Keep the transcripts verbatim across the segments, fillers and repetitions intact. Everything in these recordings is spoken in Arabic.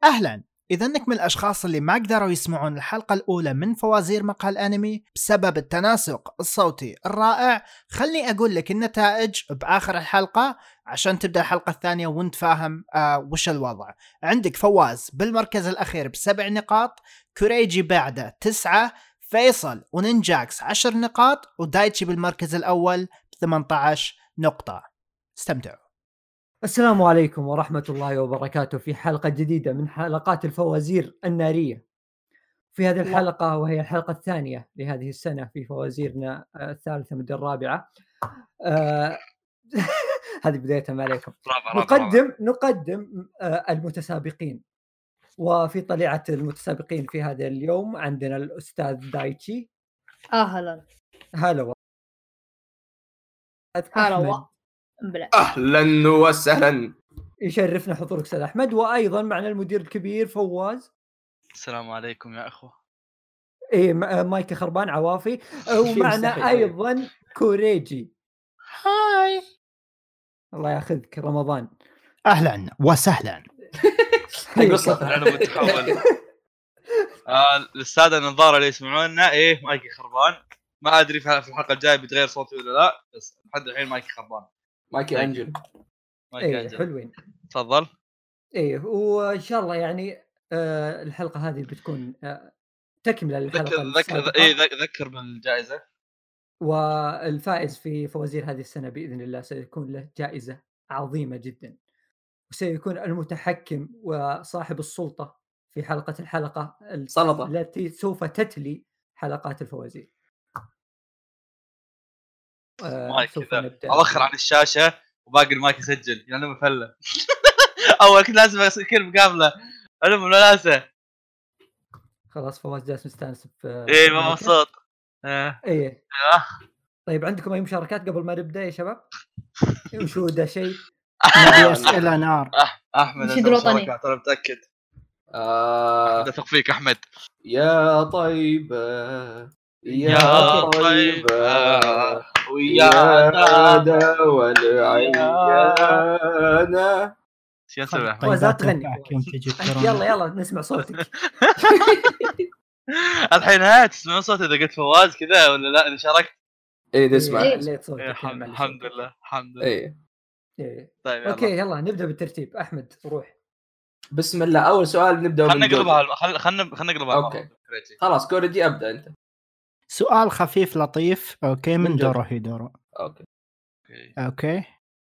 أهلا، إذا أنك من الأشخاص اللي ما قدروا يسمعون الحلقة الأولى من فوازير مقهى الأنمي بسبب التناسق الصوتي الرائع، خلني أقول لك النتائج بآخر الحلقة عشان تبدأ الحلقة الثانية وانت فاهم آه وش الوضع. عندك فواز بالمركز الأخير بسبع نقاط، كوريجي بعده تسعة، فيصل ونينجاكس عشر نقاط، ودايتشي بالمركز الأول بثمانية عشر نقطة. استمتعوا. السلام عليكم ورحمة الله وبركاته في حلقة جديدة من حلقات الفوازير النارية. في هذه الحلقة وهي الحلقة الثانية لهذه السنة في فوازيرنا الثالثة من الرابعة. آه هذه بدايتها ما عليكم. نقدم نقدم آه المتسابقين، وفي طليعة المتسابقين في هذا اليوم عندنا الأستاذ دايتشي. أهلا هلا هلا أهلا وسهلا. يشرفنا حضورك أستاذ أحمد، وأيضا معنا المدير الكبير فواز. السلام عليكم يا أخوة. إيه مايك خربان عوافي. ومعنا أيضا كوريجي. هاي الله ياخذك رمضان. أهلا وسهلا. أنا متحول. آه للسادة النظارة اللي يسمعونا، إيه مايكي خربان، ما أدري في الحلقة الجاية بتغير صوتي ولا لا، بس لحد الحين مايكي خربان. مايكي أنجل. مايكي إيه أنجل. حلوين. تفضل. إيه وإن شاء الله يعني آه الحلقة هذه بتكون آه تكملة للحلقة ذكر ذكر إيه ذكر بالجائزة. والفائز في فوازير هذه السنة بإذن الله سيكون له جائزة عظيمة جدا، وسيكون المتحكم وصاحب السلطة في حلقة الحلقة سلطة التي سوف تتلي حلقات الفوازير. آه سوف نبدأ. أوخر عن الشاشة وباقي المايك يسجل يعني مفلة. أول كنت لازم أسكر مقابلة أنا مناسة. خلاص فواز جالس مستانس في إيه ما مبسوط. آه. إيه آه. طيب عندكم أي مشاركات قبل ما نبدأ يا شباب؟ وشو ده شيء؟ نبي أسئلة نار. أحمد أنت مشاركات أنا متأكد. آه. أحمد أثق فيك أحمد. يا طيبة يا طيبة ويا نادى والعيانة. يا سلام. وزات غني. يلا يلا نسمع صوتك. الحين ها تسمعون صوتي إذا قلت فواز كذا ولا لا؟ إذا شاركت. إيه نسمع. إيه صوتك. الحمد لله الحمد لله. إيه. إيه. طيب يلا. أوكي يلا نبدأ بالترتيب. أحمد روح. بسم الله. أول سؤال نبدأ. خلنا نقلبها خل خلنا خلنا نقلبها. أوكي. خلاص كوريجي أبدأ أنت. سؤال خفيف لطيف. أوكي من دورو هيدورو. أوكي. أوكي.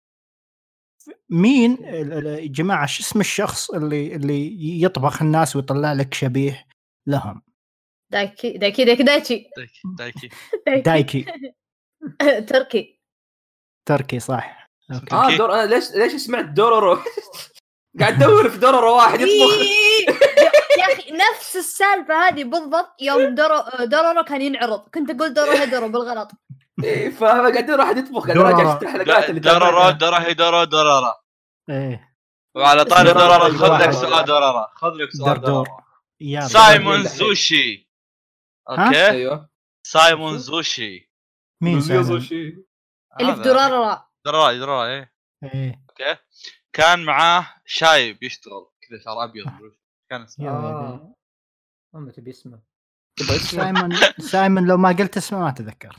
مين يا جماعة شو اسم الشخص اللي اللي يطبخ الناس ويطلع لك شبيه لهم؟ دايكي دايكي دايكي دايكي دايكي دايكي تركي تركي صح. أوكي. آه دور أنا ليش ليش سمعت دورورو؟ قاعد أدور في دورورو واحد يطبخ. يا أخي نفس السالفة هذه بالضبط يوم دورو دورورو كان ينعرض كنت أقول دورو هيدورو بالغلط. إيه فاهم قاعد أروح يطبخ قاعد راجع أشوف الحلقات اللي دورورو دورو هيدورو دورورو. إيه. وعلى طاري دورورو خذ لك سؤال دورورو خذ لك سؤال دورورو. سايمون زوشي. أوكي. أيوه. سايمون زوشي. مين سايمون زوشي؟ اللي في دورورو. دورورو دورورو إيه. إيه. أوكي. كان معاه شاي بيشتغل كذا شعر أبيض كان اسمه. آه. ما تبي اسمه. سايمون سايمون لو ما قلت اسمه ما تذكر.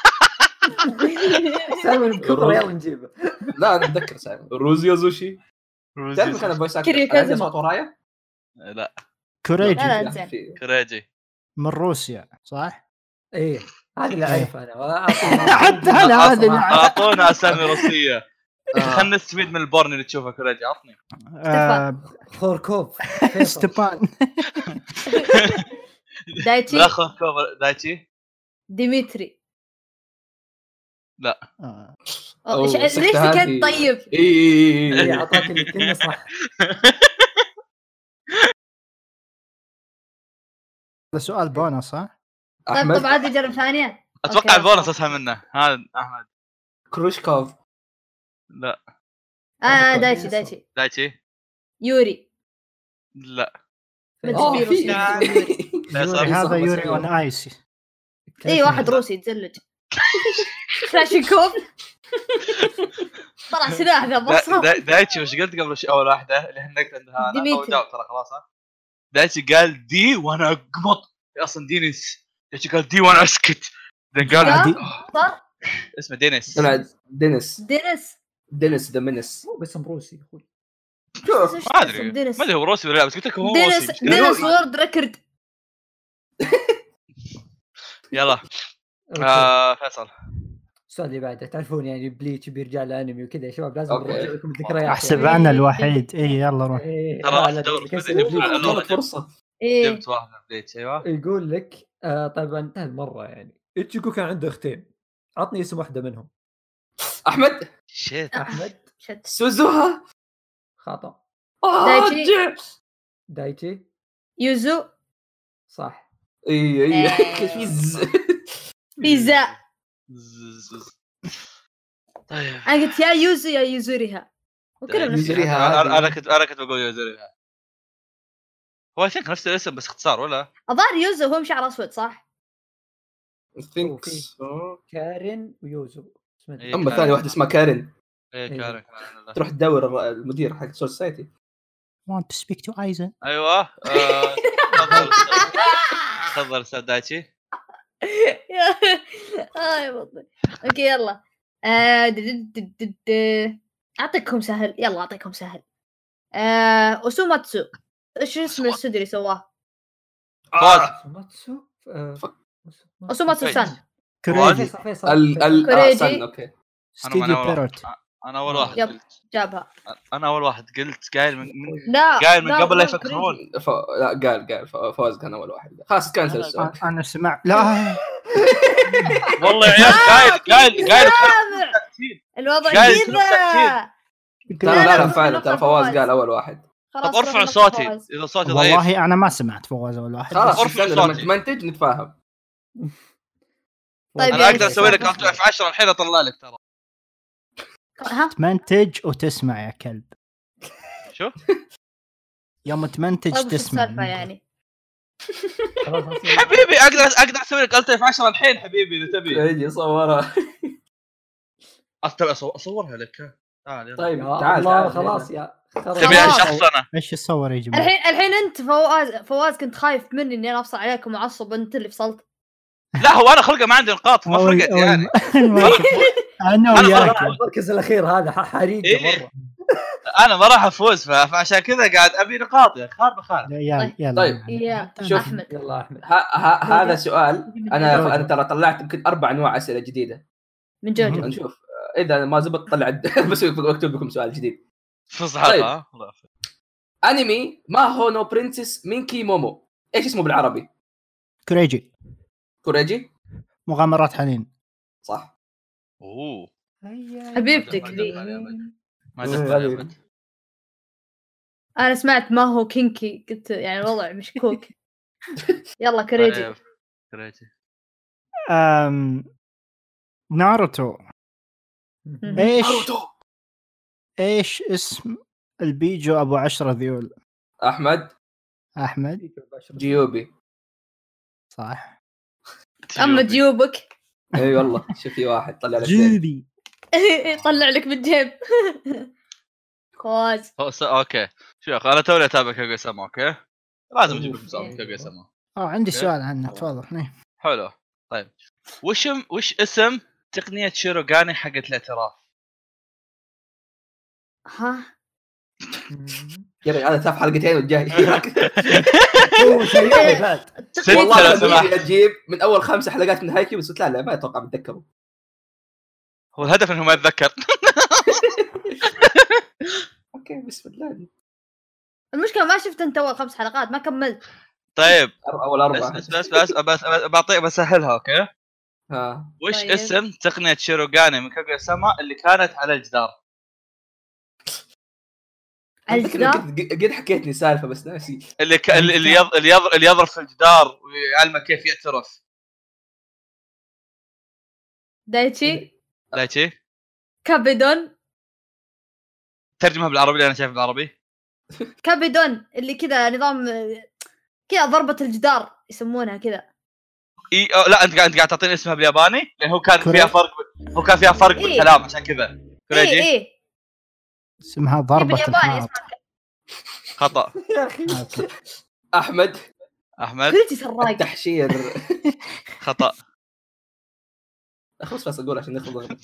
سايمون بكبر يلا نجيبه. لا نتذكر سايمون. روزيا زوشي. تعرف كان فويس أكتر عندي صوت ورايا؟ لا. كوريجي. كوريجي. من روسيا صح؟ إيه هذا اللي أعرفه أنا. حتى أنا هذا اللي أعطونا أسامي روسية. خلنا نستفيد من البورن اللي تشوفه كوريجي عطني. خوركوف. ستيفان. دايتشي. لا خوركوف دايتشي. ديمتري. لا. ليش سكت طيب؟ إيه عطاك الكلمة صح. سؤال بونص ها؟ طيب طب عادي جرب ثانية. أتوقع البونص أسهل منه. هذا أحمد. كروشكوف. لا. آه دايتشي دايتشي. دايتشي. يوري. لا. يوري هذا يوري أون آيس. إيه واحد روسي يتزلج. كلاشينكوف. طلع سلاح ذا بصها. دايتشي وش قلت قبل شيء أول واحدة اللي هنكت عندها أنا أو جاوب ترى خلاص. دايتشي قال دي وانا اقمط اصلا دينيس. دايتشي قال دي وانا اسكت. بعدين قال لا، دي صح اسمه دينيس. طلع دينيس دينيس دينيس ذا منس. مو بس روسي اخوي. شوف ما ادري دينيس ما ادري هو روسي ولا لا بس قلت لكم هو دينيس روسي. دينيس وورد ريكورد. يلا أوكي. آه فيصل. السؤال اللي بعده تعرفون يعني بليتش بيرجع لانمي وكذا يا شباب لازم أوكي. نرجع لكم الذكريات. احسب يعني. انا الوحيد. اي يلا روح. إيه، ترى لا، راح لا، تدور بس في بليتش. الفيديو. والله فرصة. ايه جبت واحد من بليتش. ايوه يقول لك آه طبعا انتهى المره يعني إتشيكو كان عنده اختين، عطني اسم واحده منهم. احمد شيت. احمد شت سوزوها. خطا. آه، دايتشي. جي. دايتشي يوزو صح. اي اي إيه. فيز. بيزا. زز. طيب انا قلت يا يوزو يا يوزوريها وكلهم نفس يوزوريها. الشيء. انا هذه. انا كنت انا كنت بقول يوزوريها. هو شكل نفس الاسم بس اختصار ولا؟ الظاهر يوزو هو مشعر اسود صح؟ ثينكس كارين ويوزو. اسمه إيه. اما ثاني واحده اسمها كارين ايه إيه. كارك. تروح تدور الر- المدير حق سول سايتي. want to speak to Aizen. ايوه آه، تفضل تفضل استاذ دايتشي. اه يا بطل. اوكي يلا آه، د- د- د- د- د- اعطيكم سهل. يلا اعطيكم سهل. آه، اوسوماتسو ايش اسم الاستوديو اللي سواه؟ فواز. سوماتسو آه، اوسوماتسو سان. كوريجي. فيصل فيصل ال ال كوريجي. آه، سن، اوكي. ستيديو أنا- بيروت. انا اول واحد يب. قلت جابها. انا اول واحد قلت قايل من, من لا قايل من لا، قبل لا لا، يفكرون. ف... لا قال قال ف- فواز كان اول واحد. خلاص كنسل السؤال. أنا- انا سمع لا والله يا عيال قايل قايل قايل سامع الوضع قايل كذا. ترى لا لا لا، فعلا لا، ترى لا، فواز فواز. قال اول واحد. خلاص طب ارفع روح صوتي فواز. اذا صوتي ضعيف. والله انا ما سمعت فواز اول واحد. خلاص ارفع استنى لما صوتي. تمنتج نتفاهم. طيب انا يعني اقدر اسوي لك الت اف عشرة الحين اطلع لك ترى. ها تمنتج وتسمع يا كلب. شو يوم تمنتج طيب وش تسمع. السالفه يعني؟ حبيبي اقدر اقدر اسوي لك الت اف عشرة الحين حبيبي اذا تبي. يجي صورها. أص- أصو- اصورها لك ها. تعال يلا. طيب يا تعال الله تعال خلاص يا خلاص. تبي خلاص. شخص انا. ايش الصور يا جماعه؟ الحين الحين انت فواز فواز كنت خايف مني اني انا افصل عليكم معصب انت اللي فصلت. لا هو انا خلقه ما عندي نقاط ما أول- فرقت أول يعني. ما- انا أنا وياك. المركز الاخير هذا ح- حريقه إيه. مره. انا ما راح افوز ف- فعشان كذا قاعد ابي نقاط يا خار بخار. يلا يلا طيب. يا شوف. احمد يلا احمد. ه... ه... هذا سؤال. انا انا ترى طلعت يمكن اربع انواع اسئله جديده. من جوجو. نشوف اذا ما زبط طلع الد- بس اكتب لكم سؤال جديد. فصحى طيب. ها الله يعافيك. انمي ما هو نو برنسس مينكي مومو ايش اسمه بالعربي؟ كوريجي. كوريجي مغامرات حنين. صح. اوه حبيبتك ذي. ما دخل علي أبد. انا سمعت ما هو كينكي قلت يعني الوضع مشكوك. يلا كريجي. طيب. كريجي. أم... ناروتو. ايش ناروتو. ايش اسم البيجو ابو عشرة ذيول؟ احمد احمد جيوبي. صح. اما جيوبك اي والله شوف في واحد طلع لك زين. جيبي. يطلع لك بالجيب. فواز. هو س... اوكي شوف انا توني اتابع كاغويا سما اوكي لازم اجيب لكم سؤال كاغويا سما. اه عندي أوكي. سؤال عنه تفضل. إيه. حلو طيب وش وش اسم تقنيه شيروغاني حقت الاعتراف؟ ها يا رجال هذا تاف حلقتين والجاي. هو شيء فات. ستة والله لو لو سمحت. تجيب من اول خمس حلقات من هايكي بس لا لا ما اتوقع بتذكروا. هو الهدف انه ما يتذكر. اوكي بسم الله. المشكلة ما شفت انت اول خمس حلقات ما كملت. طيب اول اربعه. بس بس بس بس بس بعطيك بسهلها اوكي. ها وش طيب. اسم تقنيه شيروغاني من كاغويا سما اللي كانت على الجدار؟ الجدار. قد قد حكيتني سالفه بس ناسي. اللي ك... اللي اللي يض... اللي يض... اللي يضرب في الجدار ويعلمه كيف يعترف. دايتشي. دايتشي كابيدون. ترجمها بالعربي اللي انا شايف بالعربي. كابيدون اللي كذا نظام كذا ضربة الجدار يسمونها كذا. اي أو لا انت قاعد انت قاعد تعطيني اسمها بالياباني لان هو كان كوري. فيها فرق هو كان فيها فرق إيه. بالكلام عشان كذا. ايه كوريجي ايه اسمها ضربة بالياباني الحائط. اسمها خطا. يا اخي أوكي. احمد احمد كلتي سراق. التحشير خطا. خلاص بس اقول عشان ناخذ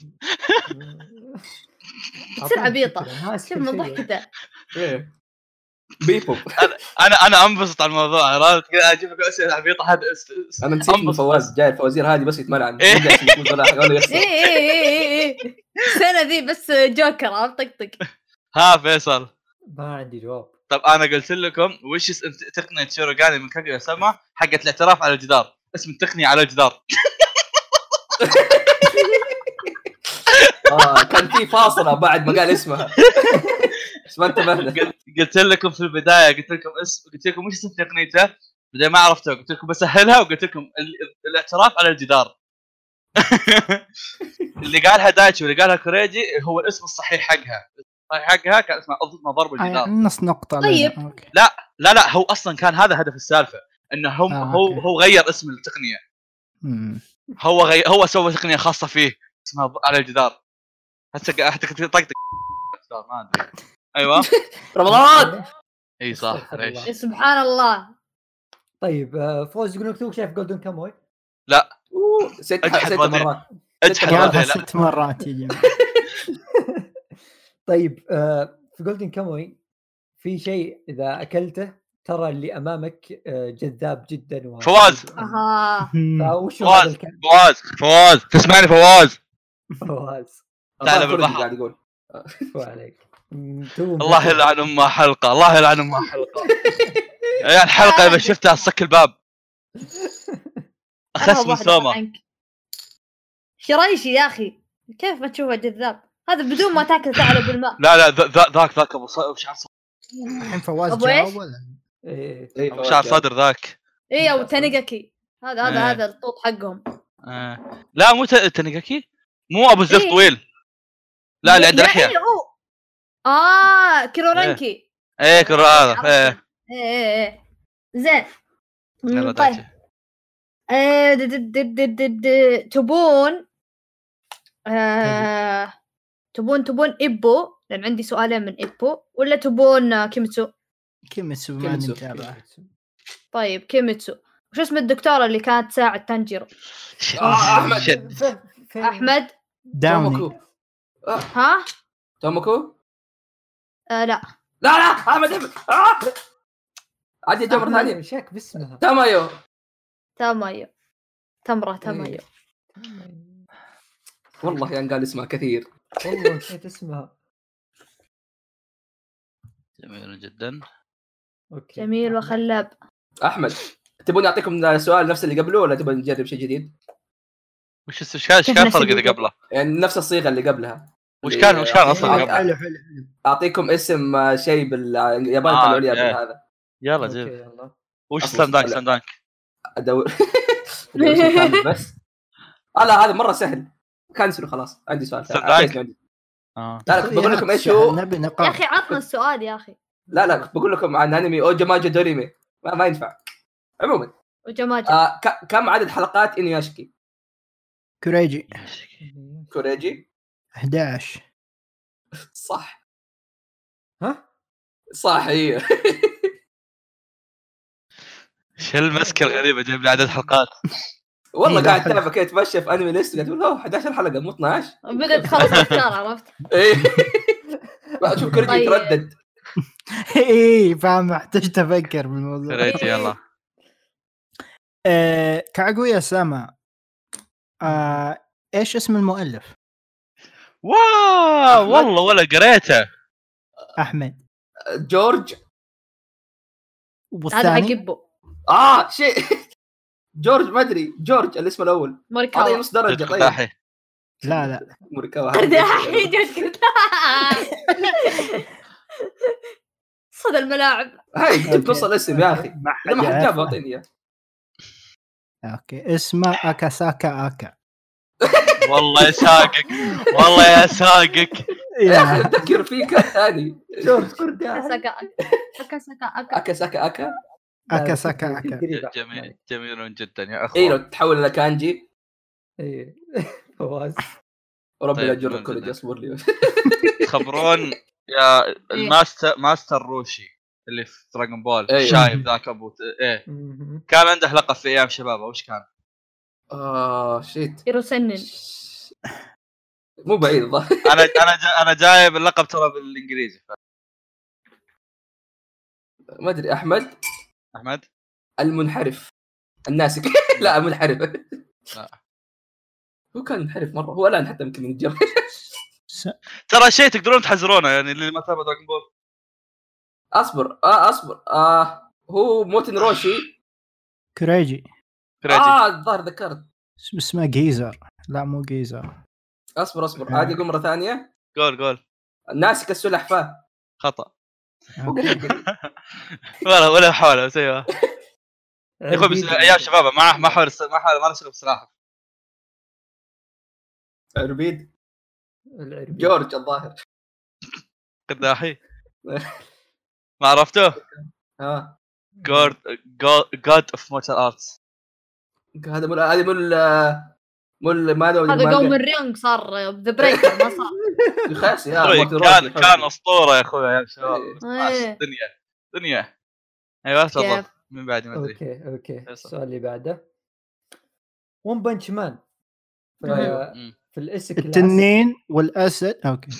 تصير عبيطه. شوف من ضحكته. ايه بيبو. انا انا انبسط على الموضوع. عرفت اجيب لك اسئله عبيطه. هذا انا نسيت من فواز جاي الفوازير هذه بس يتمرن إيه. ايه ايه ايه ايه السنه ذي بس جوكر عم طقطق. ها فيصل ما عندي جواب. طب انا قلت لكم وش اسم تقنيه شوروغاني من كاغويا ساما حقت الاعتراف على الجدار. اسم التقنيه على الجدار. اه كان في فاصله بعد ما قال اسمها بس ما انتبهنا. قلت, قلت لكم في البدايه قلت لكم اسم قلت لكم وش اسم تقنيته بدي ما عرفته. قلت لكم بسهلها وقلت لكم ال... الاعتراف على الجدار. اللي قالها دايتشي واللي قالها كوريجي هو الاسم الصحيح حقها. الصحيح حقها كان اسمها اضرب ضرب الجدار. نص نقطه. طيب لا لا لا هو اصلا كان هذا هدف السالفه انه هم آه هو أوكي. هو غير اسم التقنيه. مم. هو غي... هو سوى تقنيه خاصه فيه اسمها على الجدار. حتى حتى طقطق ما ادري. ايوه رمضان. اي صح. ليش سبحان الله. طيب فوز يقول لك تو شايف جولدن كاموي؟ لا ست أجحد ست وجهي. مرات اجحد قالها وجهي. لا ست مرات يا جماعه. طيب آه، في جولدن كاموي في شيء اذا اكلته ترى اللي امامك آه، جذاب جدا و... فواز. اها فوش هذا فواز الكلام؟ فواز فواز تسمعني فواز. فواز تعال أبغى بالبحر. قاعد يقول وعليك. م، تو الله يلعن امها حلقه. الله يلعن امها حلقه. يا الحلقه اللي شفتها صك الباب. اخس من سوما. شرايشي يا اخي كيف ما تشوفه جذاب هذا بدون ما تاكل ثعلب بالماء. لا لا ذا- ذاك ذاك ابو ص- شعر ص- الحين فواز أبو إيش؟ جاوب ولا إيه. إيه، ابو شعر صدر ذاك. ايه او تانيغاكي هذا هذا إيه. هذا الطوط حقهم. آه. لا مو ت- تنيغاكي مو ابو زر إيه. طويل. لا اللي عنده يا لحيه. عيني هو اه كيرورانكي. ايه كرة هذا. ايه ايه ايه ايه زين. يلا مم، دايتشي. طيب آه، د- د- د- د- د- د- تبون آه، تبون تبون إبو لأن عندي سؤالين من إبو ولا تبون آه، كيميتسو؟ كيميتسو ما كيميتسو. نتابع. طيب كيميتسو وش اسم الدكتورة اللي كانت تساعد تانجيرو؟ آه، أحمد. شد. ف- ف- أحمد داوني. توموكو. ها؟ توموكو آه لا لا لا احمد احمد آه! عادي جمرة أحمد، ثانية شاك باسمها. تامايو. تامايو تمرة تامايو. والله يعني قال اسمها كثير. والله نسيت اسمها. جميل جدا. اوكي جميل وخلاب. احمد تبون اعطيكم سؤال نفس اللي قبله ولا تبون نجرب شيء جديد؟ وش الس- وش كان وش كيف كان نفس الفرق اللي اللي قبله؟ يعني نفس الصيغة اللي قبلها. وش كان وش كان اصلا اللي أعطيكم- قبله؟ حلو حلو حلو. اعطيكم اسم آه، شيء باليابان آه، العليا أوكي. بالهذا. يلا اوكي جيب. يلا. وش أصلاً سلام دانك لا. سلام دانك؟ ادور أدور اسم كامل بس. آه لا هذا مرة سهل. كنسلوا خلاص عندي سؤال. صدق؟ عندي- عندي. اه لا لا بقول لكم ايش هو. نبي يا نقاط. أخي عطنا السؤال يا أخي. لا لا بقول لكم عن انمي اوجا ماجا دوريمي ما, ما ينفع. عموما وجماجة آه ك- كم عدد حلقات انوياشكي؟ كوريجي كوريجي أحد عشر. صح ها؟ صح هي. شو المسكه الغريبه جايب لي عدد حلقات. والله إيه، قاعد حلو. اتابع كيف اتمشى في انمي ليست قاعد اقول اوه احد عشر حلقه مو اثنا عشر. بدأت تخلص أفكار عرفت. ايه اشوف كوريجي طيب. يتردد. ايه فاهم احتجت افكر بالموضوع. ريت يلا. آه، كاغويا ساما آه، ايش اسم المؤلف؟ واو والله ولا قريته. احمد. جورج هذا والثاني عقبه اه شيء جورج ما ادري جورج الاسم الاول اعطيه موريكاوا. نص درجه. جد طيب قداحي. لا لا موريكاوا قرداحي جد قرداحي. صدى الملاعب. هاي جبت نص الاسم يا اخي. ما اذا ما حد يعرف. جاب اعطيني اياه. اوكي اسمه اكاساكا اكا. والله يا ساقك والله يا ساقك. يا اخي اتذكر فيك ثاني جورج قرداحي. ساكا أكا ساكا أكا. اكا ساكا اكا. اكاساكا اكا. قريبة. جميل جميل جدا يا اي لو اخوان. تحول الى كانجي ايه فواز. وربي طيب، لا اجر جميل الكوريجي جداً. اصبر لي. خبرون يا الماستر ماستر روشي اللي في دراغون بول أيوه. الشايب ذاك ابو ايه مهم. كان عنده لقب في ايام شبابه وش كان؟ اه شيت يرو سنن. مو بعيد الظاهر. انا انا جا انا جايب اللقب ترى بالانجليزي ف... ما ادري. احمد احمد المنحرف الناسك. لا منحرف. لا. هو كان منحرف مره، هو الان حتى يمكن يتجرب. س... ترى شيء تقدرون تحزرونه يعني اللي ما تابع دراغون بول. اصبر اه اصبر اه هو موتن روشي. كريجي. كريجي اه الظاهر ذكرت. اسم- اسمه جيزر. لا مو جيزر. اصبر اصبر عادي اقول مره ثانيه. جول جول ناسك السلحفاه. خطا أوكي. ولا ولا حاول اسويها يا اخوي بس عربيد. ايام شبابه ما ما حاول ما حاول ما نشغل بسلاحف. عربيد. العربيد. جورج الظاهر. قداحي ما عرفته. ها جود جود اوف مارشال ارتس. هذا مو هذه مو ال- مو ال- ما ادري هذا قوم الرينج صار ذا بريكر ما صار. خاسي يا أخوي، موتن كان روشي. كان اسطوره يا اخوي يا شباب. إيه. دنيا دنيا ايوه تفضل كيف؟ من بعد ما ادري. اوكي اوكي فيصل. السؤال اللي بعده ون بنش مان في, أيوه. مم. في الاسك كلاس. التنين والاسد. اوكي.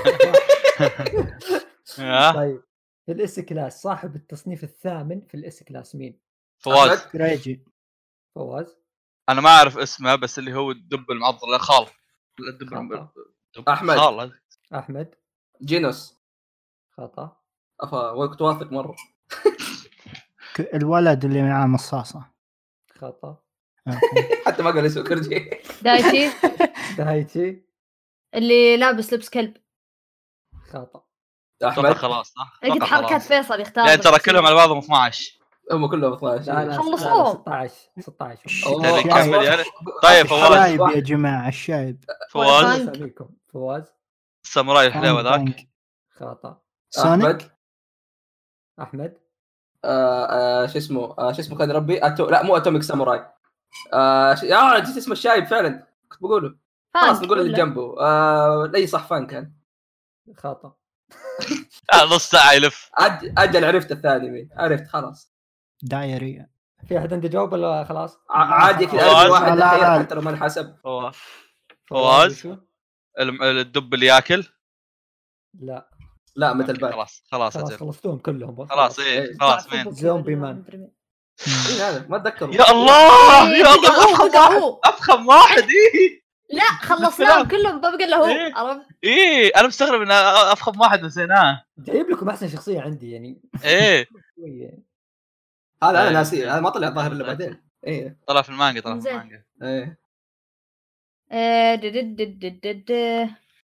آه، طيب في الاس كلاس صاحب التصنيف الثامن في الاس كلاس مين؟ فواز. أحمد. كريجي. فواز. انا ما اعرف اسمه بس اللي هو الدب المعضل لا خال الدب خطأ. الدب أحمد. خال. احمد. جينوس. خطا. افا وقت واثق مره. ك- الولد اللي معاه مصاصه. خطا. اوكي. حتى ما قال اسمه كرجي. دايتشي دايتشي. اللي لابس لبس كلب. خطا. اتوقع احمد. خلاص صح لقيت أتوقع حركات خلاص. فيصل يختار. يعني ترى كلهم على بعضهم اثنا عشر. هم كلهم اثناشر. لا لا خلصوهم. ستة عشر ستة عشر. أوه، يعني الشايب. كمل يعني. طيب فواز. الشايب يا جماعه الشايب. فواز فانك. اساميكم. فواز. الساموراي الحليوه ذاك. بانك. خطا. سونيك. احمد. احمد. آه آه شو اسمه آه شو اسمه كان ربي أتو... لا مو اتوميك ساموراي. آه ش... يا نسيت اسمه الشايب فعلا كنت بقوله. خلاص نقول اللي جنبه. آه اي صح فان كان. خطا. آه نص ساعه يلف. أج... اجل عرفت الثاني مين عرفت خلاص. دايريا. في احد عنده جواب ولا خلاص؟ ع- عادي كذا فواز. أرمي واحد لا، الخير لا. حتى لو ما انحسب. فواز. فواز. وشو؟ الم- الدب اللي ياكل. لا لا مثل أوكي، بات. خلاص خلاص خلاص اجل خلصتهم كلهم. خلاص ايه إيه. خلاص مين. زومبي مان. إيه هذا ما اتذكر. يا الله إيه، يا بقى الله هو، افخم بقى واحد هو. افخم واحد ايه لا خلصناهم كلهم ببقى له هو. إيه. عرفت؟ ايه انا مستغرب ان افخم واحد نسيناه. جايب لكم احسن شخصيه عندي يعني. ايه شوية. هذا انا إيه. ناسي هذا ما طلع ظاهر الا بعدين. ايه طلع في المانجا طلع في زين. المانجا. ايه آه، دد- دد- دد- دد.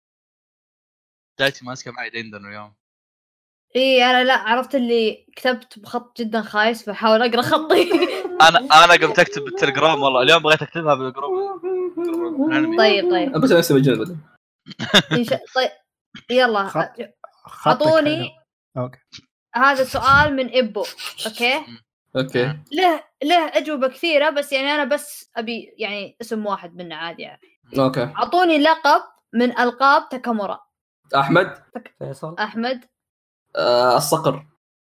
جايتي ماسكه معي دندن اليوم. ايه انا لا عرفت اللي كتبت بخط جدا خايس فحاول اقرا خطي. انا انا قمت اكتب بالتليجرام والله اليوم بغيت اكتبها بالجروب. طيب طيب بس نفسي مجنون بدل. إن شاء- طيب يلا خط. خطك اعطوني حلو. اوكي. هذا السؤال من ابو. اوكي اوكي له له اجوبه كثيره بس يعني انا بس ابي يعني اسم واحد منه عادي يعني. اوكي اعطوني لقب من القاب تاكامورا. احمد. فيصل. احمد آه الصقر.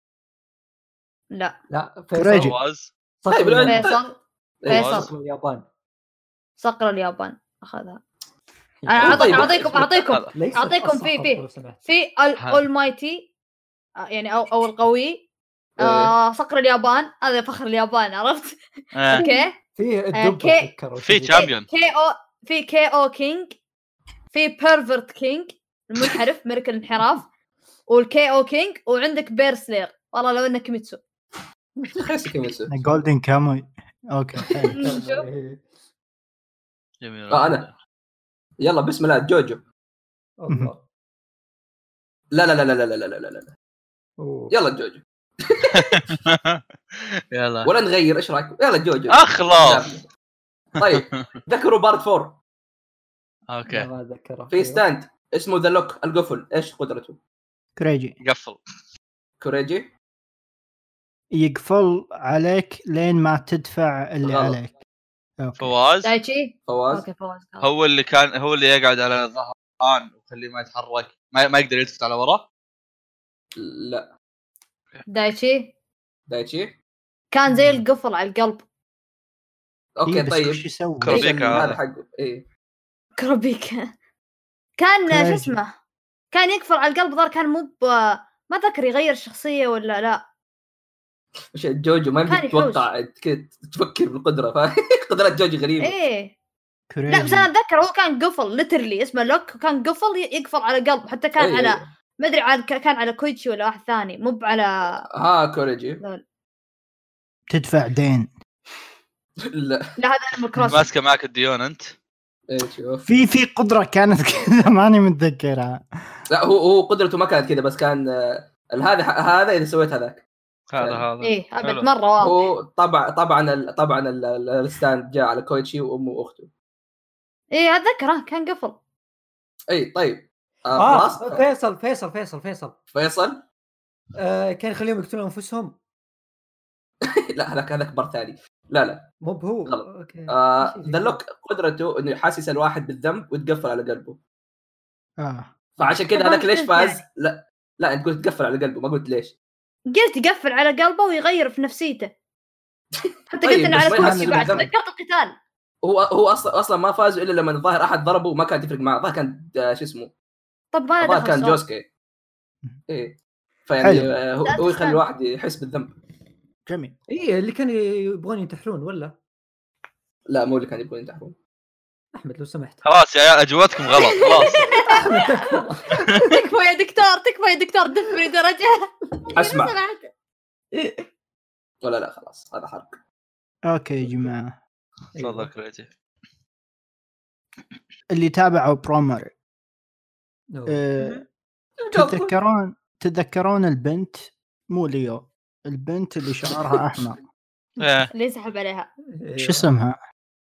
لا لا كريجي. فيصل. فواز. صقر طيب، اليابان. فيصل إيه. فيصل. صقر اليابان. صقر اليابان اخذها. أنا انا طيب. أعطيك اعطيكم اعطيكم ليس أعطيكم في- الصقر في. لو سمحت. في الاولمايتي يعني او او القوي. آه صقر اليابان هذا فخر اليابان عرفت. آه. اوكي فيه الدب كي- أتذكر وشي في زي تشامب- كذا. شامبيون. كي او في كي او كينج. في بيرفرت كينج المنحرف ملك الانحراف. والكي او كينج وعندك بير سلير والله لو انك ميتسو. خيسك يمسو. جولدن كاموي. اوكي. حلو. شوف. إيه. جميل. آه، أنا. يلا بسم الله جوجو. الله. لا لا لا لا لا لا لا لا لا أوه. يلا جوجو يلا ولا نغير ايش رايك؟ يلا جوجو. اخلص. طيب ذكروا بارت فور لا، اوكي ما أتذكره. في أيوه. ستاند اسمه ذا لوك القفل ايش قدرته؟ كريجي. قفل. كوريجي. يقفل عليك لين ما تدفع اللي غلط. عليك. اوكي. فواز دايتشي فواز. اوكي فواز هو اللي كان هو اللي يقعد على ظهران ويخليه ما يتحرك ما, ما يقدر يلتفت على ورا. لا دايتشي دايتشي كان زي القفل على القلب. اوكي إيه بس طيب وش يسوي؟ كروبيكا هذا هذا. حقه ايه كروبيكا كان شو كريجي. اسمه كان يقفل على القلب ظهر كان مو ب... ما ذكر يغير الشخصية ولا لا. وش جوجو ما كان يمديك يحوش. تتوقع كذا تفكر بالقدره ف قدرات جوجو غريبه. ايه كريجي. لا بس انا اتذكر هو كان قفل ليترلي اسمه لوك كان قفل يقفل على قلب حتى كان أيه. على ما ادري على كان على كويتشي ولا واحد ثاني مو على ها كوريجي لا تدفع دين. لا لا هذا المكروس. ماسكه معك الديون انت. ايه شوف في في قدرة كانت كذا ماني متذكرها. لا هو هو قدرته ما كانت كذا بس كان آه، هذا هذا اذا سويت هذاك هذا هذا ايه ابد حلو. مره واضح. هو طبعا طبعا ال- طبعا ال- ال- الستاند جاء على كويتشي وامه واخته. ايه اتذكره كان قفل. اي طيب آه اه خلاص فيصل فيصل فيصل فيصل فيصل آه كان يخليهم يقتلون انفسهم. لا هذاك هذاك بر ثاني لا لا مو بهو غلط. اوكي آه إيش في- ذا لوك قدرته انه يحسس الواحد بالذنب وتقفل على قلبه اه فعشان كذا طب هذاك ما ليش قلت فاز يعني. لا لا انت قلت تقفل على قلبه ما قلت ليش. قلت يقفل على قلبه ويغير في نفسيته. حتى طيب، قلت انه بس على ما كويتشي يحسب بعد بالذنب. تذكرت القتال. هو هو اصلا اصلا ما فازوا الا لما الظاهر احد ضربه وما كان تفرق معه الظاهر كان آه، شو اسمه طب ما له الظاهر دخل كان السؤال. جوسكي ايه فيعني حلو. آه، هو, لا هو يخلي تستاهل. الواحد يحس بالذنب. جميل. ايه اللي كانوا يبغون ينتحرون ولا لا مو اللي كان يبغون ينتحرون. احمد لو سمحت. خلاص يا عيال اجوبتكم غلط خلاص. تكفى يا دكتور تكفى يا دكتور دفني درجة. اسمع سمعت. ولا لا خلاص هذا حرق. اوكي يا جماعة تفضل كريتي. اللي تابعوا برومر أوه. أه تتذكرون تتذكرون البنت مو ليو البنت اللي شعرها احمر ايه اللي يسحب عليها. إيه. شو اسمها؟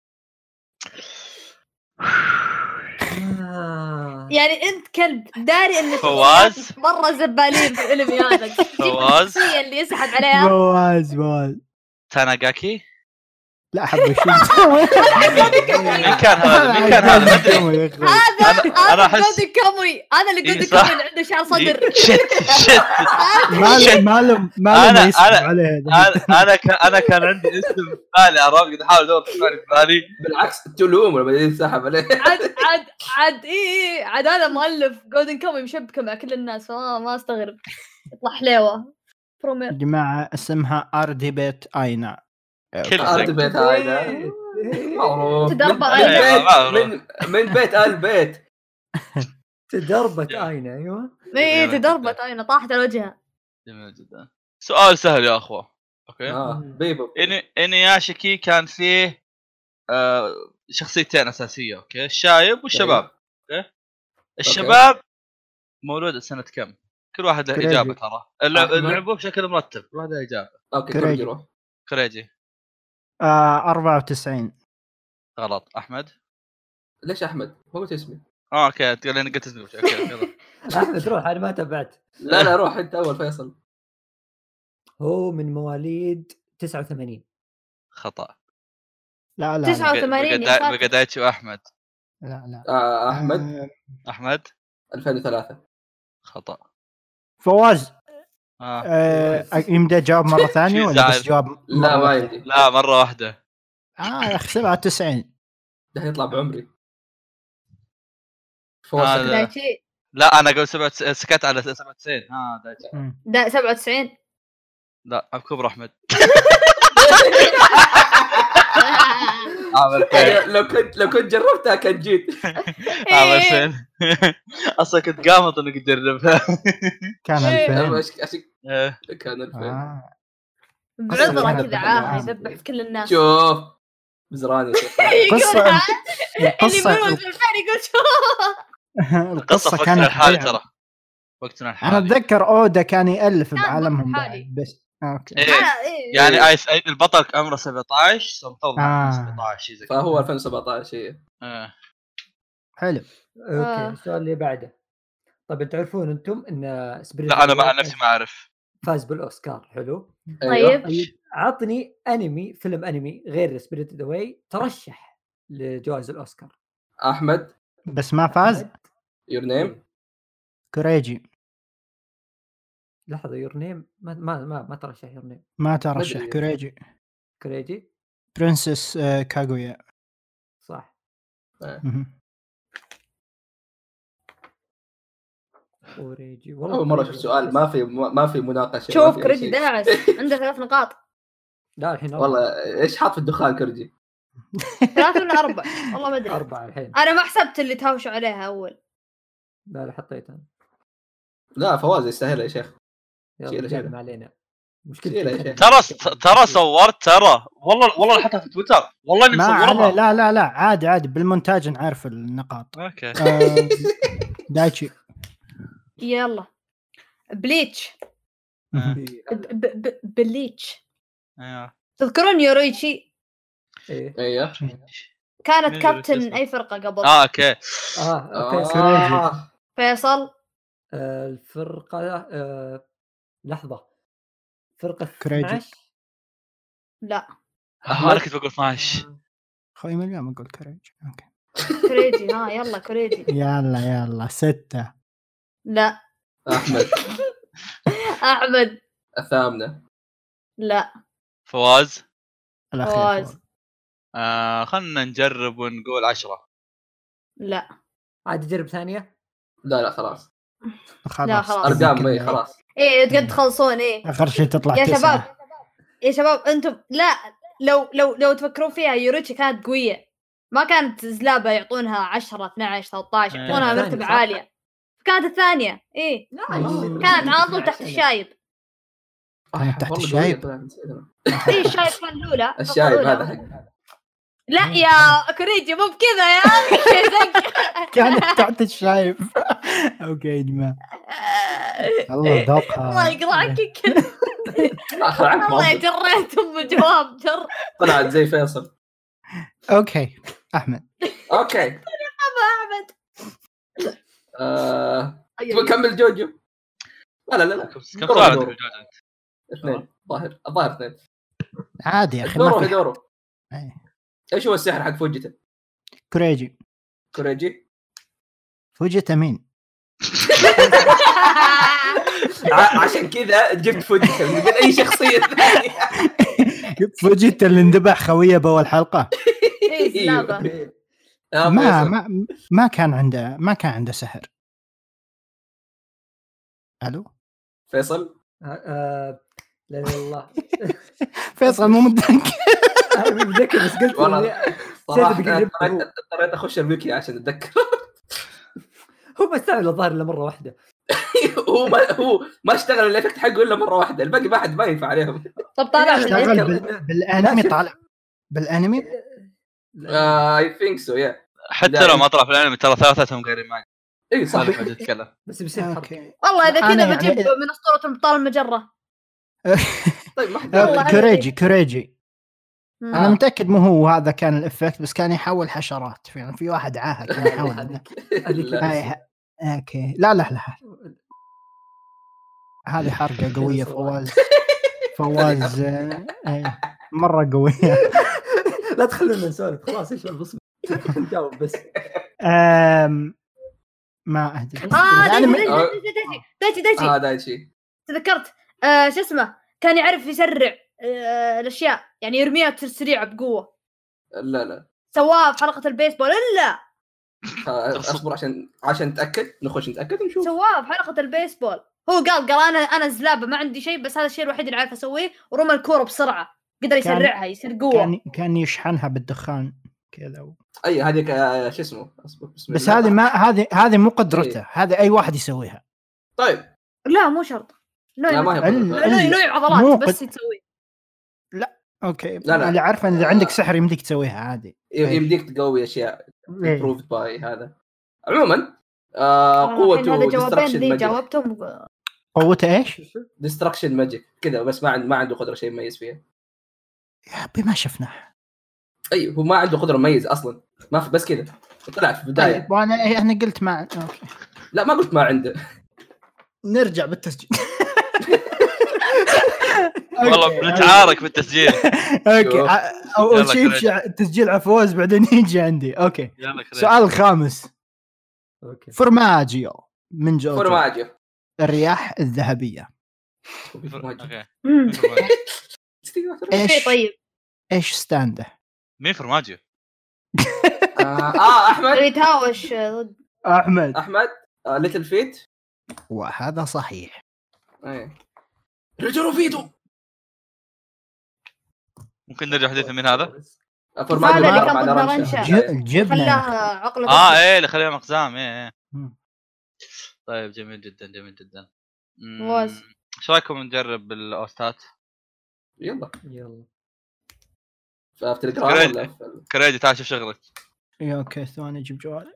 آه. يعني انت كلب داري ان فواز. مرة زبالين في الانمي هذا. فواز. الشخصية اللي يسحب عليها. فواز فواز تاناغاكي. لا حبي شو مين كان هذا مين كان هذا ما ادري. هذا أنا- أنا هذا أحس- جودي كاموي هذا اللي إيه جودي صح. كاموي اللي عنده شعر صدر. شت شت. ماله ماله أنا- ماله يسحب أنا- عليها انا انا كان انا كان عندي اسم في بالي عرفت قاعد احاول ادور في بالي في بالي. بالعكس تلوم لما ينسحب عليه. عاد عاد عاد اي اي عاد هذا مؤلف جودن كاموي مشبكه مع كل الناس فما ما استغرب يطلع حليوه برومير. جماعة اسمها ارديبيت اينا كل آه، زق. بيت هذا معروف من, تدرب من, عليه. بيت من, من بيت آل بيت. تدربت اينا ايوه اي جميل تدربت جداً. عينه طاحت على وجهها. جميل جدا. سؤال سهل يا اخوه. اوكي. اه بيبو اني انياشيكي كان فيه آه شخصيتين اساسيه. اوكي الشايب والشباب. اوكي الشباب مولود سنه كم؟ كل واحد له كريجي. اجابه ترى اللعب أحمد. لعبوه بشكل مرتب كل واحد له اجابه. اوكي كريجي. كريجي روح. كريجي. آه أربعة وتسعين. غلط. احمد. ليش احمد ما قلت اسمي؟ اه اوكي تقول لي قلت اسمي. اوكي يلا. احمد روح انا ما تابعت. لا لا روح انت اول فيصل. هو من مواليد تسعة وثمانين. خطا. لا لا تسعة لا وثمانين يا ساتر. بقدايتشي واحمد. لا, لا. آه احمد آه احمد. ألفين وثلاثة. خطا. فواز آه. آه يمدى جواب مرة ثانية شي ولا بس زعل. جواب لا مرة ما واحدة؟ يمدي لا مره واحده. اه يا اخي سبعة وتسعين. ده يطلع بعمري. آه، فوز لا. دايتشي لا انا قلت سبعة سكت على سبعة وتسعين. ها دايتشي. مم. دا سبعة وتسعين. لا بكبر احمد. عامل فين يعني لو كنت لو كنت جربتها كان جيت. عامل فين. اصلا كنت قامط انك تجربها. كان إيه. ألفين. عش- عش- إيه. كان ألفين. آه. بعذره أصلاً كذا هذا عاهه الحلقة. يذبح في كل الناس. شوف بزراني قصة اللي القصة يموت بالفعل يقول شو. القصة في وقتنا كانت الحالي حلوة. ترى وقتنا انا الحالي. اتذكر اودا كان يالف كان بعالمهم وقت بعد حالي. بس اوكي إيه. آه، إيه. يعني ايس أي- البطل عمره سبعة عشر سمطول آه. سبعة عشر شيء زي كذا. فهو ألفين وسبعطعش هي. إيه. حلو. آه. اوكي السؤال اللي بعده. طيب تعرفون انتم ان سبريت لا انا ما عن نفسي ما اعرف. فاز بالاوسكار. حلو. طيب طيب عطني انمي فيلم انمي غير سبريت ذا واي ترشح لجوائز الاوسكار. احمد بس ما فاز. أحمد؟ يور نيم. كوريجي. لحظه يور نيم ما ما ما, ما ترشح يور نيم. ما ترشح مدري. كوريجي كريجي برنسس آه، كاغويا. صح. مهم. كوريجي اول والله مره اشوف سؤال ما في ما في مناقشه ما شوف في أي كريدي شيء. داعس عنده ثلاث نقاط. لا الحين أربعة. والله ايش حاط في الدخان كرجي؟ ثلاثة ولا أربع والله ما أدري. أربعة الحين. أنا ما حسبت اللي تهاوشوا عليها أول. لا لا حطيتها. لا فواز يستاهلها يا شيخ. يلا شيله جاي شيله. ما علينا. شيله يا مشكلة شيخ. ترى ترى صورت ترى والله والله حطها في تويتر والله اني ما على مصورها. لا لا لا عادي عادي بالمونتاج نعرف النقاط. اوكي آه، دايتشي. يلا بليتش. مهم. ب- ب- ب- بليتش. ايوه تذكرون يوريتشي ايه ايوه كانت مين كابتن يوريتشي؟ أي فرقة قبل؟ اه اوكي اه اوكي. آه. فيصل. آه الفرقة آه لحظة فرقة كريجي. اثنا عشر. لا آه، انا كنت بقول اثناشر. خوي من اليوم اقول كوريجي. اوكي كريجي ها يلا كريجي. يلا يلا ستة. لا احمد أحمد. الثامنه. لا فواز الأخير فواز. فواز. آه خلنا نجرب ونقول عشرة. لا عاد جرب ثانية. لا لا خلاص خلاص لا، خلاص. ارقام كذا. اي خلاص. إيه تقد تخلصون إيه آخر شيء تطلع يا تسعة. شباب. يا شباب أنتم لا لو لو لو تفكرون فيها يوريتشي كانت قوية ما كانت زلابة يعطونها عشرة اثنا عشر ثلاثة عشر إيه. يعطونها الثانية مرتبة صح؟ عالية. كانت الثانية إيه لا كانت على طول تحت الشايب. كانت تحت والله الشايب. قوية، نسيتها. إيه الشايب كان الأولى. الشايب الأولى. هذا حق لا يا كوريجي مو بكذا يا أخي زق. كانت تحت الشايب. اوكي يا جماعة الله ذوقها. الله يقطعك كذا. اخر عقد والله موظف. جريت ام الجواب جر. طلعت زي فيصل. اوكي احمد. اوكي ابا احمد. آه، تبغى نكمل جوجو؟ لا لا لا كم سؤال عندك الجوجو انت؟ اثنين ظاهر الظاهر اثنين. عادي يا اخي دورو ما في. هيدورو إيه. ايش هو السحر حق فوجته؟ كوريجي. كوريجي فوجته مين؟ ع- عشان كذا جبت فوجته من اي شخصيه ثانيه. فوجته اللي انذبح خويه باول حلقه. ايه زلابه. آه، ما فيصل. ما ما كان عنده ما كان عنده سحر. الو فيصل آه لا لا والله. فيصل مو متذكر. انا متذكر بس قلت والله إني- صراحه سيد بقرب اضطريت هو. اضطريت اخش الويكي عشان اتذكر. هو ما استعمل الظاهر الا مره واحده. هو ما هو ما اشتغل الافكت حقه الا مره واحده، الباقي ما حد ما ينفع عليهم. طب طالع من اشتغل الإنتر. بال... بالانمي لا، طالع بالانمي. اي ثينك سو يا حتى لو ما طلع في الانمي ترى ثلاثتهم غير معي. اي صح. هذا حاجه اتكلم. بس بيصير حرب. اوكي والله اذا أنا كذا يعني- بجيب من اسطوره ابطال المجره. طيب ما حد والله آه، كوريجي كوريجي مم. انا متاكد مو هو هذا كان الافكت بس كان يحول حشرات في في واحد عاهه كان يحول. لا. هاي ه- اوكي لا لا لا هذه حركه قويه. فواز فواز آه، إيه، مره قويه. لا تخلونا نسولف خلاص ايش البصمه. نجاوب بس. أم... ما ادري اه يعني دايتي م- آه. دايتي دايتي دايتي اه دايتي ده شيء. تذكرت آه شو اسمه كان يعرف يسرع آه الاشياء يعني يرميها تسريع بقوه. لا لا سواها في حلقه البيسبول الا آه، اصبر عشان عشان نتاكد نخش نتاكد ونشوف. سواها في حلقه البيسبول. هو قال قال انا انا زلابه ما عندي شيء بس هذا الشيء الوحيد اللي عارف اسويه ورمى الكوره بسرعه قدر يسرعها يصير قوه. كان كان يشحنها بالدخان كذا و... اي هذيك آه، شو اسمه اصبر بسم بس الله. هذه ما هذه هذه مو قدرته. هذه اي واحد يسويها. طيب لا مو شرط. لا لا ما هي ال- قدرة. له نوع عضلات مو بس قد- يسوي. اوكي لا، لا. اللي عارفه ان اذا عندك سحر يمديك تسويها عادي. ي- يمديك تقوي اشياء إيه. improved by هذا. عموما آه قوته هذا جوابين destruction ذي magic. جاوبتهم. قوته ايش؟ destruction magic كذا بس ما عنده ما عنده قدره شيء مميز فيها. يا ابي ما شفناه. اي هو ما عنده قدره مميزه اصلا ما في بس كذا طلعت في البدايه. طيب وانا انا قلت ما اوكي لا ما قلت ما عنده. نرجع بالتسجيل. والله بنتعارك بالتسجيل. اوكي شوف. ع- اول يلا شيء كريج. شع- تسجيل على فواز بعدين يجي عندي. اوكي يلا كريم. السؤال الخامس. اوكي فورماجيو من جوجو فورماجيو الرياح الذهبيه اوكي مم. ايش شيء طيب ايش ستانده؟ مين فرماجيو؟ اه, آه احمد اللي يتهاوش ضد احمد. احمد آه ليتل فيت. وهذا صحيح. ايه رجلوا فيتو. ممكن نرجع حديثا من هذا؟ فرماجو هذا اللي ضرب كان على ضد رنشا. نارنشا. ج- الجبنه. خلاها عقلة اه أسود. ايه اللي خليهم اقزام ايه ايه مم. طيب جميل جدا جميل جدا. مم، واز. ايش رايكم نجرب الاوستات؟ يلا يلا في تليجرام كريج. ولا في- كريدي تعال شوف شغلك. إيه، اوكي ثواني اجيب جوالي.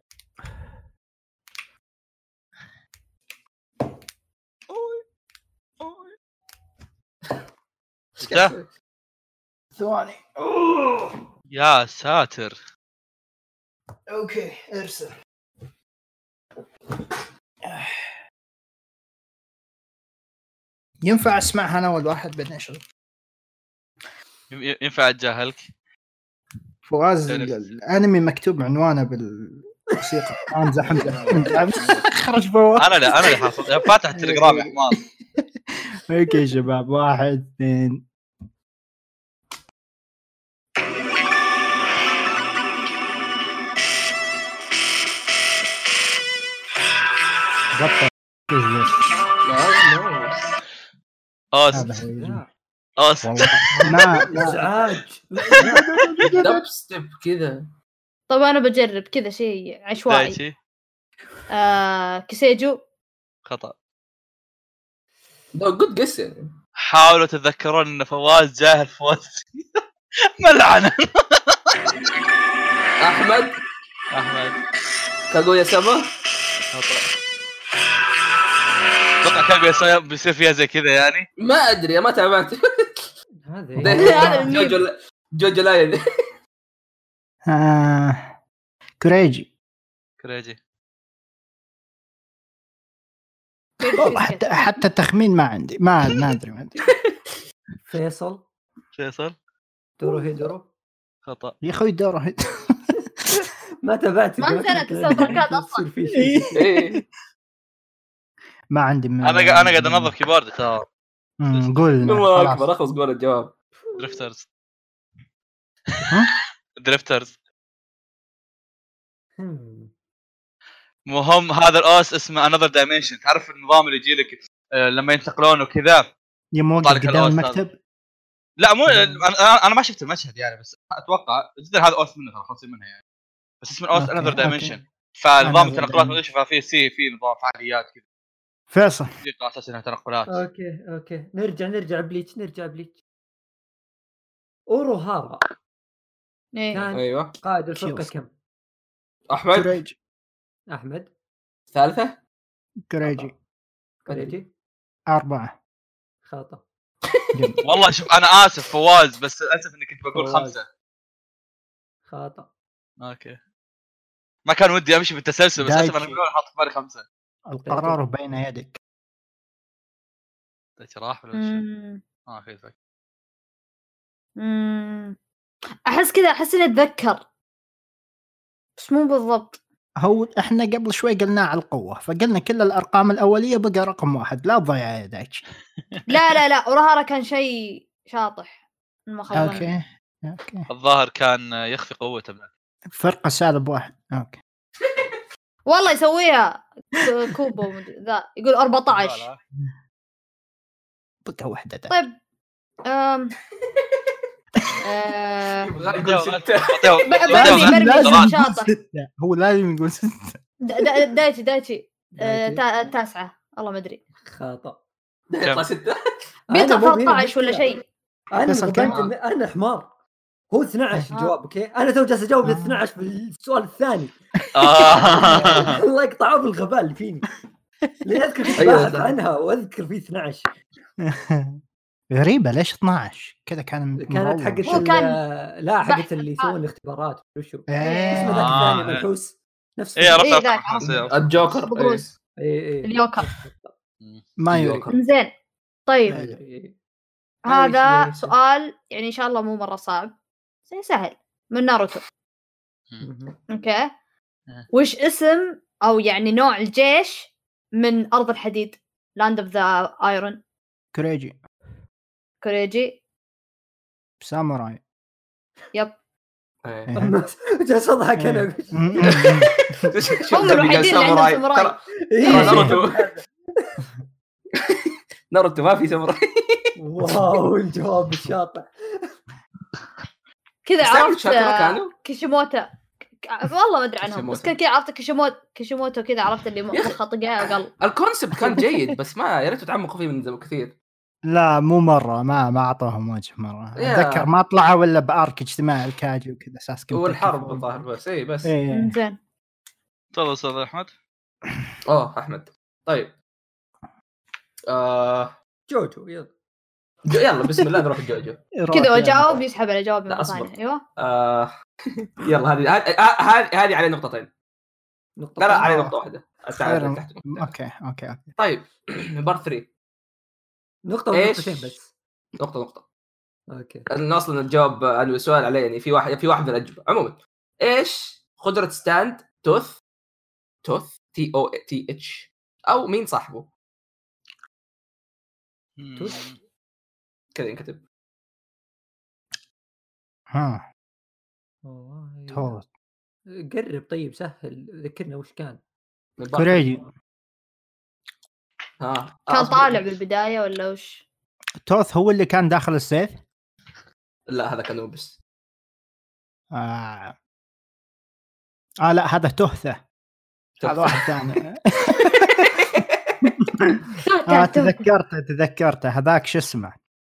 شفته؟ ثواني. يا ساتر. اوكي ارسل. ينفع اسمعها انا اول واحد بعدين اشغل؟ ي- ينفع اتجاهلك؟ فواز تعرف. الانمي مكتوب عنوانه بالموسيقى. امزح امزح خرج فواز. انا لا انا اللي حاصل فاتح التليجرام يا حمار. اوكي يا شباب، واحد اثنين. بطل. اوس هذا هو يا جماعة. اوس والله ما ما ازعاج دب ستيب كذا. طب انا بجرب كذا شيء عشوائي. دايتشي آه كيسيجو. خطا. جود جيس يعني. حاولوا تتذكرون ان فواز جاهل فواز. ملعنه. احمد احمد كاغويا سما. خطا. اتوقع كاغويا سايا بيصير فيها زي كذا يعني. ما ادري ما تابعت. هذا هذا الميم. جوجو جوجو لاين. آه... كريجي. كريجي. والله حتى حتى التخمين ما عندي، ما ما ادري ما ادري. فيصل فيصل دورو هيدرو. خطا. يا اخوي دوره. ما تابعت ما انزلت الساوندتراكات أصلاً. يصير في شيء. ايه ما عندي ما انا قا- انا قاعد انظف كيبورد ترى. أمم، قول لنا، الله خلاص. اكبر اخلص قول الجواب. درفترز. ها؟ درفترز. هم. مهم هذا الاوس اسمه انذر دايمنشن. تعرف النظام اللي يجي لك آه، لما ينتقلون وكذا. يموقف طالع قدام الأوس المكتب. لا مو انا انا ما شفت المشهد يعني، بس اتوقع جدا هذا اوس منه ترى خلصين منها يعني. بس اسمه اوس أوكي، انذر أوكي. دايمنشن. فنظام Another التنقلات Dimension. نشوفها فيه سي في نظام فعاليات كذا فيصل. طريقه اساس انها تنقلات. اوكي اوكي نرجع نرجع بليتش نرجع بليتش. اوروهارا إيه. كان ايوه قائد الفرقه كيوز. كم؟ احمد كريجي. احمد ثالثه. كريجي. كريجي أربعة. خطا. جميل. والله شوف انا اسف فواز بس للاسف اني كنت بقول فواز. خمسه. خطا. اوكي ما كان ودي امشي بالتسلسل بس اسف انا دايتشي. بقول حاط في بالي خمسه. القرار بين يدك. دايتشي راح ولا وش؟ مم. اه في فك. مم. احس كذا احس اني اتذكر بس مو بالضبط. هو احنا قبل شوي قلنا على القوة، فقلنا كل الأرقام الأولية بقى رقم واحد، لا تضيع يا دايتشي. لا لا لا اوروهارا كان شيء شاطح. ما خاب ظني. اوكي اوكي. الظاهر كان يخفي قوته من فرقة سالب واحد. اوكي. والله يسويها ك- كوبو مدري ذا يقول أربعة عشر. بقى واحدة دا. طيب أم... آه... يقول ستة. ب- برمي برمي لازم اسم يقول شاطح. ستة. هو لازم يقول ستة. دا- دا- دايتشي دايتشي آه، دايتشي. تا- تاسعة والله ما ادري خطا. يطلع ستة. بيطلع أنا مو هنا ثلاثة عشر ولا المشكلة. شيء. انا فيصل كم؟ متبنت إن انا حمار. هو اثنا عشر آه. الجواب اوكي. انا تو جالس اجاوب آه. اثنا عشر بالسؤال الثاني. آه. الله يقطع بالغباء اللي فيني. لأن اذكر كنت أيوة باحث ده. عنها واذكر في اثنا عشر. غريبة ليش اثناشر كذا كان كانت مروج. حقت هو ال- كان لا حقت بحث اللي عن يسوون الاختبارات وشو اسمه إيه. ذاك آه، الثاني إيه. منحوس نفس ايه عرفت إيه عرفت ذاك، خلاص، عرفت. إيه. الجوكر. بقروز. اي اي اليوكر. ما يوري. اليوكر. زين طيب إيه. إيه. هذا إيش- سؤال يعني ان شاء الله مو مرة صعب زي سهل من ناروتو. مهم. اوكي وش اسم او يعني نوع الجيش من ارض الحديد لاند اوف ذا ايرون كوريجي. كوريجي. ساموراي. يب. إيه. جالس اضحك انا. هم الوحيدين اللي عندهم ساموراي. ترى ناروتو ناروتو ما في ساموراي. واو الجواب الشاطح. كذا عرفت شاكرا كانوا كيشيموتا. والله ما ادري عنهم بس كان كذا عرفت كيشيموتو كيشيموتو كذا عرفت اللي مخه طقها وقال الكونسبت كان جيد بس ما يا ريت تعمقوا فيه من زمان كثير. لا مو مره ما ما اعطوهم وجه مره. اتذكر ما طلعوا ولا بارك اجتماع الكاجي وكذا اساس كنت والحرب الظاهر بس اي بس إيه. زين. تفضل استاذ احمد. اه احمد طيب آه... جوجو يلا يلا بسم الله نروح جوجو كذا وجاوب يسحب على جواب لا، مرة أصبر. ثانية. ايوه آه... يلا هذه هذه هذه على نقطتين. لا لا على نقطة واحدة. خير. تحت. اوكي اوكي اوكي طيب بارت ثلاثة نقطة إيش؟ ونقطتين بس. نقطة نقطة اوكي لأن أصلا الجواب السؤال عليه يعني في واحد في واحد من الأجوبة. عموما إيش قدرة ستاند توث توث تي او تي اتش أو مين صاحبه توث كذا ينكتب. ها والله توث. قرب طيب سهل ذكرنا وش كان. كوريجي. ها كان طالع بالبداية ولا وش؟ توث هو اللي كان داخل السيف. لا هذا كان بس آه. اه لا هذا تهثة. هذا واحد ثاني. آه تذكرته تذكرته هذاك شو اسمه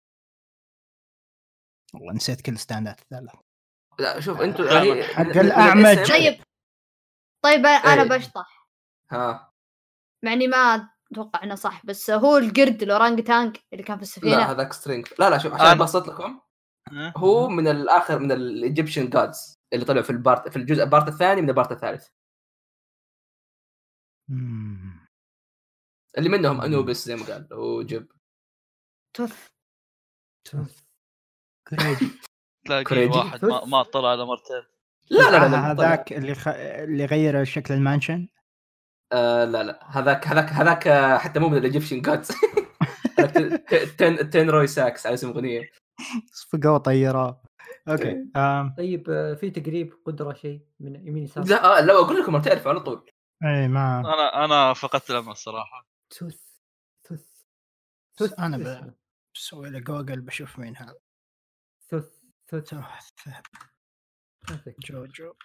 والله نسيت كل ستاندات الثلاث. لا شوف انتوا حق الأعمج. طيب طيب انا بشطح ها مع اني ما اتوقع انه صح بس هو القرد الاورانج تانك اللي كان في السفينة. لا هذاك سترينج. لا لا شوف عشان ابسط لكم هو من الاخر من الايجيبشن جادز اللي طلعوا في البارت في الجزء البارت الثاني من البارت الثالث اللي منهم انوبس زي ما قال وجب توث توث تلاقي واحد ما, ما طلع على مرتين. لا لا لا هذاك اللي خ... اللي غير شكل المانشن. آه لا لا هذاك هذاك هذاك حتى مو من الايجيبشن جادز. تن تن روي ساكس على اسم اغنيه صفقوا طياره. اوكي آم. طيب في تقريب قدره شيء من يمين يسار. لا لو اقول لكم تعرفوا على طول. اي ما انا انا فقدت الامل الصراحه. توث توث توث انا بسوي له جوجل بشوف مين هذا. توث توث جوجو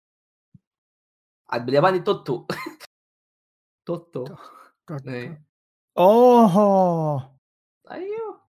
عاد بالياباني توتو. توتو اوه ايوه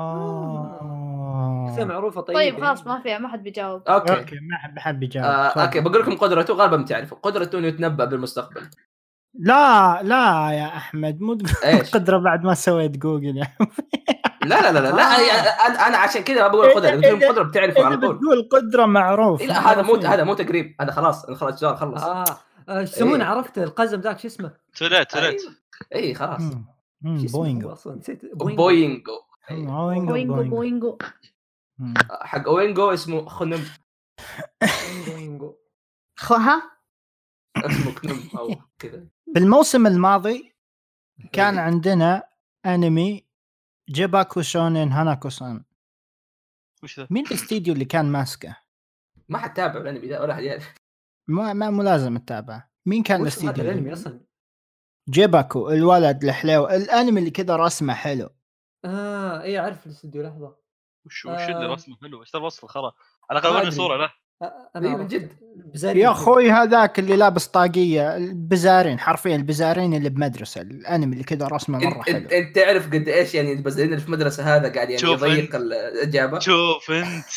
اه معروفه. طيب طيب خلاص ما فيها ما حد بيجاوب. اوكي اوكي ما حد حد يجاوب. آه، اوكي بقول لكم قدرته غالبا بتعرفوا قدرته انه يتنبأ بالمستقبل. لا لا يا احمد مو ايش قدره بعد ما سويت جوجل يا لا لا لا لا, لا انا انا عشان كذا ما بقول قدره قلت قدره بتعرفوا على طول. بتقول قدره معروف. لا هذا مو هذا مو تقريب هذا خلاص انا خلاص جار خلص. اه ايش يسمونه عرفت القزم ذاك شو اسمه توليت توليت اي خلاص بوينغو اصلا نسيت. بوينغو بوينغو بوينغو حق اوينغو اسمه خنم. بوينغو خها اسمه خنم او كذا. بالموسم الماضي كان عندنا انمي جيباكو شونين هاناكو-سان. وش ذا؟ مين الاستديو اللي كان ماسكه؟ ما حد تابع الانمي ذا ولا حد يعرف. ما ما مو لازم تتابع. مين كان الاستديو الانمي اصلا؟ جيباكو الولد الحلو الانمي اللي كذا رسمه حلو. اه اي اعرف الاستديو لحظه. وش وش اللي رسمه حلو ايش الوصف الخرا على الاقل ورني صوره له. انا من جد يا اخوي هذاك اللي لابس طاقيه البزارين حرفيا البزارين اللي بمدرسه الانمي اللي كذا رسمه مره حلو. انت, انت تعرف قد ايش يعني البزارين اللي في مدرسه هذا قاعد يعني يضيق الاجابه. شوف انت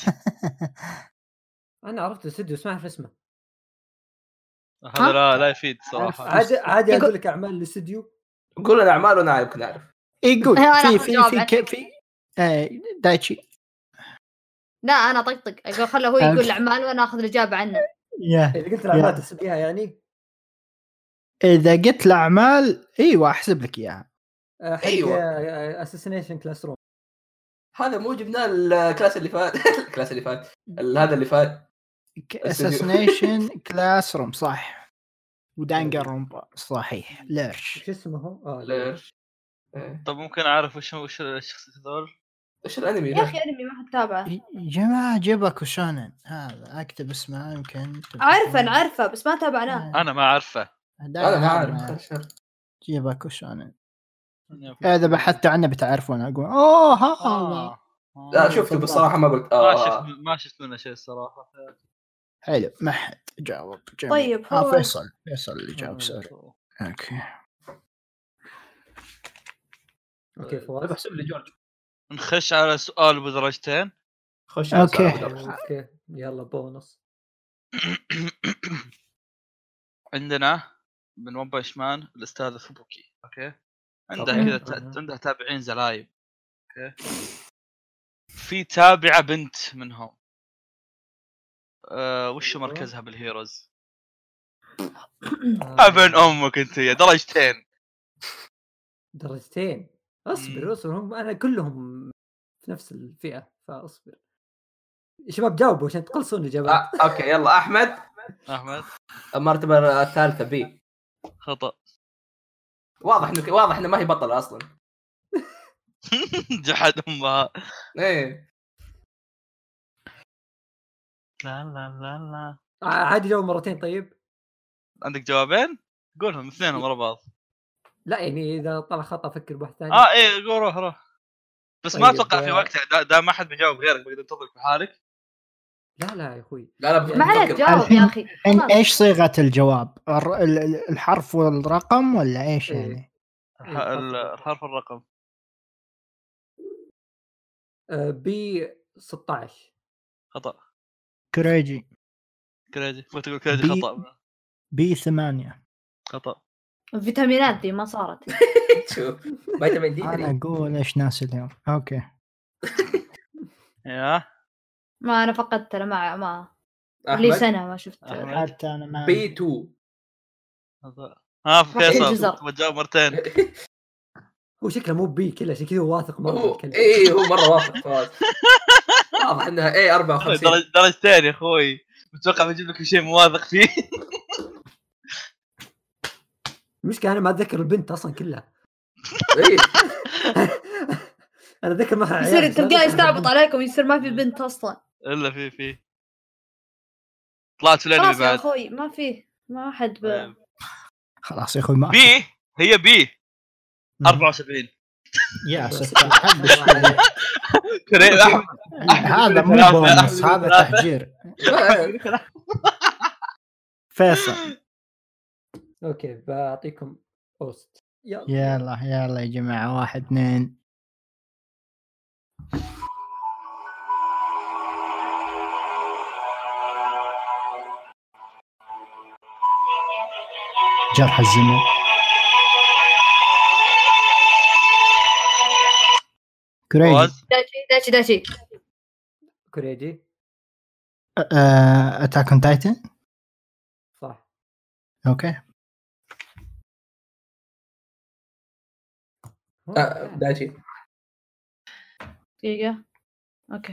انا عرفت الاستديو اسمه عارف اسمه هذا لا لا يفيد صراحه. عادي عادي اقول لك اعمال الاستديو قول الاعمال وانا يمكن اعرف. يقول في في في في اي دايتشي. لا انا طقطق اقول خله هو يقول الاعمال وانا اخذ الاجابه عنه. يا اذا قلت الاعمال تحسبيها يعني اذا قلت الاعمال ايوه احسب لك اياها. ايوه اساسينيشن كلاس روم هذا مو جبناه الكلاس اللي فات. الكلاس اللي فات هذا اللي فات اساسينيشن كلاس روم صح ودانجر روم صحيح. ليرش شو اسمه اه ليرش طب ممكن اعرف وش وش الشخصيات هذول؟ ايش الانمي يا ده؟ اخي انمي ما حد تابعه. يا جماعه جيبك وشونن هذا اكتب اسمه يمكن عارفه انا عارفه بس ما تابعناه. انا ما اعرفه. انا ما اعرف. جيبك وشونن اذا بحثت عنه بتعرفون اقول اوه هذا آه. لا شفته بصراحه ما قلت ما اه شفت ما شفت منه شيء الصراحه. حلو ما حد جاوب جميل. طيب آه فوز. فيصل فيصل اللي جاوب سوري. اوكي اوكي فواز بحسب لي جورج. نخش على سؤال بدرجتين. خش أوكي. اوكي يلا بونص. عندنا من ون بانش مان الاستاذ فوبوكي. اوكي عنده طبعاً. كذا ت- عنده تابعين زلايب. اوكي في تابعه بنت منهم أه وش مركزها بالهيروز؟ ابن امك انت يا درجتين. درجتين اصبر مم. اصبر هم انا كلهم في نفس الفئه فاصبر. شباب جاوبوا عشان تقلصون الاجابات. آه، اوكي يلا احمد. احمد المرتبه الثالثه بي. خطا. واضح انه واضح انه ما هي بطله اصلا. جحد امها. ايه لا لا لا لا آه، عادي جاوب مرتين طيب. عندك جوابين قولهم اثنينهم ورا بعض. لا يعني اذا طلع خطا فكر بواحد ثاني. اه ايه قول روح روح بس طيب، ما اتوقع في آه. وقت دا, دا ما حد بيجاوب غيرك بقدر تنتظر في حالك. لا لا يا اخوي لا لا ما عليك بفكر. جاوب يا اخي. إن خلاص. ايش صيغه الجواب الر- ال- ال- الحرف والرقم ولا ايش إيه. يعني؟ الح- ال- الحرف الرقم آه، بي ستة عشر. خطا. كريجي كريجي ما تقول كريجي بي- خطا. بي ثمانية. خطا. الفيتامينات دي ما صارت. شوف فيتامين دي انا ثري. اقول ايش ناس اليوم. اوكي يا ما انا فقدت انا مع ما لي احمد سنه ما شفت. أحمد. حتى انا ما بي تو. خطا. ها فيصل جزر. تبغى تجاوب مرتين. هو شكله مو بي كله عشان كذا واثق مره هو بالكلمة. ايه هو مره واثق فواز. واضح انها ايه أربعة وخمسين. درج- درجتين يا اخوي متوقع بجيب لك شيء مواثق فيه. المشكله انا ما اتذكر البنت اصلا كلها. ايه انا اتذكر معها عيال يصير بس ما تلقاه أتذكر يستعبط البنت. عليكم يصير ما في بنت اصلا. الا في في طلعت في الانمي خلاص يا بعد. اخوي ما في ما حد ب... طيب. خلاص يا اخوي ما بي هي بي أربعة وسبعين. يا ستة حبش كريم احمد هذا مو ثلاثة. بونص أحمد هذا ثلاثة. تحجير. فيصل اوكي بعطيكم بوست. يلا يلا يلا يا جماعة واحد اثنين. جرح الزمن. كريجي فواز داشي داشي داشي. كوريجي اتاك اون تايتن. صح. اوكي آه، دايتشي. دقيقة اوكي.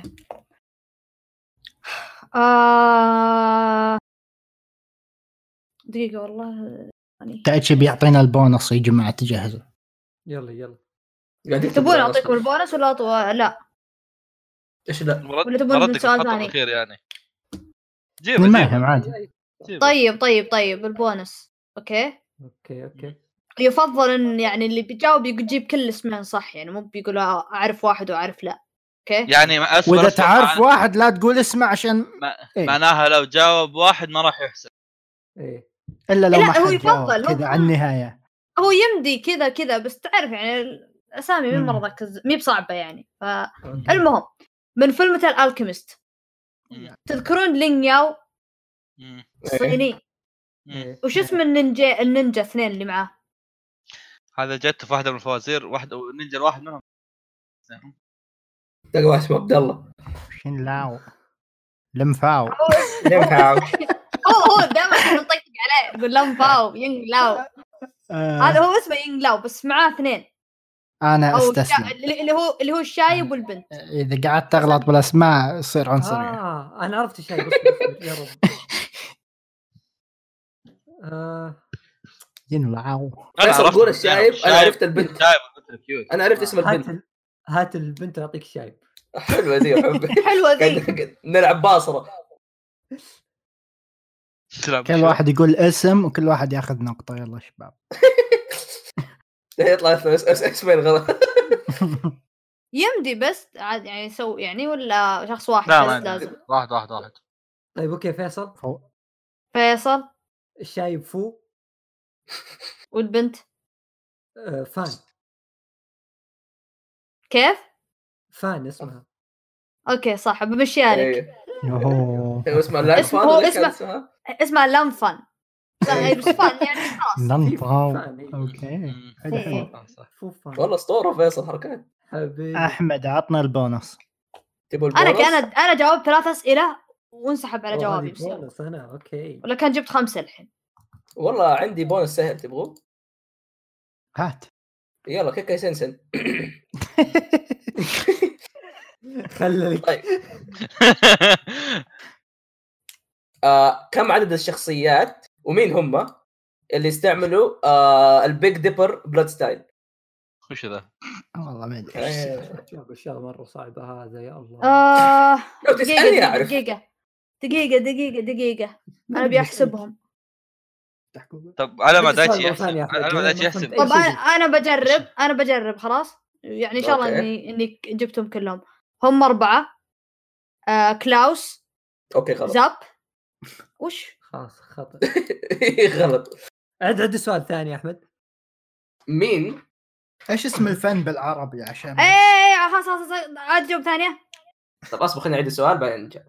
آه... دقيقة والله يعني تايتشي بيعطينا البونص يا جماعة تجهزوا. يلا يلا قاعد يكتب تبون أنا اعطيكم أصلاً. البونص ولا أطو... لا ايش ذا؟ مرد ولا تبون مردك سؤال تحطه ثاني؟ الاخير يعني. جيبه ما جيبه يهم عادي. جيبه. طيب طيب طيب البونص اوكي. اوكي اوكي يفضل ان يعني اللي بيجاوب يجيب كل اسمين صح يعني مو بيقول اعرف واحد واعرف لا. اوكي يعني ما أسفل واذا أسفل تعرف معنى- واحد لا تقول اسمه عشان ما- إيه؟ معناها لو جاوب واحد ما راح يحسب. ايه الا لو لا، ما هو حد جاوب يفضل، هو- كذا على النهاية. هو يمدي كذا كذا بس تعرف يعني الاسامي من مم. مره ذاك مي بصعبه يعني. أوكي. فالمهم من فيلم الالكيميست مم. تذكرون لينغ ياو مم. الصيني مم. إيه. وش اسم النينجا النينجا اثنين اللي معاه؟ هذا جت في واحده من الفوازير واحده نينجا الواحد منهم. تلقى واحد اسمه عبد الله. شين لاو لمفاو. ينفع. هو هو دائما نطقطق عليه نقول لهم فاو ينغ لاو. آه هذا هو اسمه ينغ لاو بس معاه اثنين انا او استسلم. الشا... اللي هو اللي هو الشايب والبنت. اذا قعدت تغلط بالاسماء يصير عنصري. اه انا عرفت شيء بس بس- يا رب. آه. ينلعو. أنا فيصل عرفت قول الاثنين. الشايب، أنا عرفت البنت. الشايب والبنت كيوت. انا عرفت اسم هات البنت. ال... هات البنت واعطيك شايب. حلوه ذي حبي. حلوه ذي. نلعب باصره. كل واحد يقول اسم وكل واحد ياخذ نقطه. يلا شباب. يطلع اسمين غلط. يمدي بس عاد يعني سو يعني ولا شخص واحد لا بس ما لازم. واحد واحد واحد. طيب اوكي فيصل. فيصل. الشايب فو. والبنت آه فان. كيف؟ فان اسمها. اوكي صح بمشيها لك. اوه اسمها لا اسمه هو اسمه اسمه لمفن. لا بس فان يعني خلاص. ننطاو. فان. اوكي حلو إيه. حلو. فو فان. والله اسطوره فيصل حركات. حبيبي. احمد عطنا البونص. تبوا انا البونص؟ كان انا جاوبت ثلاث اسئله وانسحب على أوه، جوابي هذه بس. بونص انا اوكي. ولا كان جبت خمسه الحين. والله عندي بونص سهل تبغوا؟ هات. يلا كيكا سنسن. خليك. طيب آه، كم عدد الشخصيات ومين هم اللي استعملوا آه البيج ديبر بلاد ستايل؟ وش ذا؟ والله ما ادري. شوف الشغله مره صعبه هذا يا الله. آه لو تسألني دقيقة أعرف. دقيقة دقيقة دقيقة دقيقة أنا أبي أحسبهم. طب على ما عندي سؤال دايتشي مرة ثانية يا أحمد. على ما دايتشي ما يحسب. فهمت. طب أنا أنا بجرب أنا بجرب خلاص يعني إن شاء الله أوكي. إني إني جبتهم كلهم. هم أربعة. آه كلاوس. اوكي غلط. زاب. وش؟ خلاص خطأ. غلط. عد عد سؤال ثاني يا احمد. مين ايش اسم الفن بالعربي عشان إيه خلاص خلاص عاد جواب ثانية. طب اصبر خليني اعيد السؤال بعدين نجاوب.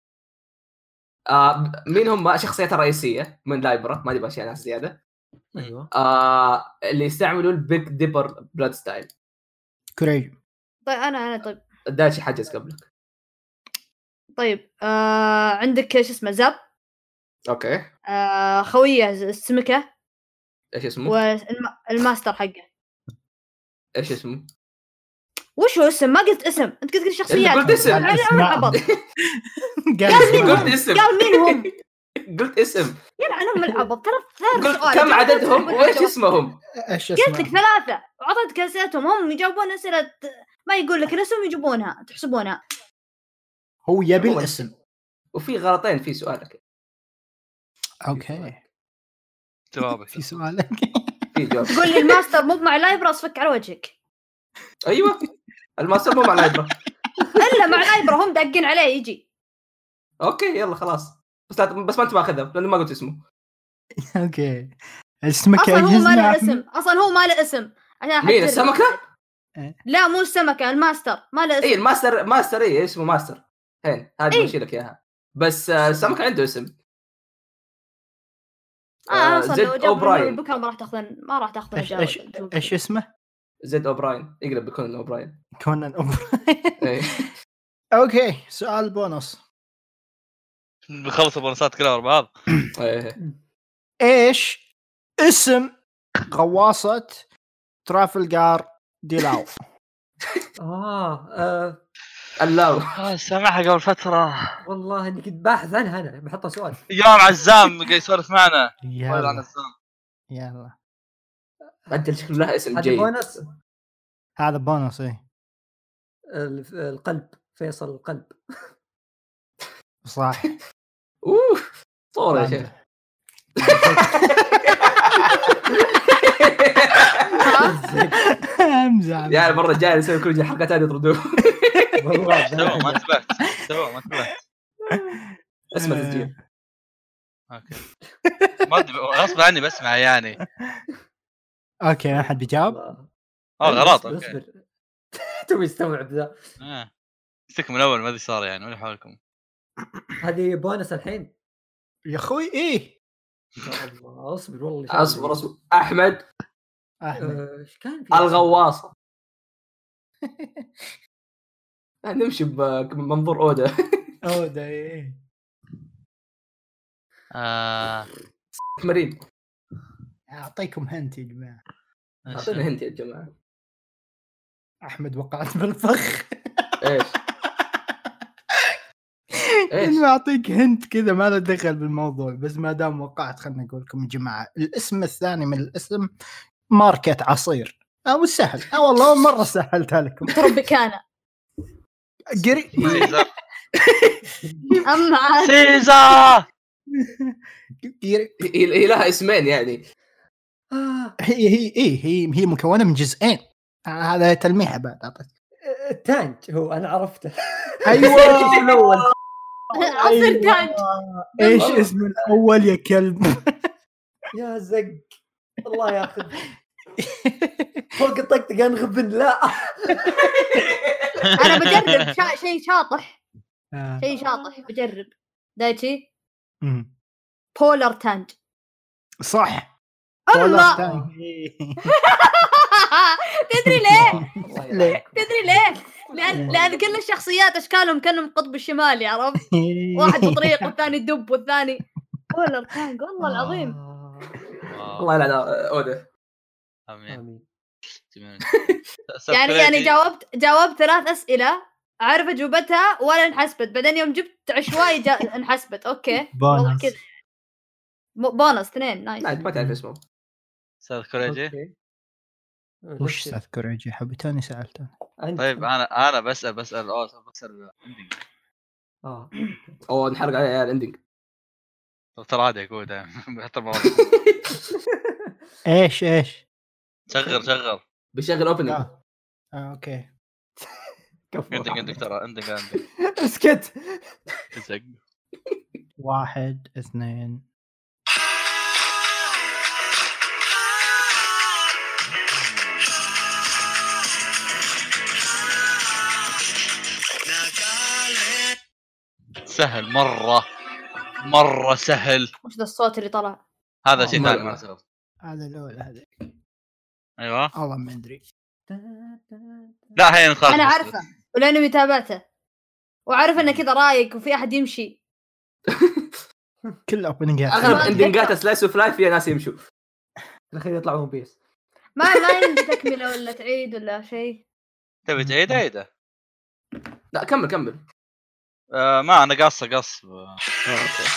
آه مين هم الشخصيات الرئيسيه من لايبرا؟ ما ادري اشياء ناس زياده. ايوه. آه اللي يستعملوا البيج ديبر بلاد ستايل. كوريج. طيب أنا أنا طيب داشي حجز قبلك. طيب آه عندك شو اسمه زاب. اوكي آه خويه السمكة. ايش اسمه؟ والماستر حقه. ايش اسمه؟ وش هو اسم؟ ما قلت اسم، انت قلت لي شخصيات. قلت اسم. انا انا العبط. قال قلت اسم. قال مين هم؟ قلت اسم. يلا انا ام العبط. ترى ثلاث قلت سؤال كم عددهم وايش اسمهم؟ ايش قلت لك ثلاثة وعطيتك اسئلتهم هم يجاوبون اسئلة ما يقول لك الاسم يجيبونها تحسبونها. هو يبي الاسم. وفي غلطين في سؤالك. اوكي جوابك في سؤالك. في جواب. تقول لي الماستر مو مع لايبرا اصفك على وجهك. ايوه الماستر مو مع لايبرا. الا مع لايبرا هم داقين عليه يجي. اوكي يلا خلاص بس لا بس ما انت ماخذها لانه ما قلت اسمه. اوكي اسمك اصلا هو ما له اجهزنا اسم اصلا هو ما له اسم عشان مين السمكه؟ لا مو السمكه الماستر ما له اسم. اي الماستر ماستر اي اسمه ماستر. هين هذا إيه. بشيل لك اياها بس آه، السمكه عنده اسم. اه اصلا زد لو جاب أوبراين. بكره ما راح تاخذ ما راح تاخذ ايش ايش ايش اسمه؟ زد اوبراين يقلب بكونان اوبراين. كونان اوبراين. إيه. اوكي سؤال بونص. بنخلص البونصات كلها ورا بعض. إيه. ايش اسم غواصة ترافلغار ديلاو؟ اه, آه. اللاو. اه سامعها قبل فترة والله اني كنت باحث عنها انا بحطها سؤال. يوم عزام قاعد يسولف معنا. يلا عن عزام. يلا انت شكله لها اسم هذا جيد. بونص. هذا بونص ايه ال- القلب فيصل القلب. صح. اوه صورة يا شيخ. امزح يعني المرة الجاية نسوي كل حلقة ثانية يطردوه. والله سوا ما انتبهت سوا ما انتبهت. اسمه تسجيل. اوكي ما ادري غصب عني بسمع يعني. اوكي ما حد بيجاوب. اه غلط اوكي. اصبر تو يستوعب ذا. اه استك من اول ما ادري صار يعني ولا حولكم. هذه بونص الحين يا اخوي ايه يا الله. اصبر والله اصبر اصبر احمد احمد ايش كان في الغواصة. نمشي بمنظور اودا. او ده ايه آه مريم اعطيكم هنت يا جماعه. اعطينا هنت يا جماعة. احمد وقعت بالفخ. ايش؟ ايش؟ اني اعطيك هنت كذا ما له دخل بالموضوع بس ما دام وقعت خلنا نقول لكم يا جماعه الاسم الثاني من الاسم ماركة عصير اه مش سهل اه والله مره سهلتها لكم تروبيكانا قري سيزا اما سيزا قري هي هي لها اسمين يعني. هي هي ايه هي هي مكونه من جزئين آه، هذا تلميحه بعد اعطيك تانج هو انا عرفته. ايوه الاول عصير تانج ايش اسم الاول يا كلب يا زق الله ياخذ فوق الطقطقه انغبن. لا انا بجرب شا... شيء شاطح آه. شيء شاطح بجرب دايتشي أمم. بولر تانج صح اما تدري ليه ليه؟ تدري ليه لان لان كل الشخصيات اشكالهم كانهم قطب الشمالي عرفت واحد بطريق والثاني دب والثاني بولر تانج والله العظيم الله يلعن اوده. امين يعني يعني جاوبت جاوبت ثلاث اسئله عارف اجوبتها ولا انحسبت بعدين يوم جبت عشوائي جا... انحسبت اوكي والله كذا بونص اثنين نايس. لا ما تعرف اسمه. استاذ كوريجي وش استاذ كوريجي حبيتوني سالته. طيب انا انا بسال بسال اه بسال اندنج اه او نحرق عليه الاندنج ترى عادي اقول حتى ما ايش ايش شغل شغل بيشغل اوبننج. اه اه اوكي عندك عندك ترى عندك عندك اسكت. واحد اثنين سهل مرة مرة سهل. وش ذا الصوت اللي طلع؟ هذا شيء ثاني ما سهل. هذا الأول هذا ايوه والله ما ادري. لا هي انا عارفه ولانه تابعته وعارف انه كذا رايق وفي احد يمشي. كل اوبننجات اغلب اندنجات سلايس اوف لايف فيها ناس يمشوا الاخير يطلع ون بيس. ما ما عندي تكمله ولا تعيد ولا شيء. تبي تعيد عيده؟ لا كمل كمل. آه ما انا قص قص آه اوكي.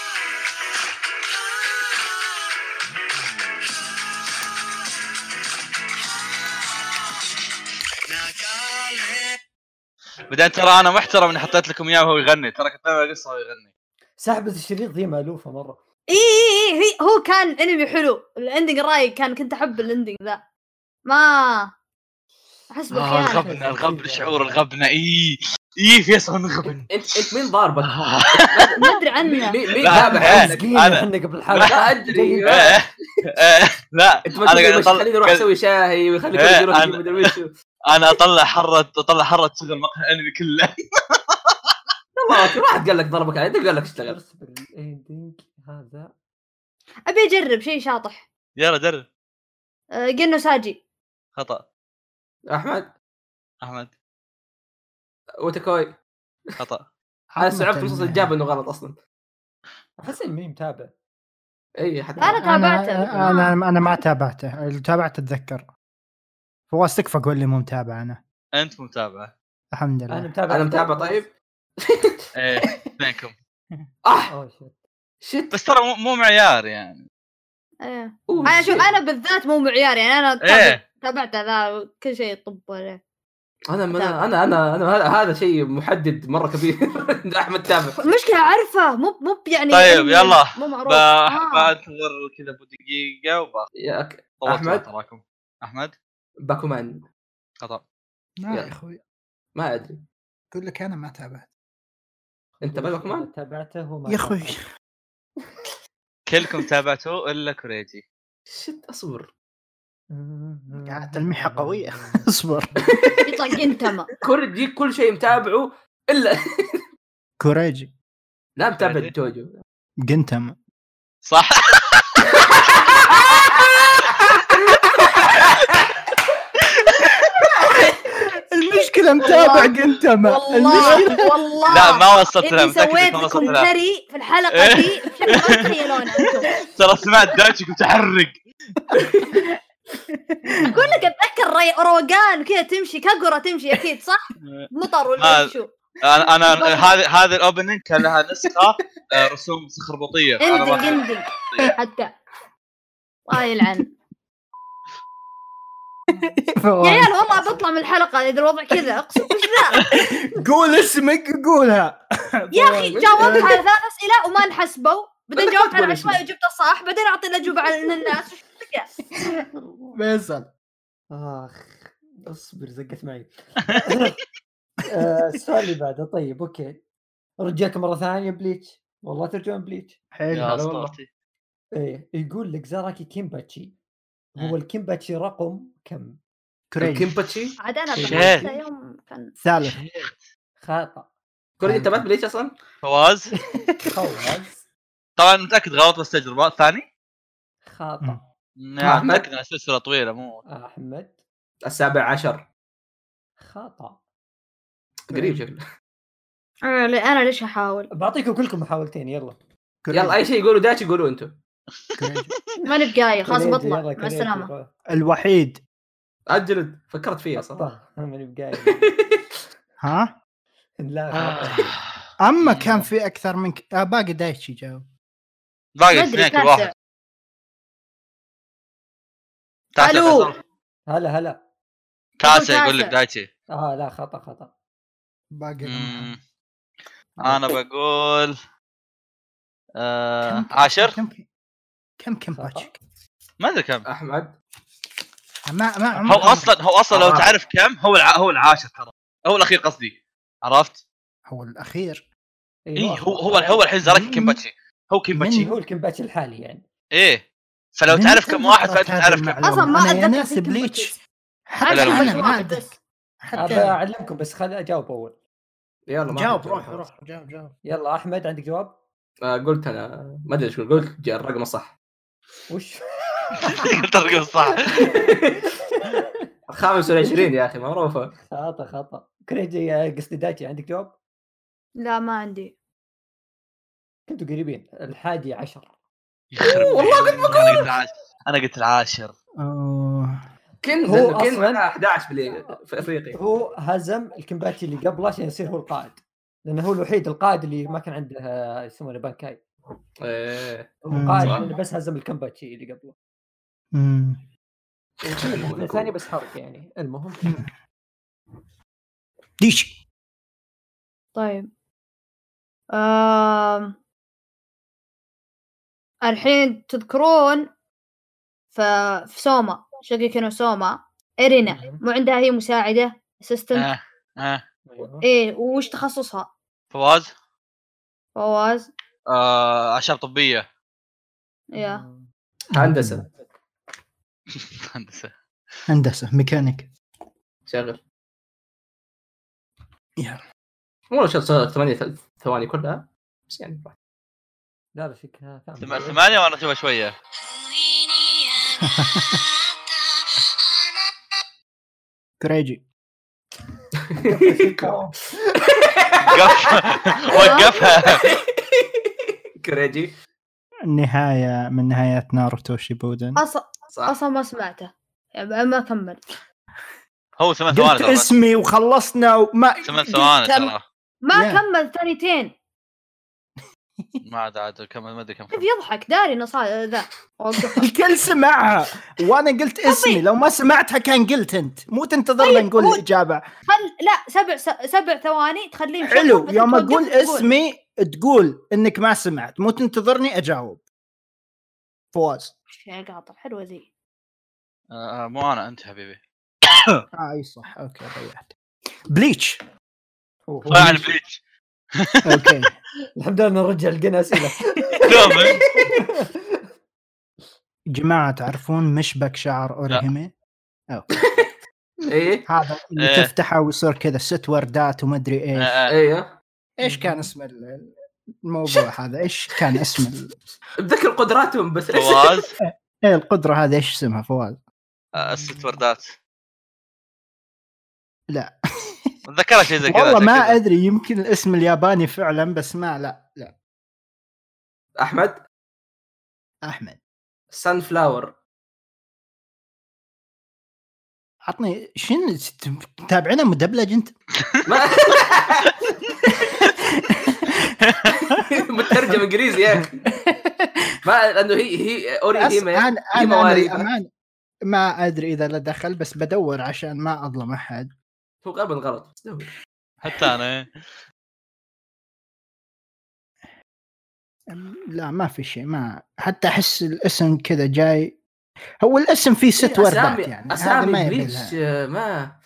بعدين ترى انا محترم اني حطيت لكم اياه وهو يغني ترى كنت انا قصه وهو يغني. سحبة الشريط ذي مالوفه مره. اي اي اي هو كان انمي حلو الاندنج رايق كان كنت احب الاندنج ذا ما احس بالخيانه. آه الغبن الغبن شعور الغبن اي اي في اصلا غبن. انت انت مين ضاربك؟ ما ادري عنه. مين مين تابع انا احنا قبل الحلقه لا ادري. لا انت ما تقول خليني اروح اسوي شاي وخليك يروح مدري وش. انا اطلع حره اطلع حره تشغل مقهى الانمي كله. والله واحد قال لك ضربك عليه قال لك اشتغل. هذا ابي اجرب شيء شاطح. يلا جرب. أه جنو ساجي خطا. احمد احمد وتكوي خطا. انا استوعبت نص الجاب انه غلط اصلا. احس اني ماني متابع. اي حتى انا تابعته. انا انا, أنا ما تابعته اللي تابعته اتذكر فواز تكفى قول لي مو متابع. انا انت متابع الحمد لله. انا متابع انا متابع. طيب ايه اثنينكم اه شت بس ترى مو معيار يعني. ايه انا شوف انا بالذات مو معيار يعني انا ايه تابعت ذا كل شيء طب ولا انا انا انا انا, أنا هذا هذا شيء محدد مره كبير. احمد تابع المشكله عارفه مو مو يعني طيب يلا مو معروف. بانتظر كذا بدقيقه وباخذ يا احمد تراكم. احمد باكومان خطا. لا يا اخوي ما ادري اقول لك انا ما تابعت. انت باكومان تابعته وما يا اخوي كلكم تابعتوه الا كوريجي. شت اصبر قاعد تلميحه قويه. اصبر يطلق انت ما كوريجي كل شيء متابعه الا كوريجي لا متابع توجو جنتم صح. المشكله متابع جنتم. والله والله لا ما وصلت لها. سويت لكم ثري في الحلقه دي بشكل ما تتخيلونه انتم. ترى سمعت دايتشي كنت احرق. اقول لك اتذكر ري روقان كذا تمشي كاغورا تمشي اكيد صح مطر ولا شو. انا انا هذه هذه الاوبننج كان لها نسخه رسوم خربطيه. اندنج اندنج حتى الله يلعن. يا عيال والله بطلع من الحلقه اذا الوضع كذا اقسم بالله. قول اسمك قولها يا اخي جاوبت على ثلاث اسئله وما انحسبوا، بعدين جاوبت على عشوائي وجبته صح، بعدين اعطي الاجوبه على الناس. وش فيصل. اخ اصبر زقت معي. السؤال اللي بعده. طيب اوكي رجعك مره ثانيه بليتش. والله ترجعون بليتش حلو يا هلا والله. اسطورتي. ايه يقول لك زاراكي كيمباتشي هو الكيمباتشي رقم كم؟ كريجي كيمباتشي عاد انا شيت. بنفس يوم كان ثالث. خطا. كوري انت ما بليش اصلا. فواز فواز طبعا متاكد غلط بس تجربه. ثاني خطا. يعني أحمد. متاكد ان السلسله طويله مو احمد السابع عشر خطا. قريب شكله. انا انا ليش احاول؟ بعطيكم كلكم محاولتين. يلا يلا اي شيء يقولوا داش يقولوا انتم. ماني بقايل خلاص كريجي، بطلع يلا مع كريجي، السلامه. روح. الوحيد. اجلد فكرت فيها صح. خطا. ماني بقايل. ها لا آه. خطا. اما كان في اكثر من ك... آه باقي دايتشي جاوب. باقي ما اثنين ادري كل واحد. تاسع. تاسع الو فيصل. هلا هلا. تاسع يقول لك تاسع. دايتشي. اه لا خطا خطا. باقي مم. انا بقول آه... كم- عاشر. كم كم كم باتشك ما ادري كم احمد ما ما هو اصلا هو اصلا لو آه. تعرف كم هو الع... هو العاشر ترى هو الاخير قصدي عرفت. هو الاخير. اي هو هو هو الحين زارك كيمباتشي هو كيمباتشي هو الكمباتش الحالي يعني. ايه فلو من تعرف متى كم واحد ذكرت فانت هذه تعرف كم. المعلومة؟ اصلا ما أنا يا اتذكر ناس في بليتش كم حتى لا، لا، عارف انا بس ما واحد أدري. بس. ابى حتى اعلمكم بس خل اجاوب اول. يلا ما جاوب في روح جواب. روح جاوب جاوب. يلا احمد عندك جواب؟ آه قلت انا ما ادري شو قلت جاء الرقم الصح. وش؟ قلت الرقم صح. خمسة وعشرين يا اخي معروفه. خطا خطا. كريجي قصدي دايتشي عندك جواب؟ لا ما عندي. كنتوا قريبين. الحادي عشر. والله قلت انا قلت العاشر. انا قلت العاشر. أوه. كنز هو انه كنز أصلاً- معاه أحد عشر بلي في افريقيا. هو هزم الكمباتشي اللي قبله عشان يصير هو القائد، لانه هو الوحيد القائد اللي ما كان عنده آه، يسمونه بانكاي. ايه هو مم. قائد صح. لانه بس هزم الكمباتشي اللي قبله. أمم. وفي واحدة ثانية بس حرق يعني. المهم ديش طيب آم... الحين تذكرون ف... في سوما شقيقة نو سوما إرينا مو عندها هي مساعدة اسيستنت. اه اه أيوه. ايه وش تخصصها؟ فواز فواز آه... اعشاب طبيه. يا هندسه هندسه. هندسة ميكانيك. شغل. يلا مو شرط صارت ثمانية ثواني كلها بس يعني. لا لا فيك ثامن. ثم- ثمانية وانا تبغى شويه. كريجي. وقفها. كريجي النهاية من نهايات ناروتو شيبودن. اصلا صح. اصلا ما سمعته يعني ما كمل. هو ثمان ثواني قلت ترى بس. اسمي وخلصنا وما ثمان ثواني كم- ترى ما يا. كمل ثانيتين. ما عاد عاد كم ما ادري كم كيف يضحك داري انه صار ذا وقفها. الكل سمعها وانا قلت اسمي. لو ما سمعتها كان قلت انت مو تنتظرنا طيب، نقول هو- الإجابة. خل لا سبع س- سبع ثواني تخليه مشغل، حلو بعدين يوم توقف اقول وتقول. اسمي تقول انك ما سمعت مو تنتظرني اجاوب. فواز. يا قاطع حلوه ذي. آه مو انا انت حبيبي. اه اي صح اوكي ضيعت. بليتش. هو- هو فاعل ماشي. بليتش. اوكي الحمد لله نرجع لقينا اسئله. كمل. جماعة تعرفون مشبك شعر اوريهيمي؟ ايه هذا اللي إيه. تفتحه ويصير كذا ست وردات ومدري ايش. آه، ايوه ايش كان اسم ال- الموضوع هذا؟ ايش كان اسم ال... اتذكر قدراتهم بس إيش؟ فواز ايه القدرة هذه ايش اسمها فواز؟ آه، الست وردات. لا اتذكرها شيء زي كذا. والله عشان ما كذا. ادري يمكن الاسم الياباني فعلا بس ما لا لا. احمد احمد سان فلاور. عطني شنو تتابعنا مدبلج انت؟ ما- مترجم انجليزي يا اخي. ما لانه هي هي اوري هي أس- ما انا هي انا مواريث. للأمانة ما ادري اذا له دخل، بس بدور عشان ما اظلم احد. هو غالبا غلط بس دور. حتى انا لا ما في شيء، ما حتى احس الاسم كذا جاي. هو الاسم فيه ست وردات يعني، هذا ما يبي ليش ما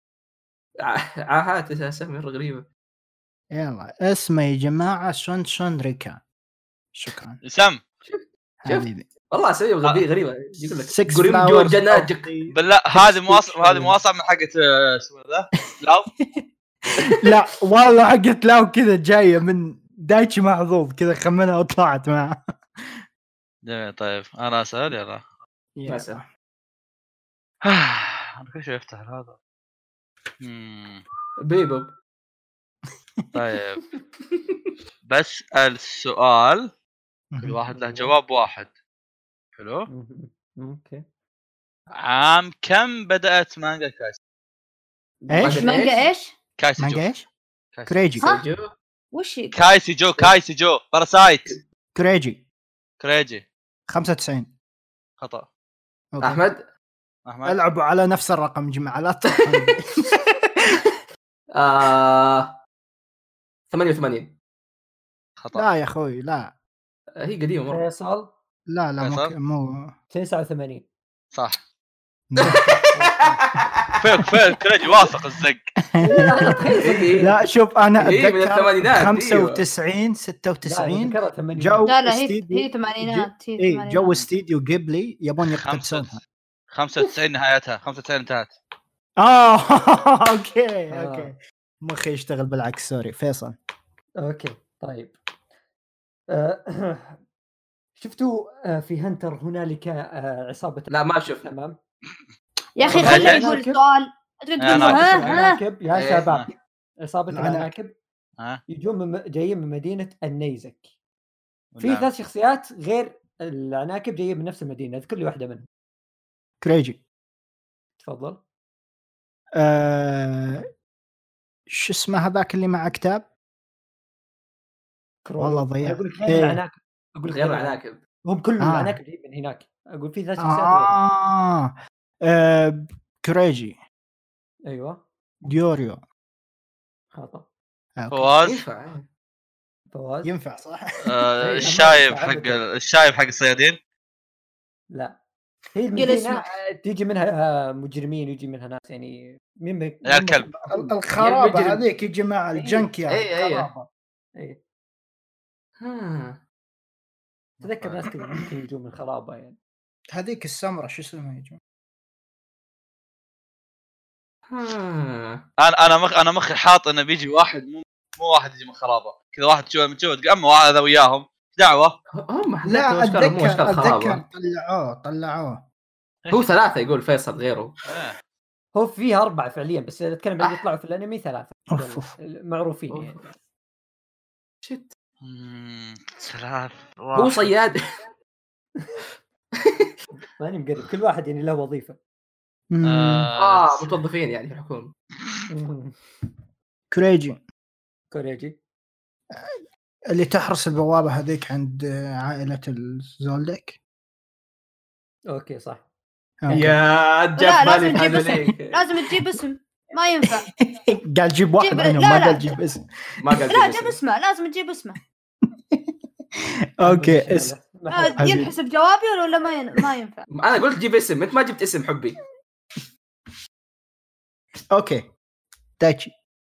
عاهات اسامي مره غريبه. يلا اسمه يا جماعه سون سون ريكا. شكرا سم حبيبي. والله اسامي غبيه غريبه يقول لك Six قريم flowers جو جناجك. of بالله هذه مواصل هذه مواصل من حقه اسمه ذا لا لا والله حقت لاو كذا جايه من دايتشي محظوظ كذا، خمنها وطلعت معه. جميل. طيب انا اسال يلا. يا اسال. انا كل شيء افتح هذا. امم بيبو. طيب بسأل السؤال كل واحد له جواب واحد. حلو. اوكي. عام كم بدأت مانجا كايسي؟ ايش مانجا ايش كايسي جو. مانجا ايش كايسي. كريجي ها؟ وش هي؟ كايسي جو كايسي جو باراسايت. كريجي كريجي خمسة وتسعين. خطأ. أوكي. احمد احمد العبوا على نفس الرقم جماعه لا تطحنوا. آه... ثمانية وثمانين. خطأ. لا يا اخوي لا هي قديمه مره. فيصل لا لا مو فيصل؟ مو تسعة وثمانين. صح. فيك فيك كريجي واثق الزق. لا شوف انا هي من اتذكر الثمانينات. خمسة وتسعين ستة وتسعين جو لا لا هي استديو- هي ثمانينات هي اي جو ثمانينات. استديو قبلي يبون يقتبسونها. خمسة وتسعين نهايتها. خمسة وتسعين انتهت. اه اوكي آه. اوكي مخي يشتغل بالعكس. سوري فيصل. اوكي طيب. آه، شفتوا آه، في هنتر هنالك آه، عصابة لا ما شفت. تمام. يا اخي أنا خليه أعرف. يقول السؤال. تقول أنا له أعرف. ها ها العناكب يا إيه. شباب. عصابة العناكب. العناكب ها يجون من جايين من مدينة النيزك. في نعم. ثلاث شخصيات غير العناكب جايين من نفس المدينة، اذكر لي واحدة منهم. كريجي. تفضل. آه... شو اسمه هذاك اللي مع كتاب؟ كرولو. والله أنا ضيع. اقول لك غير إيه. العناكب. اقول لك غير غير العناكب. هم كلهم آه. العناكب جايين من هناك. اقول في ثلاث شخصيات غير. آه. آه. كريجي. ايوه ديوريو. خطأ. أوكي. فواز. ينفع. فواز. ينفع صح. آه، إيه، الشايب أما حق أبداً. الشايب حق الصيادين. لا هي قل المدينة اسمه. آه، تيجي منها آه، مجرمين ويجي منها ناس يعني مين بي... يا الكلب. ال- الخرابة يجري- هذيك يا جماعة الجنك يا إيه، إيه. الخرابة. اي ها. تذكر ناس كذا ممكن يجون من خرابة يعني. هذيك السمرة شو اسمها يا جماعة؟ ها. انا انا مخ انا مخي حاط انه بيجي واحد مو مو واحد يجي من خرابه كذا، واحد تشوفه من تشوفه اما هذا وياهم دعوه. هم لا اشكالهم مو اتذكر اشكال اتذكر خرابه. طلعوه طلعوه. هو ثلاثه يقول فيصل غيره. إيه. هو فيها أربعة فعليا، بس نتكلم عن اللي يطلعوا في الأنمي ثلاثة أوف، أوف. معروفين أوف. يعني. شت. مم، ثلاث هو واحد. صياد. ماني مقرب، كل واحد يعني له وظيفة. مم. آه، اه متوظفين يعني في الحكومه. كريجي كوريجي. اللي تحرس البوابة هذيك عند عائلة الزولدك. اوكي صح. أوكي. يا لا جاب لازم بالي تجيب هذا اسم ليك. لازم تجيب اسم ما ينفع. قال جيب واحد جيب- منهم لا، ما لا. قال جيب اسم. ما قال لا جيب جيب اسم. اسمه لازم تجيب اسمه. اوكي اسم. ما آه، حد- ينحسب جوابي ولا ما ين... ما ينفع. انا قلت جيب اسم انت ما جبت اسم حبي. اوكي دايتشي.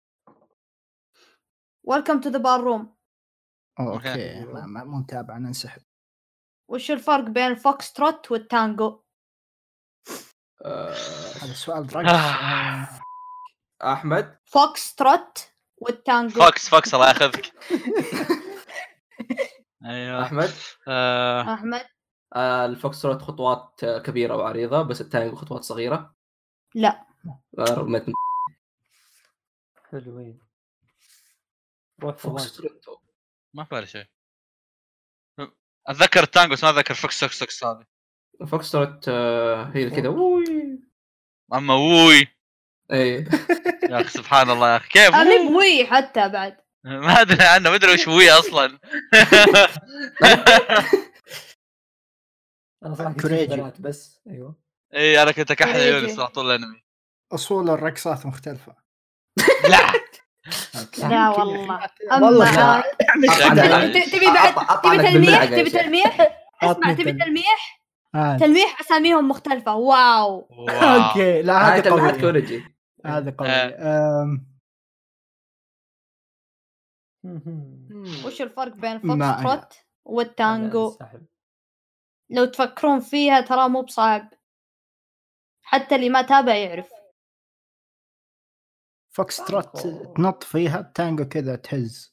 ويلكم تو ذا بار روم. اوكي ما ما مو متابع ننسحب. وش الفرق بين الفوكس تروت والتانجو؟ آه، هذا سؤال رقص. احمد. فوكس تروت والتانجو. فوكس فوكس الله ياخذك. ايوه احمد. آه، احمد آه، الفوكستروت خطوات آه، كبيره وعريضه بس التانجو خطوات صغيره. لا آه، رميت من حلوين. روح فوز. فوكستروت. ما في ولا شيء. اتذكر التانجو بس ما اتذكر فوكس فوكس فوكس هذه. فوكستروت آه، هي كذا وي. اما ووي ايه يا اخي سبحان الله يا اخي كيف انا مي بوي حتى بعد. ما ادري عنه ما ادري وش وي اصلا. انا صراحة كنت كوريجي. بنات بس ايوه. اي انا كنت اكحل كوريجي. يونس على طول الانمي. اصول الرقصات مختلفه. لا لا والله والله اما أطعن- تبي تبي بعد أطعن- تبي أطعنك تلميح بالملعقة يا تبي شيخ. تلميح اسمع عطني تبي تلميح. تلميح آه. تلميح اساميهم مختلفه. واو واو. اوكي لا هاي هذه تلميحات قويه كوريجي. هذه قويه. أم، وش الفرق بين ما فوكس تروت لا، والتانجو؟ نستحب. لو تفكرون فيها ترى مو بصعب، حتى اللي ما تابع يعرف. فوكس تروت تنط فيها، التانجو كذا تهز.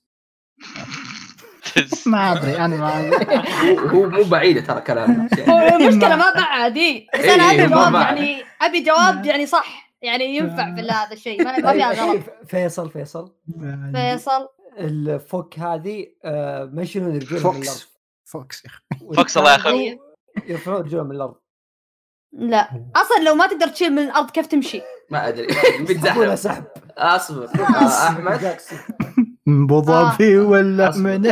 ما ادري انا ما هو هو مو بعيدة ترى كلامه. هو المشكله ما بعدي، بس انا إيه، ابي ما جواب بعد. يعني ابي جواب يعني صح، يعني ينفع في هذا الشيء، ما ما فيها غلط. فيصل فيصل فيصل الفك هذه آه، ما يشيلون رجولهم من الارض. فوكس فوكس يا اخي. فوكس الله ياخذ. طيب. يرفعون رجولهم من الارض. لا اصلا لو ما تقدر تشيل من الارض كيف تمشي؟ ما ادري يسحبونها بتزحف. سحب. اصبر آه، احمد جاكسي. من ابو ظبي ولا أصبر. من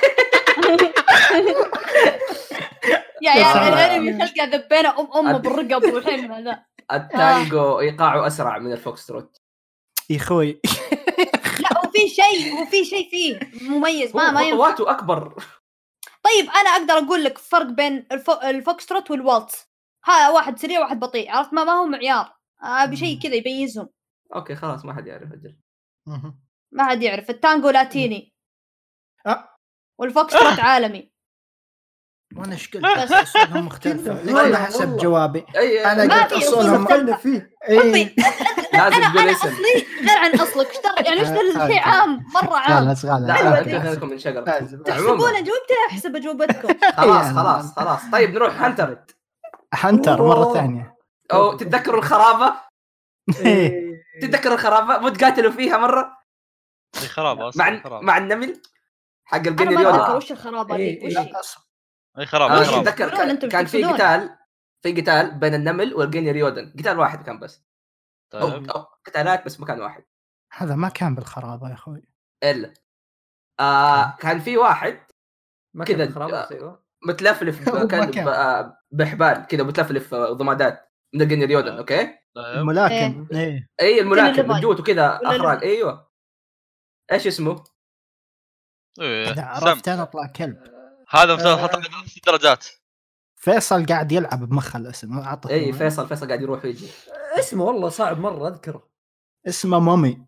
يا يا صح. الانمي خلقه ذبينا ام امه بالرقب والحين هذا. التانجو ايقاعه اسرع من الفوكس تروت. يا اخوي. لا هو في شيء هو في شيء فيه مميز ما ما ينفع. خطواته اكبر. طيب انا اقدر اقول لك فرق بين الفو... الفوكستروت والوالتس، ها واحد سريع وواحد بطيء، عرفت؟ ما ما هو معيار، ابي شيء كذا يميزهم. اوكي خلاص ما حد يعرف اجل. ما حد يعرف. التانجو لاتيني أه. والفوكستروت عالمي. وانا ايش قلت؟ بس اصولهم مختلفه. ليش ما حسب جوابي؟ اي انا ما قلت في اصولهم أصول دخلنا فيه. اي لازم انا تقول انا اسم. اصلي غير عن اصلك، ايش ترى يعني؟ وش ذا الشيء عام مره عام. خلاص خلاص لا حلوة لا دي. انت خليكم من شجره. تحسبون جاوبتها احسب اجوبتكم. خلاص خلاص خلاص. طيب نروح هنتر. حنتر مره أوه. ثانيه. او تتذكروا الخرابه؟ إيه. تتذكروا الخرابه مو تقاتلوا فيها مره اي خراب اصلا مع خراب. مع النمل حق انا الجني ما اتذكر ريودا. وش الخرابه دي. إيه، وش إيه. اي خراب انا اي خراب. اتذكر تقولون أنتم كان- كان في تقصدون. قتال في قتال بين النمل والجني ريودن. قتال واحد كان بس او طيب أو قتالات بس مكان واحد هذا ما كان بالخرابه يا اخوي. الا آه كان في واحد ما كذا، كذا خرابة. ايوه متلفلف هو ما كان كان. ب- آه، بحبال كذا متلفلف آه، ضمادات من الجني ريودن. اوكي طيب الملاكم ايه اي الملاكم ليفل. من جوته كذا ولا اخراج. ليفل. ايوه ايش اسمه؟ إيه، اذا سم. عرفت انا اطلع كلب. هذا مثلا آه. خط على ست درجات. فيصل قاعد يلعب بمخ الاسم. اعطه اي فيصل فيصل قاعد يروح ويجي. اسمه والله صعب مرة اذكره. اسمه مامي.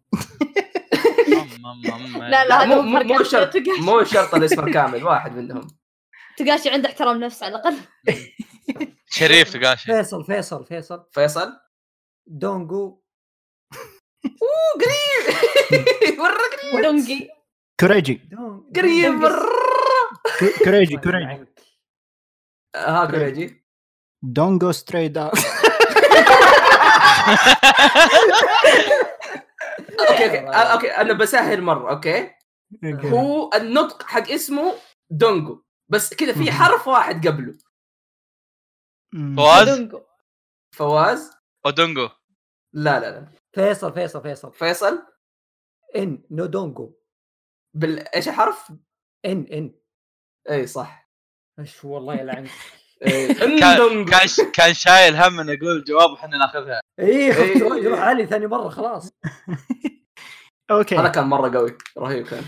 لا لا لا هذا مو مو فرق. مو شرط تقاشي مو شرط الاسم الكامل واحد منهم. تقاشي عنده احترام نفس على الاقل. شريف تقاشي. فيصل فيصل فيصل فيصل دونجو. اوه قريب مره قريب دونجي كوريجي دونجو. قريب مره. ك- كوريجي كوريجي ها كوريجي دونجو ستريدا. اوكي اوكي آه، اوكي انا بسهل مره. اوكي هو النطق حق اسمه دونجو بس كذا في حرف واحد قبله. فواز دونجو. فواز ودونجو. لا لا لا فيصل فيصل فيصل فيصل ان نو دونجو. بال ايش الحرف؟ ان ان اي صح. ايش والله يلعنك. إيه. كان دونجو. كان ش- كان شايل هم انه يقول الجواب وحنا ناخذها. ايه خفت إيه. يروح علي ثاني مرة خلاص. اوكي هذا كان مره قوي رهيب كان.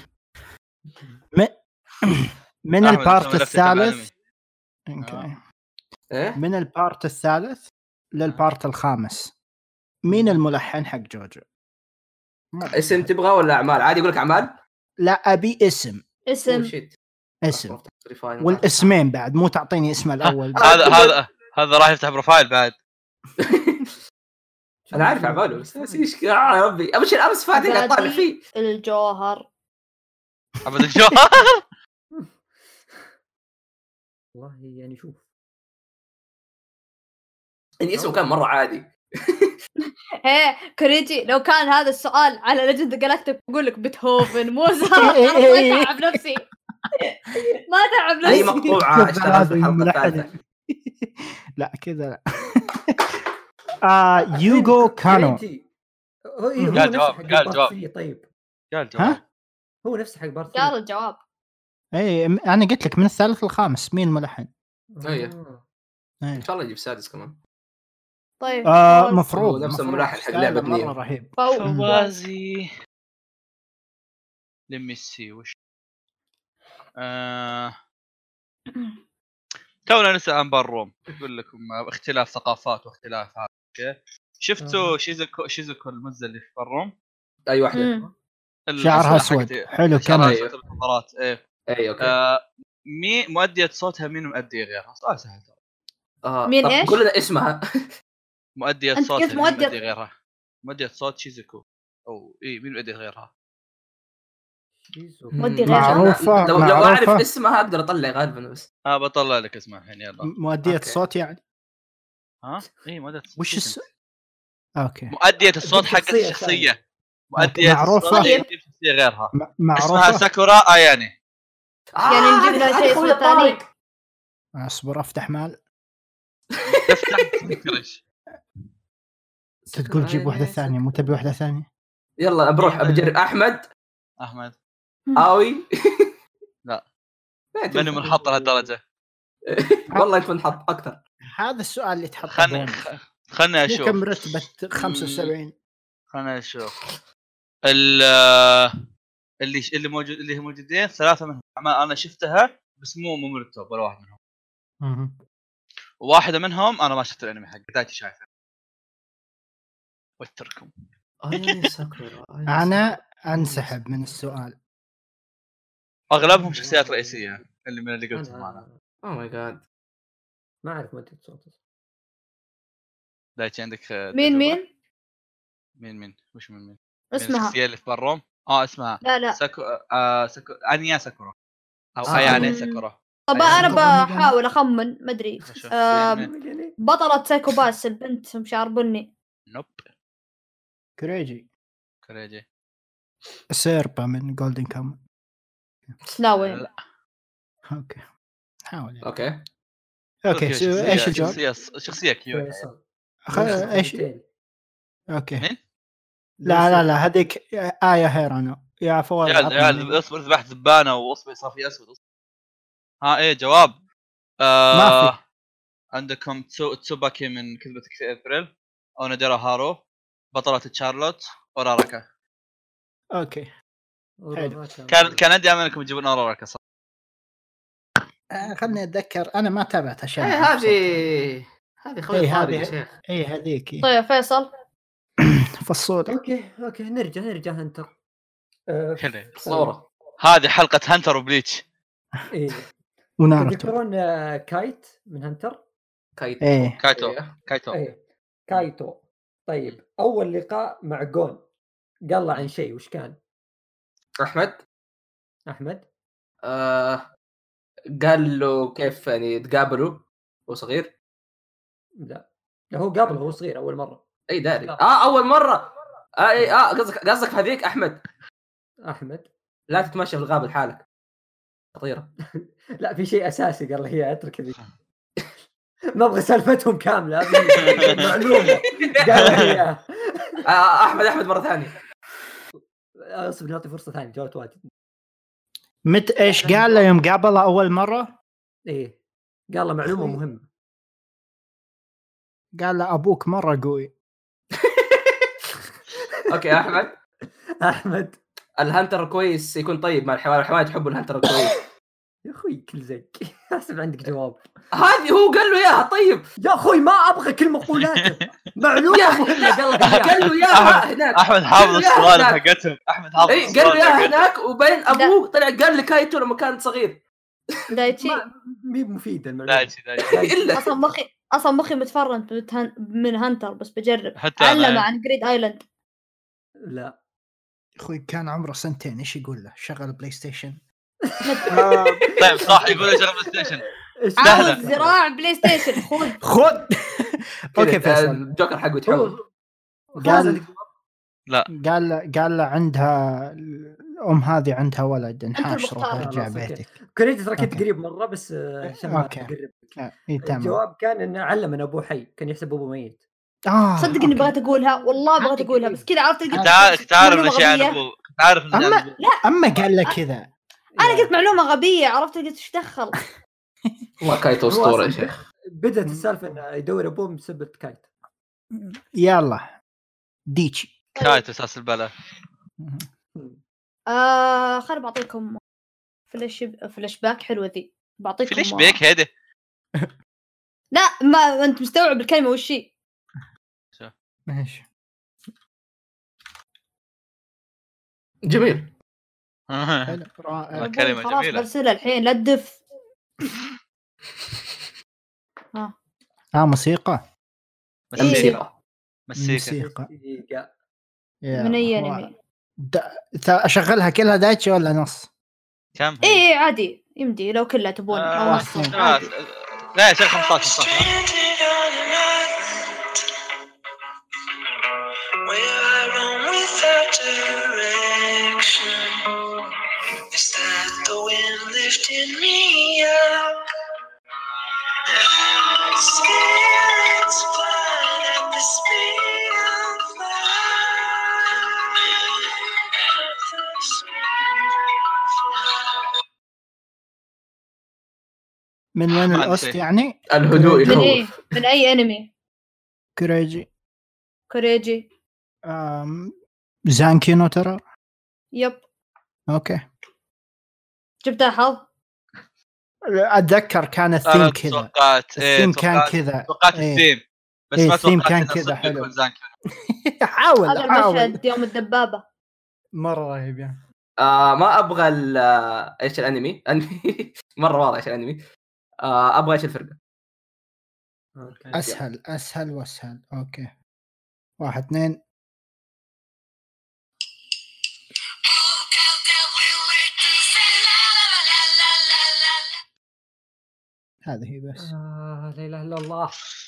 من أحمد، البارت أنت ملفتك بالأنمي. الثالث. اوكي ايه من البارت الثالث للبارت الخامس مين الملحن حق جوجو؟ اسم تبغى ولا اعمال؟ عادي اقول لك اعمال. لا ابي اسم اسم اسم والاسمين بعد مو تعطيني اسم الاول. هذا هذا هذا راح يفتح بروفايل بعد. انا عارف اعماله بس ايش يا ربي ابشر امس فاتح قاعد طالع فيه. الجوهر. عبد الجوهر. والله يعني شوف يعني اسمه كان مره عادي. ايه كوريجي لو كان هذا السؤال على ليجند جالاكتيك بقول لك بيتهوفن موزارت. ما تعب نفسي ما تعب اي نفسي. مقطوعه اشتغلت في الحلقه الثالثه. لا كذا لا. آه يوغو كانو. كريتي. هو إيه، هو قال نفس جواب، حق قال بارت جواب. ثري. طيب قال جواب. ها هو نفس حق بارت قال ثري. الجواب. اي انا قلت لك من الثالث للخامس مين ملحن. أيه. آه. إيه. ان شاء الله يجيب سادس كمان. طيب آه فواز. مفروض نفس مفروض. الملحن حق ستايله لعبة مره نيو. رهيب. فو- فوازي لمي سي وش آه... تونا نسأل عن بروم يقول لكم اختلاف ثقافات واختلاف هذا الشيء. شفتوا شيزوكو شيزوكو المزة اللي في بروم؟ اي واحده مم. شعرها اسود حلو كان كان. النظارات ايه اي اوكي آه... مي مؤدية صوتها مين مؤدية غيرها؟ سؤال سهل. آه. مين طب إيش؟ قول لنا اسمها. مؤدية أنت صوت قلت مين مؤدية- مؤدية غيرها؟ مؤدية صوت شيزوكو او اي مين مؤدية غيرها؟ مؤدي غيرها؟ معروفة لو لو اعرف معروفة اسمها اقدر اطلع غالبا بس. اه بطلع لك اسمها الحين يلا. مؤدية أوكي. صوت يعني. ها اي مؤدية صوت. وش الس... اوكي مؤدية الصوت حق الشخصية الشخصية. مؤدية معروفة. الصوت طيب. اللي شخصية غيرها. م- اسمها معروفة. ساكورا اياني. يعني نجيب لها شيء اسمه ثاني. اصبر افتح مال. تفتح تكرش. انت تقول جيب واحدة ثانية مو تبي واحدة ثانية؟ يلا بروح بجرب. احمد احمد اوي. لا. ما ماني تنفع. منحط لهالدرجة. والله انت منحط اكثر. هذا السؤال اللي تحط خلني خلني مو اشوف. كم رتبة خمسة وسبعين. خلني اشوف. ال اللي اللي موجود اللي هم موجودين ثلاثة منهم انا شفتها بس مو مو من التوب ولا واحد منهم. مهم. واحدة منهم انا ما شفت الانمي حق ذاتي شايفه. وتركم. انا ساكورا. انا انسحب من السؤال. اغلبهم شخصيات رئيسية اللي من اللي قلتهم انا. اوه ماي جاد. ما اعرف مؤدية صوت. دايتش عندك مين مين؟ مين مين وش من مين؟ اسمها. الشخصية اللي في بروم اه اسمها لا لا. ساكو آه ساكو انيا ساكورا او آه. اياني مم. ساكورا. طب أيوة. انا بحاول اخمن ما ادري. شوف. آه، مين؟ بطلة سايكو باس البنت مشعر بني. نوب كريجي كريجي. سيربا من جولدن كام. سلاوي. لا. اوكي حاول يعني. اوكي اوكي سو شخصية- ايش الجواب؟ شخصية شخصية كيوت. فيصل. خ... ايش لوسي اوكي مين؟ لا لا لا هذيك آية هيرانو يا فواز. يا عطني. يا اصبر ذبحت ذبانة واصبر صار في اسود. ها ايه جواب. آه ما في. عندكم تسو تسوباكي من كذبتك في ابريل او ناديرا هارو بطلة تشارلوت اوراراكا. اوكي حلو. كان كان عندي امل انكم تجيبون اوراراكا صح. آه خلني اتذكر انا ما تابعت اشياء. إيه، هذه هذه خوي إيه، طارق يا هذه- شيخ. اي هذيك طيب فيصل. فصول. اوكي اوكي نرجع نرجع هنتر. آه، كذا صورة. هذه حلقة هانتر وبليتش. ايه وناروتو. تذكرون آه، كايت من هنتر؟ كايتو. ايه كايتو إيه. كايتو ايه كايتو. طيب اول لقاء مع جون قال له عن شيء وش كان؟ احمد احمد آه قال له كيف يعني تقابلوا وصغير. لا لا هو قبل هو صغير اول مره. اي داري. اه اول مره. اه اي اه قصدك قصدك في هذيك احمد. احمد لا تتمشى في الغابه لحالك خطيره. لا في شيء اساسي قال له هي اترك ذي. ما ابغى سالفتهم كامله معلومه قال هي. آه احمد احمد مره ثانيه. اصبر نعطي فرصه ثانيه جوات واجد. مت ايش قال له يوم قابله اول مره؟ ايه قال له معلومه مهمه. قال له ابوك مره قوي. اوكي احمد. احمد الهنتر كويس يكون طيب مع الحيوان. الحيوان تحب الهنتر كويس. يا اخوي كل زق حسب عندك جواب. هذه هو قال له اياها. طيب يا اخوي ما ابغى كل مقولاته معلومه مهمه قال له إياها. قال له اياها هناك. احمد حافظ يا السؤال هناك. حقتهم. احمد حافظ اي السؤال قال له اياها حقتهم. هناك وبين ابوه طلع قال لكايتو لما كان صغير. دايتشي ما مي مفيده المعلومه. دايتشي دايتشي. الا اصلا مخي اصلا مخي متفرنت بتهن- من هانتر بس بجرب. حتى علم أنا. عن جريد ايلاند. لا اخوي كان عمره سنتين ايش يقول له؟ شغل بلاي ستيشن. طيب صح يقول لي شغل بلاي ستيشن. عاوز زراع بلاي ستيشن خذ. خذ. اوكي فيصل. الجوكر حقه يتحول. قال لا قال قال له عندها الام هذه عندها ولد انحاش روح المختار. ارجع خلاص، أوكي. بيتك. كنت ترى كنت أوكي. قريب مره بس آه، عشان ما أوكي. اقرب. آه، إيه تمام. الجواب كان انه علم ان ابوه حي كان يحسب ابوه ميت. اه صدق اني أوكي. بغيت اقولها والله بغيت اقولها بس كذا عرفت كنت عارف كنت عارف معلومة الاشياء غبية. عن ابوه. كنت عارف ان اما أبوه. لا اما قال له كذا. انا قلت معلومه غبيه عرفت قلت ايش دخل. والله كايتو هو اسطوره يا أصلاً شيخ. بدت السالفه انه يدور ابوه بسبب كايت. يلا ديتشي. كايت اساس البلا. آه خليني بعطيكم فلاش فلاش باك حلوه ذي. بعطيكم فلاش باك هذا. لا ما انت مستوعب الكلمه وش هي. ماشي جميل. حلو رائع. كلمة خلاص جميلة. برسلها الحين لا تدف. ها اه موسيقى مسيكة إيه. مسيكة. موسيقى من اي انمي؟ اشغلها كلها دايتشي ولا نص؟ كم ايه هي؟ إيه عادي يمدي لو كلها تبون او آه، نص واحد. عادي. لا يا شيخ خمسة عشر صح. من وين ما عندي الأوست شيء. يعني؟ الهدوء من ايه يخوف. من اي انمي؟ كريجي. كوريجي. أم... زانكينو ترى. يب اوكي جبتها حظ. اتذكر كان الثيم انا كذا. توقعت إيه، الثيم كان توقعت- كذا. توقعت إيه. الثيم بس إيه، ما الثيم توقعت كان انه كذا صدق حلو. يكون زانكيو. حاول هذا حاول المشهد يوم الدبابه. مرة رهيب يعني. آه ما ابغى ال- آه، ايش الانمي انمي مره واضح ايش الانمي. آه ابغى ايش الفرقه. اوكي اسهل اسهل واسهل. اوكي واحد اثنين. هذه هي بس. آه لا اله الا الله.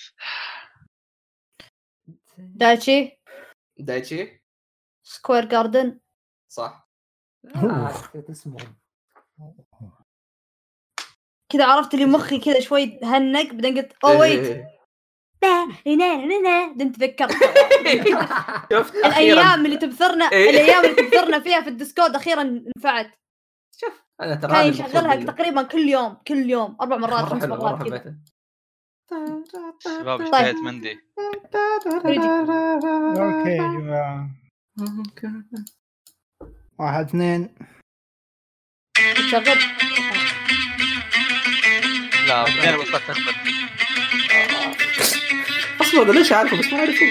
دايتشي دايتشي سكوير جاردن. صح. آه نسيت اسمه. كذا عرفت اللي مخي كذا شوي هنق بعدين قلت اوه ويت إيه. بعدين تذكرت شفت الايام اللي تبثرنا إيه. الايام اللي تبثرنا فيها في الديسكورد اخيرا نفعت. شوف انا ترى كان هذا يشغلها المقصود منه. تقريبا كل يوم كل يوم اربع مرات مرة خمس حلو، مرة مرات كذا. حبيته. شباب طيب. اشتهيت مندي. اوكي يا جماعة. واحد اثنين. شغل لا بعدين وصلت تخبط. اصلا هذا ليش عارفه بس ما اعرفه.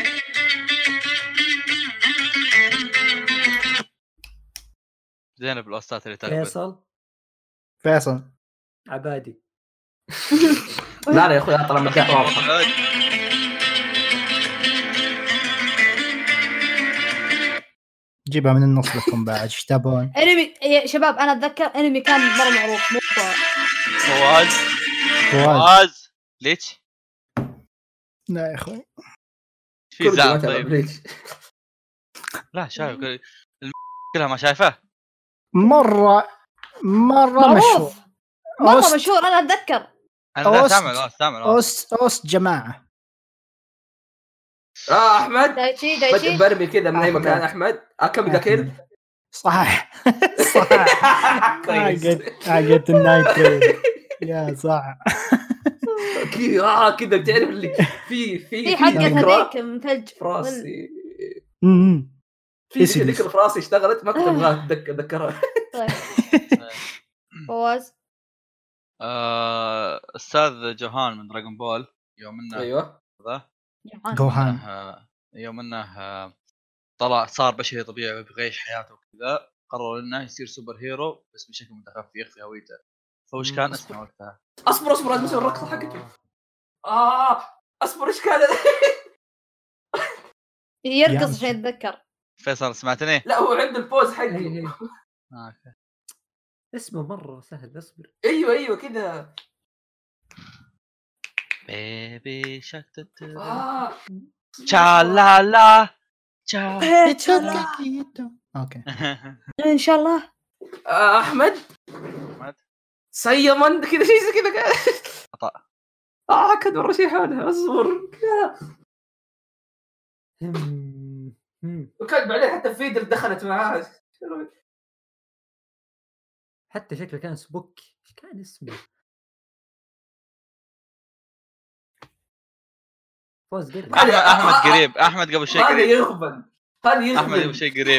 زينب الاوستات اللي تخبط. فيصل فيصل. عبادي. لا لا يا اخوي طلع مداح واضحه. جيبها من النص لكم بعد ايش تبون؟ انمي يا شباب انا اتذكر انمي كان مره معروف مو فواز فواز. فواز ليش لا يا اخوي في زعل طيب. لا شايف الم... كلها ما شايفه. مرة مرة مشهور. معروف مره أوست. مشهور انا اتذكر. انا لا أوست. تعمل أوست تعمل اوست اوست جماعة. اه احمد دايتشي دايتشي برمي كذا من اي أحمد. مكان. احمد اكمل ذاكر. صح صح. كويس. عقدت النايت. يا صح. كذا اه كذا تعرف اللي في في في حقت ذكرى هذيك مثلج في راسي. امم في إيش اللي- ذكرى في راسي اشتغلت ما كنت ابغى اتذكرها. طيب فواز آه، استاذ جوهان من دراغون بول يوم انه ايوه ذا جوهان. إنه يوم انه آه، طلع صار بشري طبيعي ويبغى يعيش حياته وكذا قرر انه يصير سوبر هيرو بس بشكل متخفي يخفي هويته. فوش كان اسمه وقتها؟ اصبر اصبر لازم اسوي الرقصه حقته. اه اصبر ايش كان؟ يرقص عشان يتذكر. فيصل سمعتني؟ لا هو عنده البوز حقه. إيه إيه. آه، أوكي. اسمه مره سهل اصبر. ايوه ايوه كذا. بيبي شاك تتر اه تشا لا لا تشا. اوكي ان شاء الله. آه، احمد أحمد. سيمن كذا شيء زي كذا. خطأ. اه كان مره شيء حالها اصبر. هم- هم. وكان بعدين حتى فيدر دخلت معاه. حتى شكله كان سبوك. ايش كان اسمه؟ فوز قريب. احمد احمد قريب، احمد قبل شيء هذا قريب، يغبن هذا احمد يغبن قبل شيء قريب.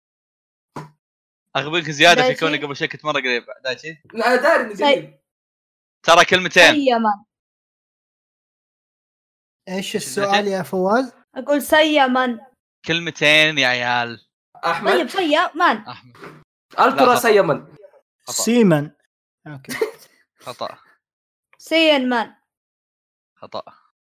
اغبنك زياده في دايتشي؟ كوني قبل شيء كنت مره قريب. دايتشي انا داري اني سي- قريب. ترى كلمتين. سيمان. ايش السؤال يا فواز؟ اقول سيمان. كلمتين يا عيال. احمد طيب سيمان. احمد الترا خطأ. سيمن. خطأ. سيمن. اوكي. خطا سيمان. خطا.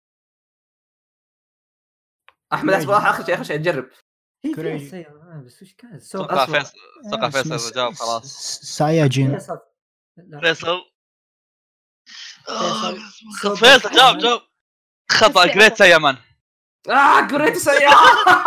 احمد اصبر اخر شيء اخر شيء جرب. هي كوريجي. فيها سيارة بس وش كان اتوقع أصلاً. فيصل اتوقع اسمه فيصل جاوب خلاص. س- ساياجين. فيصل. لا. فيصل فيصل. آه، فيصل جاوب جاوب. خطا قريت سيمان. اه قريت سيارة.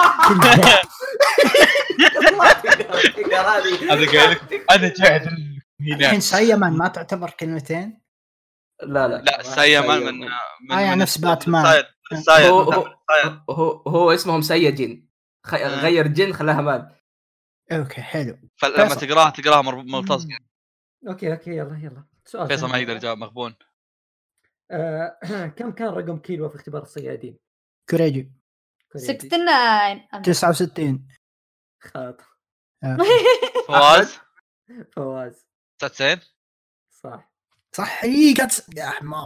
هذا قايل لك انا جاهد الحين هنا. سايمان ما تعتبر كلمتين؟ لا لا لا سيمان من آه، يعني نفس باتمان. سايد هو هو هو, هو اسمهم سيجين خ... آه. غير جن خلاها مان. اوكي حلو. فلما فيصل. تقراها تقراها مر- ملتصق. اوكي اوكي يلا يلا سؤال فيصل ما ثاني. يقدر يجاوب مغبون. آه، كم كان رقم كيلو في اختبار الصيادين؟ كوريجي. كوريجي. ستة وتسعين. تسعة وستين. خاطئ. أوكي. فواز فواز تسعة وتسعين. صح. صح هي قد يا حمار.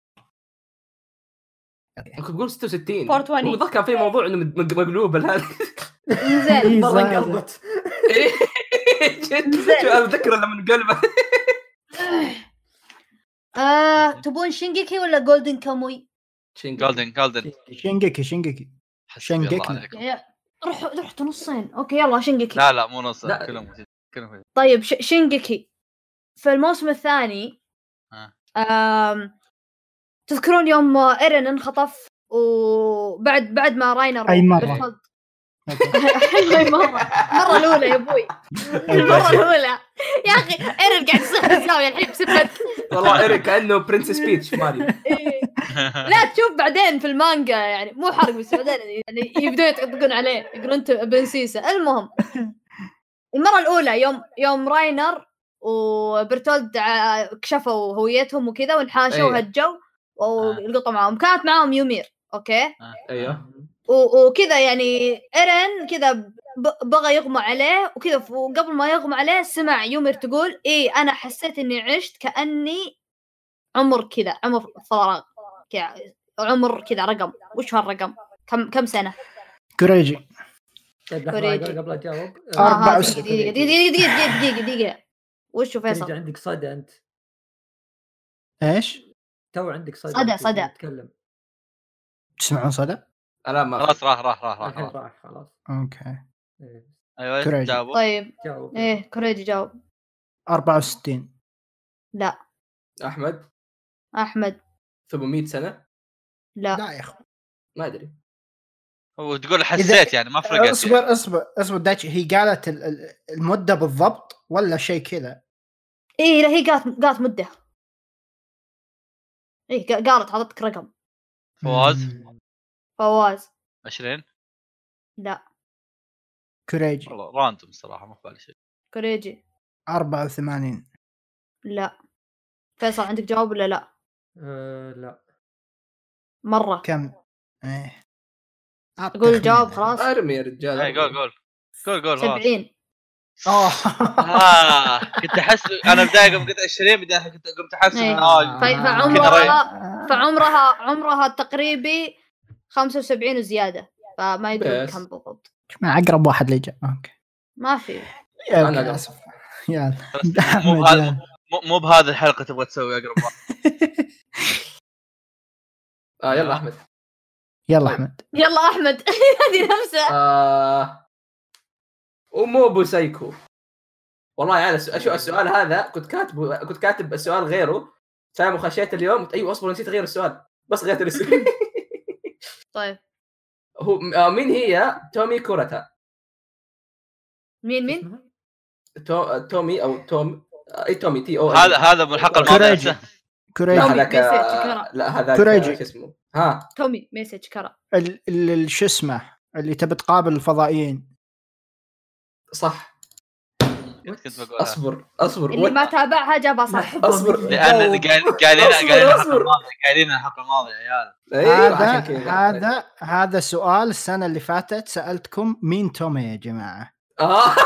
كنت بقول ستة وستين. أربعة وعشرين. هو ذا كان في موضوع انه مد- مقلوب هذا. زين. مرة زايدة. انقلبت. شو اتذكر لما انقلب. آه، تبون شينجيكي ولا جولدن كاموي؟ جولدن جولدن. شينجيكي شينجيكي. حسبي الله شنقكنا. عليكم. يا- رح رحت نصين. اوكي يلا شينجيكي. لا لا مو نص لا. كلهم كلهم. طيب ش- شينجيكي في الموسم الثاني. آه. آم... تذكرون يوم ايرين انخطف وبعد بعد ما راينر أي مرة؟ وبرتولد- أوكي. أي مرة المرة الأولى يا أبوي. المرة الأولى يا أخي إيرين قاعد يصيح الزاوية الحين بسبب والله ايريك كانه برنسس بيتش مالي. إيه. لا تشوف بعدين في المانجا يعني مو حرق بس بعدين يعني يبدون يطقطقون عليه يقولون أنت بنسيسة. المهم المرة الأولى يوم يوم راينر وبرتولد ع- كشفوا هويتهم وكذا وانحاشوا أيوة. وهجوا والقطة معهم كانت معهم يومير. أوكي ايوه و- وكذا يعني إيرين كذا ب- بغى يغمى عليه وكذا ف- وقبل ما يغمى عليه سمع يومير تقول إيه أنا حسيت إني عشت كأني عمر كذا عمر فراغ كذا عمر كذا رقم. وش هالرقم؟ كم كم سنة؟ كوريجي. طيب لحظة كوريجي. قبل أجاوب. آه، أربعة ها، وستين. دقيقة دقيقة دقيقة دقيقة دقيقة دقيقة. وشو كوريجي فيصل؟ عندك صدى أنت. ايش؟ تو عندك صدى. صدى- أنت صدى. تتكلم. تسمعون صدى؟ لا ما خلاص راح راح راح الحين راح. راح خلاص. اوكي. إيه. ايوه كوريجي. جاوبوا. طيب جاوب. إيه كوريجي جاوب. أربعة وستين. لا. احمد أحمد ثمانمئة سنة. لا. لا يا اخي. ما ادري. وتقول حسيت يعني ما فرقت يعني. اصبر اصبر اصبر دايتشي هي قالت ال- ال- المدة بالضبط ولا شيء كذا؟ إيه لا هي قالت قالت مدة. إيه قا- قالت عطتك رقم. فواز مم. فواز عشرين. لا. كوريجي. والله راندوم الصراحه ما في بالي شيء. كوريجي أربعة وثمانين. لا. فيصل عندك جواب ولا لا؟ آه لا. مرة كم؟ ايه. أعطي قول تخمين. الجواب خلاص. ارمي يا رجال. اي قول قول قول قول خلاص. سبعين. اه اه كنت احس انا بدايه قمت عشرين بدايه كنت قمت احس إيه. إن اه ف- فعمرها فعمرها عمرها التقريبي خمسة وسبعين وزيادة فما يدرون بس. كم بالضبط. مع اقرب واحد اللي جاء. اوكي. ما في. يا أنا أوكي، قرب. اسف. يلا. مو بهذا مو- مو بهذه الحلقه تبغى تسوي اقرب واحد. آه يلا احمد. يلا احمد. يلا أحمد هذه نفسها. آه... ومو ابو سايكو. والله انا اشوف السؤال هذا كنت كاتب كنت كاتب السؤال غيره فاهم وخشيت اليوم ايوه اصبر نسيت غير السؤال بس غيرت الاسم. طيب هو آه مين هي تومي كوراتا؟ مين مين؟ اسمها؟ تو... تومي او توم اي تومي تي او هذا هذا بالحلقه الماضيه كوريجي. نفسه. لا كوريجي. تومي هذاك ميسي آه، تشكرا. لا هذاك كوريجي. آه، شو اسمه ها تومي ميسج كرا. ال- ال- ال- شو اسمه اللي تبي تقابل الفضائيين. صح. كنت بقولها. اصبر اصبر اللي ما تابعها جابها صح. اصبر لان قايل- قايلين قايلين الحلقه الماضيه قايلين الحلقه الماضيه يا عيال. ايوه هذا عشان كذا هذا هذا سؤال السنه اللي فاتت سالتكم مين تومي يا جماعه. آه.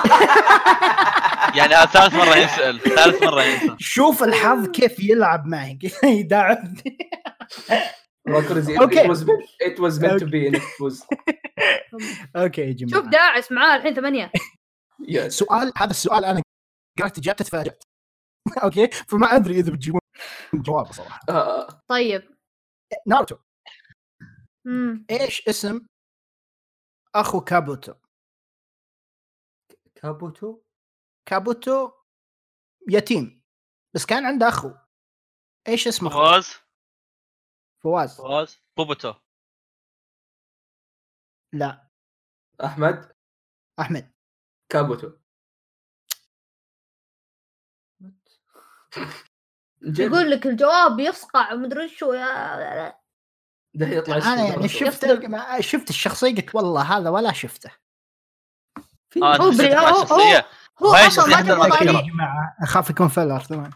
يعني هذا ثالث مره يسال ثالث مره يسال. شوف الحظ كيف يلعب معي يداعبني. اوكي it was meant it was meant to be in it was. اوكي يا جماعه شوف داعس معاه الحين ثمانية. سؤال هذا السؤال انا قرأت اجابته تفاجأت. اوكي فما ادري اذا بتجيبون جواب صراحه. آه. طيب ناروتو امم ايش اسم اخو كابوتو؟ كابوتو كابوتو يتيم بس كان عنده اخو، ايش اسمه؟ فواز فواز. فواز بوبوتو. لا احمد احمد كابوتو. يقول لك الجواب يصقع ومدري شو يا ده يطلع انا يعني شفت ما شفت الشخصيه قلت والله هذا ولا شفته. اه هو انت بري- مع هو- الشخصيه هو وهي اصلا ما شخصية جاب المذكرة. يا طريق. جماعه اخاف يكون فيلر ثمان.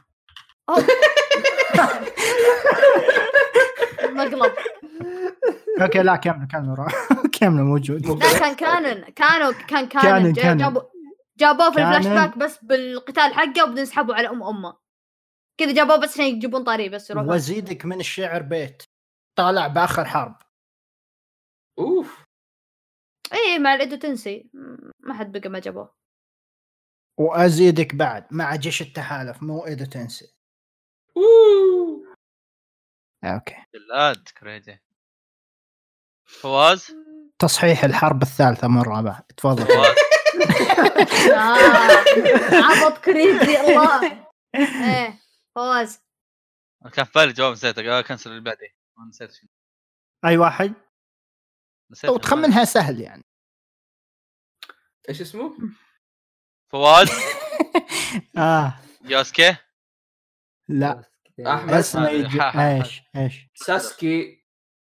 مقلب. اوكي لا كامله كامله كامله موجود. لا كان كانن كانوا كان كانن- كانن كانن. جابوا جابوه في الفلاش كانن. باك بس بالقتال حقه وبدون يسحبوا على ام امه كذا جابوه بس عشان يجيبون طاري بس يروحون. وازيدك من الشعر بيت طالع باخر حرب. اوف اي مع الايدو تنسي ما حد بقى ما جابوه. وازيدك بعد مع جيش التحالف مو ايدو تنسي. اوه اوكي جلاد كريدي. فواز تصحيح الحرب الثالثه مره بعد تفضل. فواز آه. عبط كريزي الله. ايه فواز. كان فالي جواب نسيته قال كنسل اللي بعدي ما نسيت شيء اي واحد نسيت وتخمنها سهل يعني. ايش اسمه؟ فواز اه ياسكي لا احمد اسمه يجي ايش ايش ساسكي.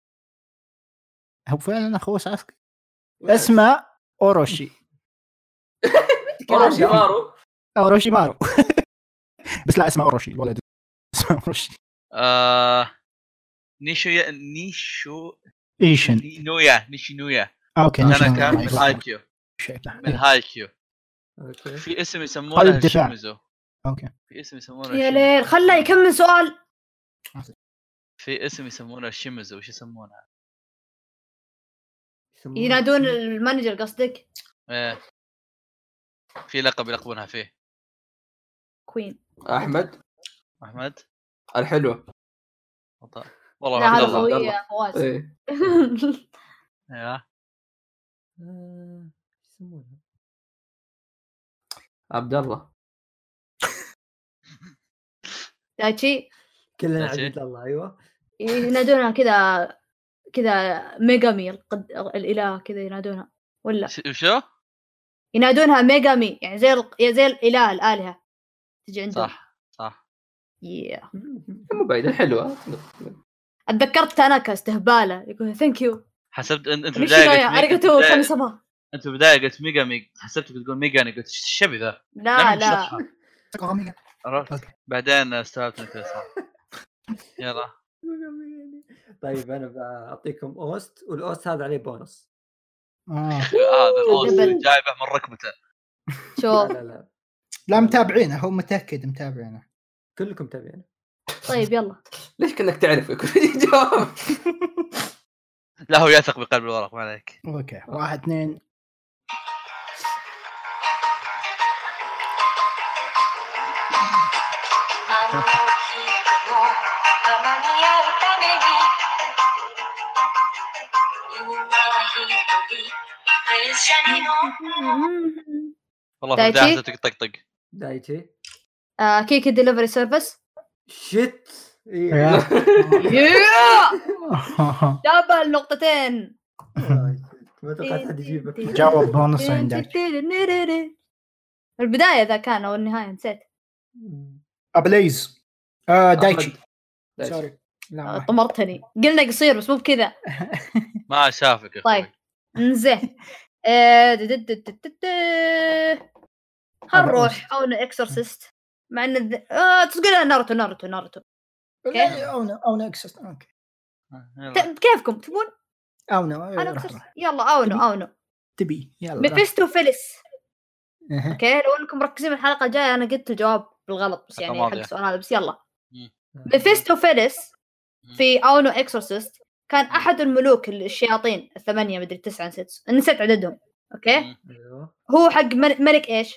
هو فعلا اخوه ساسكي اسمه اوروشي. اوروشي مارو. اوروشي مارو بس لا اسمه اوروشي الولد اسمه اوروشي. آه... نيشو يا... نيشو ايشن نويا نيشينويا. اوكي انا نشان كان من الله هايكيو يسلمك. من هايكيو. اوكي في اسم قلب يسمونه دفاع. شيميزو. اوكي في اسم يسمونه يا شيميزو. ليل خله يكمل سؤال. في اسم يسمونه شيميزو وش يسمونه؟ ينادون المانجر قصدك ايه في لقب يلقبونها فيه. كوين. احمد احمد الحلو. والله لا عبد هذا الله. خوية فواز. ايه يا آه، يسمونها عبد الله. دايتشي كلنا ماشي. عبد الله. ايوه ينادونها كذا كذا ميجامي القد... الاله كذا ينادونها ولا ش- وشو؟ ينادونها ميجامي يعني زي ال... زي الاله الالهه تجي عندهم. صح صح. yeah. مو بعيد الحلوه. اتذكرت تاناكا استهباله يقول ثانك يو حسبت انت انت نيشينويا بدايه قلت اريغاتو بداية- كاميساما. انت بدايه قلت ميجامي حسبتك تقول ميجاني قلت ايش الشبي ذا؟ لا لا عرفت بعدين استوعبت انت صح. يلا طيب انا بعطيكم اوست والاوست هذا عليه بونص. آه. هذا الأوس جبل. جايبه من ركبته. لا شوف لا لا لا متابعينه هو متاكد متابعينه. كلكم تابعين. طيب يلا ليش كانك تعرف يكون جواب؟ لا هو يثق بقلب الورق ما عليك. اوكي واحد اثنين والله في دايتشي؟ البدايه طقطق. دايتشي آه كيكي ديليفري سيرفيس. شت إيه. يا. جاب النقطتين. ما توقعت حد يجيبه. جاوب بونص عندك. البدايه ذا كان او النهايه نسيت. ابليز آه دايتشي دايتشي. سوري لا آه، واحد. طمرتني قلنا قصير بس مو بكذا. ما شافك يا طيب اخوي. انزين آه، دد- دد- دد- دد- خل نروح او اكسورسيست مع ان الذ... آه تقول ناروتو ناروتو ناروتو اوكي او او نكسس اوكي ت... كيفكم تبون او نو انا يلا او نو او نو تبي يلا ميفيستو فيليس أه. اوكي لو انكم مركزين الحلقه الجايه انا قلت الجواب بالغلط بس يعني حق السؤال هذا بس يلا ميفيستو فيليس في اونو اكسورسيست كان احد الملوك الشياطين الثمانيه مدري تسعه نسيت نسيت عددهم اوكي هو حق ملك ايش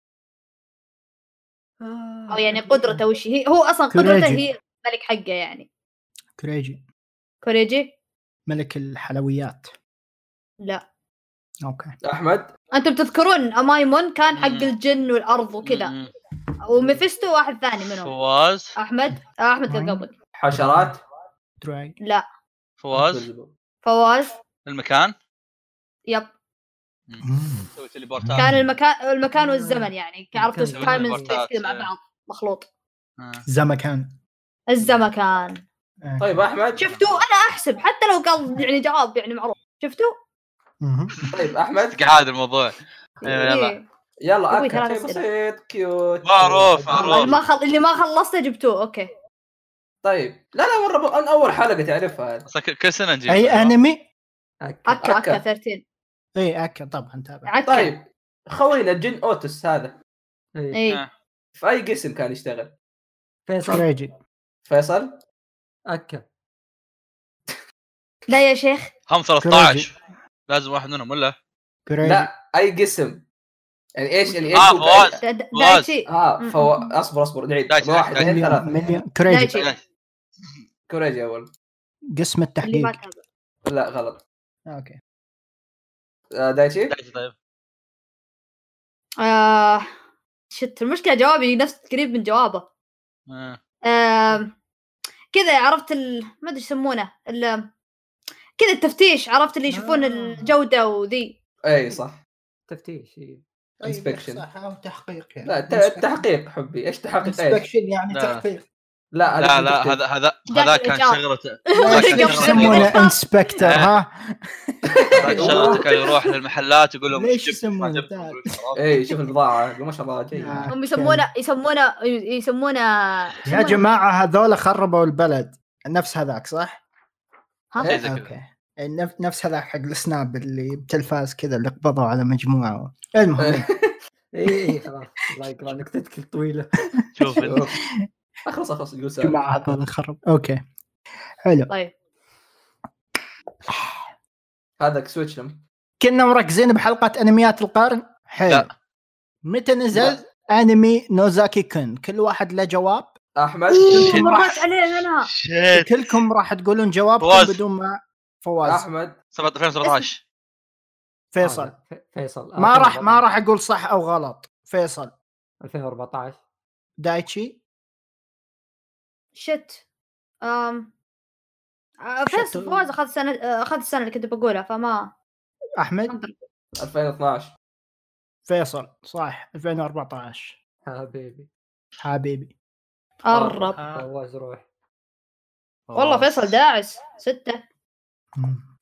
او يعني قدرته وش هي هو اصلا قدرته هي ملك حقه يعني كوريجي كوريجي ملك الحلويات لا اوكي احمد انتم تذكرون امايمون كان حق الجن والارض وكذا وميفيستو واحد ثاني منهم فواز احمد احمد كان قبل حشرات دراي لا فواز فواز المكان يب سوي تليبورتات كان المكان المكان والزمن يعني عرفت تايم تليبورتات. سبيس كذا مع بعض مخلوط زمكان الزمكان طيب احمد شفتوا انا احسب حتى لو قال يعني جواب يعني معروف شفتوا طيب احمد قاعد الموضوع يلا إيه. يلا أبوي اكل ثلاث شيء أسئلة. بسيط كيوت معروف اللي معروف ما خل... اللي ما خلصته جبتوه اوكي طيب لا لا مره ب... اول حلقه تعرفها أصلاً ك- كل سنه نجيب اي انمي اكا اكا أكا. ثلاثة عشر اي اكا طبعا تابع عكا طيب خوينا جن اوتس هذا اي آه. في اي قسم كان يشتغل فيصل كوريجي فيصل اكا لا يا شيخ هم ثلاثة عشر لازم واحد منهم ولا كوريجي لا اي قسم يعني ايش يعني ايش اه هو فواز دا- دا- فواز. دايتشي اه فو... اصبر اصبر نعيد دايتشي، واحد دايتشي. اثنين ثلاثة مليون كوريجي دايتشي كوريجي اول قسم اللي ما التحقيق تابع لا غلط اوكي آه دايتشي دايتشي طيب آه... شت المشكلة جوابي نفس قريب من جوابه آه. آه... كذا عرفت ال... ما ادري يسمونه ال... كذا التفتيش عرفت اللي يشوفون آه. الجودة وذي اي صح تفتيش إيه. inspection. صح او تحقيق يعني لا الت- التحقيق حبي ايش تحقيق ايش انسبكشن يعني لا. تحقيق لا لا هذا لا detective. هذا هذا جاك هذا كان الإشارة. شغلته ليش هذا كان يسمونه شغلته انسبكتر ها هذا شغلته كان يروح للمحلات يقول لهم ليش جبت- يسمونه ما جبت ذا؟ فلوس، عرفت؟ اي شوف البضاعه يقول ما شاء الله جيد آه. هم يسمونه يسمونه يسمونه يا جماعه هذول خربوا البلد نفس هذاك صح؟ ها؟ شيء زي كذا. اوكي نف- نفس هذاك حق السناب اللي بتلفاز كذا اللي قبضوا على مجموعه المهم اي اي خلاص الله يقرا نكتتك الطويله. شوف انت. اخلص اخلص يقول سالم جماعه هذول خرب اوكي حلو طيب هذاك سويتش لم كنا مركزين بحلقه انميات القرن حلو لا. متى نزل انمي نوزاكي كن كل واحد له جواب احمد كلكم مرات راح عليه انا شيت كلكم راح تقولون جوابكم فواز. بدون ما فواز احمد ألفين وسبعة عشر فيصل آه، ف- فيصل ما راح ما راح اقول صح او غلط فيصل ألفين وأربعة عشر دايتشي شت أم آه، فيصل فواز اخذ السنه آه، اخذ السنه اللي كنت بقولها فما احمد ألفين واثناشر فيصل صح ألفين وأربعة عشر حبيبي حبيبي قرب فواز روح. والله فيصل داعس ستة مم.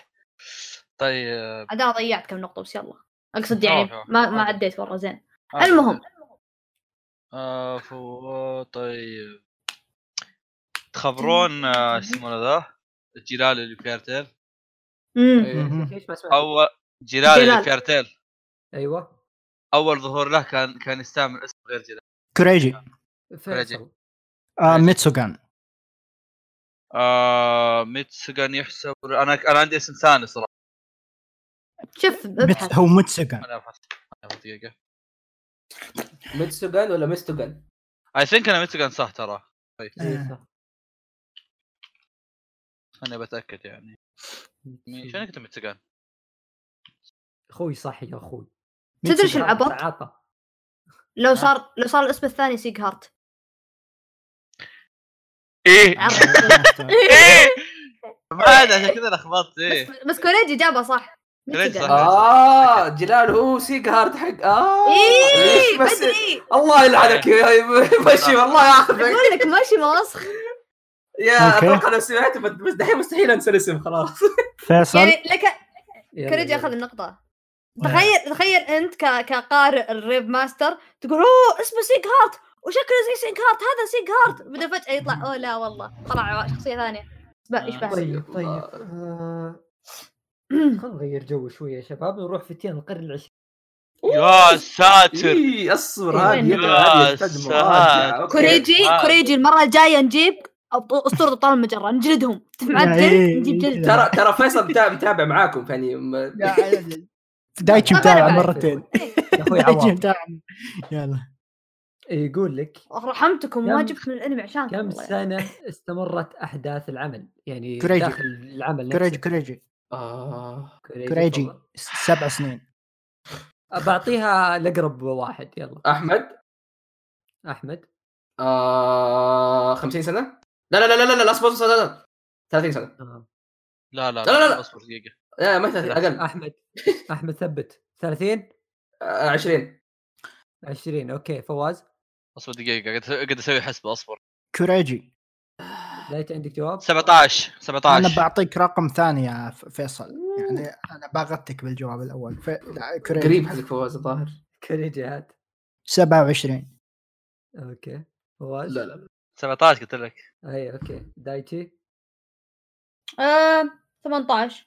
طيب عاد انا ضيعت كم نقطه بس يلا اقصد يعني أوه، أوه. ما ما عديت والله زين المهم آه فو طيب تخبرون آه، اسمه ذا الجلال اللي في ارتيل امم مهم. ايش ما سمعت؟ اول جلال اللي جلال. في ارتيل ايوه اول ظهور له كان كان يستعمل اسم غير جلال. كوريجي فيصل. آه ميتسوغان آه ميتسوغان يحسب انا انا عندي اسم ثاني صراحه. شوف ميت... ابحث هو ميتسوغان انا ابحث أنا أبحث دقيقه. ميتسوغان ولا ميستوغان اي ثينك انا ميتسوغان صح ترى. طيب إيه، صح. انا بتاكد يعني مين شنو كنت ميتسوغان. اخوي صح يا اخوي. تدري ايش العبط تعاطى. لو صار لو صار الاسم الثاني سيج هارت ايه عرفت ايه ما عاد عشان كذا لخبطت ايه بس بس كوريجي جابه صح كوريجي صح. اه جلال هو سيجارد حق اه ايه بس بدري الله يلعنك يا مشي والله ياخذك اقول لك ماشي موسخ يا أوكي. اتوقع لو سمعت بس دحين مستحيل انسى الاسم خلاص فيصل يعني لك يلا، كوريجي يلا. اخذ النقطه تخيل تخيل انت ك... كقارئ الريف ماستر تقول اوه اسمه سيج هارت وشكله زي سيج هارت، هذا سيج هارت، بدا فجاه يطلع اوه لا والله طلع شخصيه ثانيه. ايش بس طيب طيب آه... خلينا نغير جو شويه يا شباب، نروح في تين القرن العشرين. يا ساتر اي اصبر، إيه، هذه يا هذه تحتاج مراجعه. أوكي. كوريجي آه. كوريجي المره الجايه نجيب أبط- اسطوره ابطال المجره نجلدهم، تفهم عاد جلد نجيب جلد. ترى ترى فيصل متابع متابع معاكم يعني م- دايتشي طب متابع أنا بعد. مرتين. يا اخوي دايتشي عوام متابع. يلا يقول لك رحمتكم وما كم- جبت من الانمي عشانكم كم والله. سنه استمرت احداث العمل، يعني كوريجي. داخل العمل كوريجي نفسه. كوريجي آه. كوريجي تفضل. سبع سنين. بعطيها لاقرب واحد. يلا احمد احمد. آه... خمسين سنه. لا لا لا لا لا لا اصبر اصبر لا لا ثلاثين سنه. آه. لا لا لا، لا، لا. اصبر دقيقه. لا ما ثلاثين اقل. احمد احمد ثبت ثلاثين آه، عشرين. عشرين. اوكي فواز اصبر دقيقه قاعد قاعد اسوي حسبه. اصبر كوريجي لا عندك جواب؟ سبعة عشر سبعة انا عشر. بعطيك رقم ثاني يا ف- فيصل، يعني انا باغتك بالجواب الاول. ف... لا كوريجي قريب حق فواز الظاهر. كوريجي هات. سبعة وعشرين. اوكي فواز. لا لا سبعة عشر قلت لك. اي اوكي دايتشي. آه، ثمانية عشر.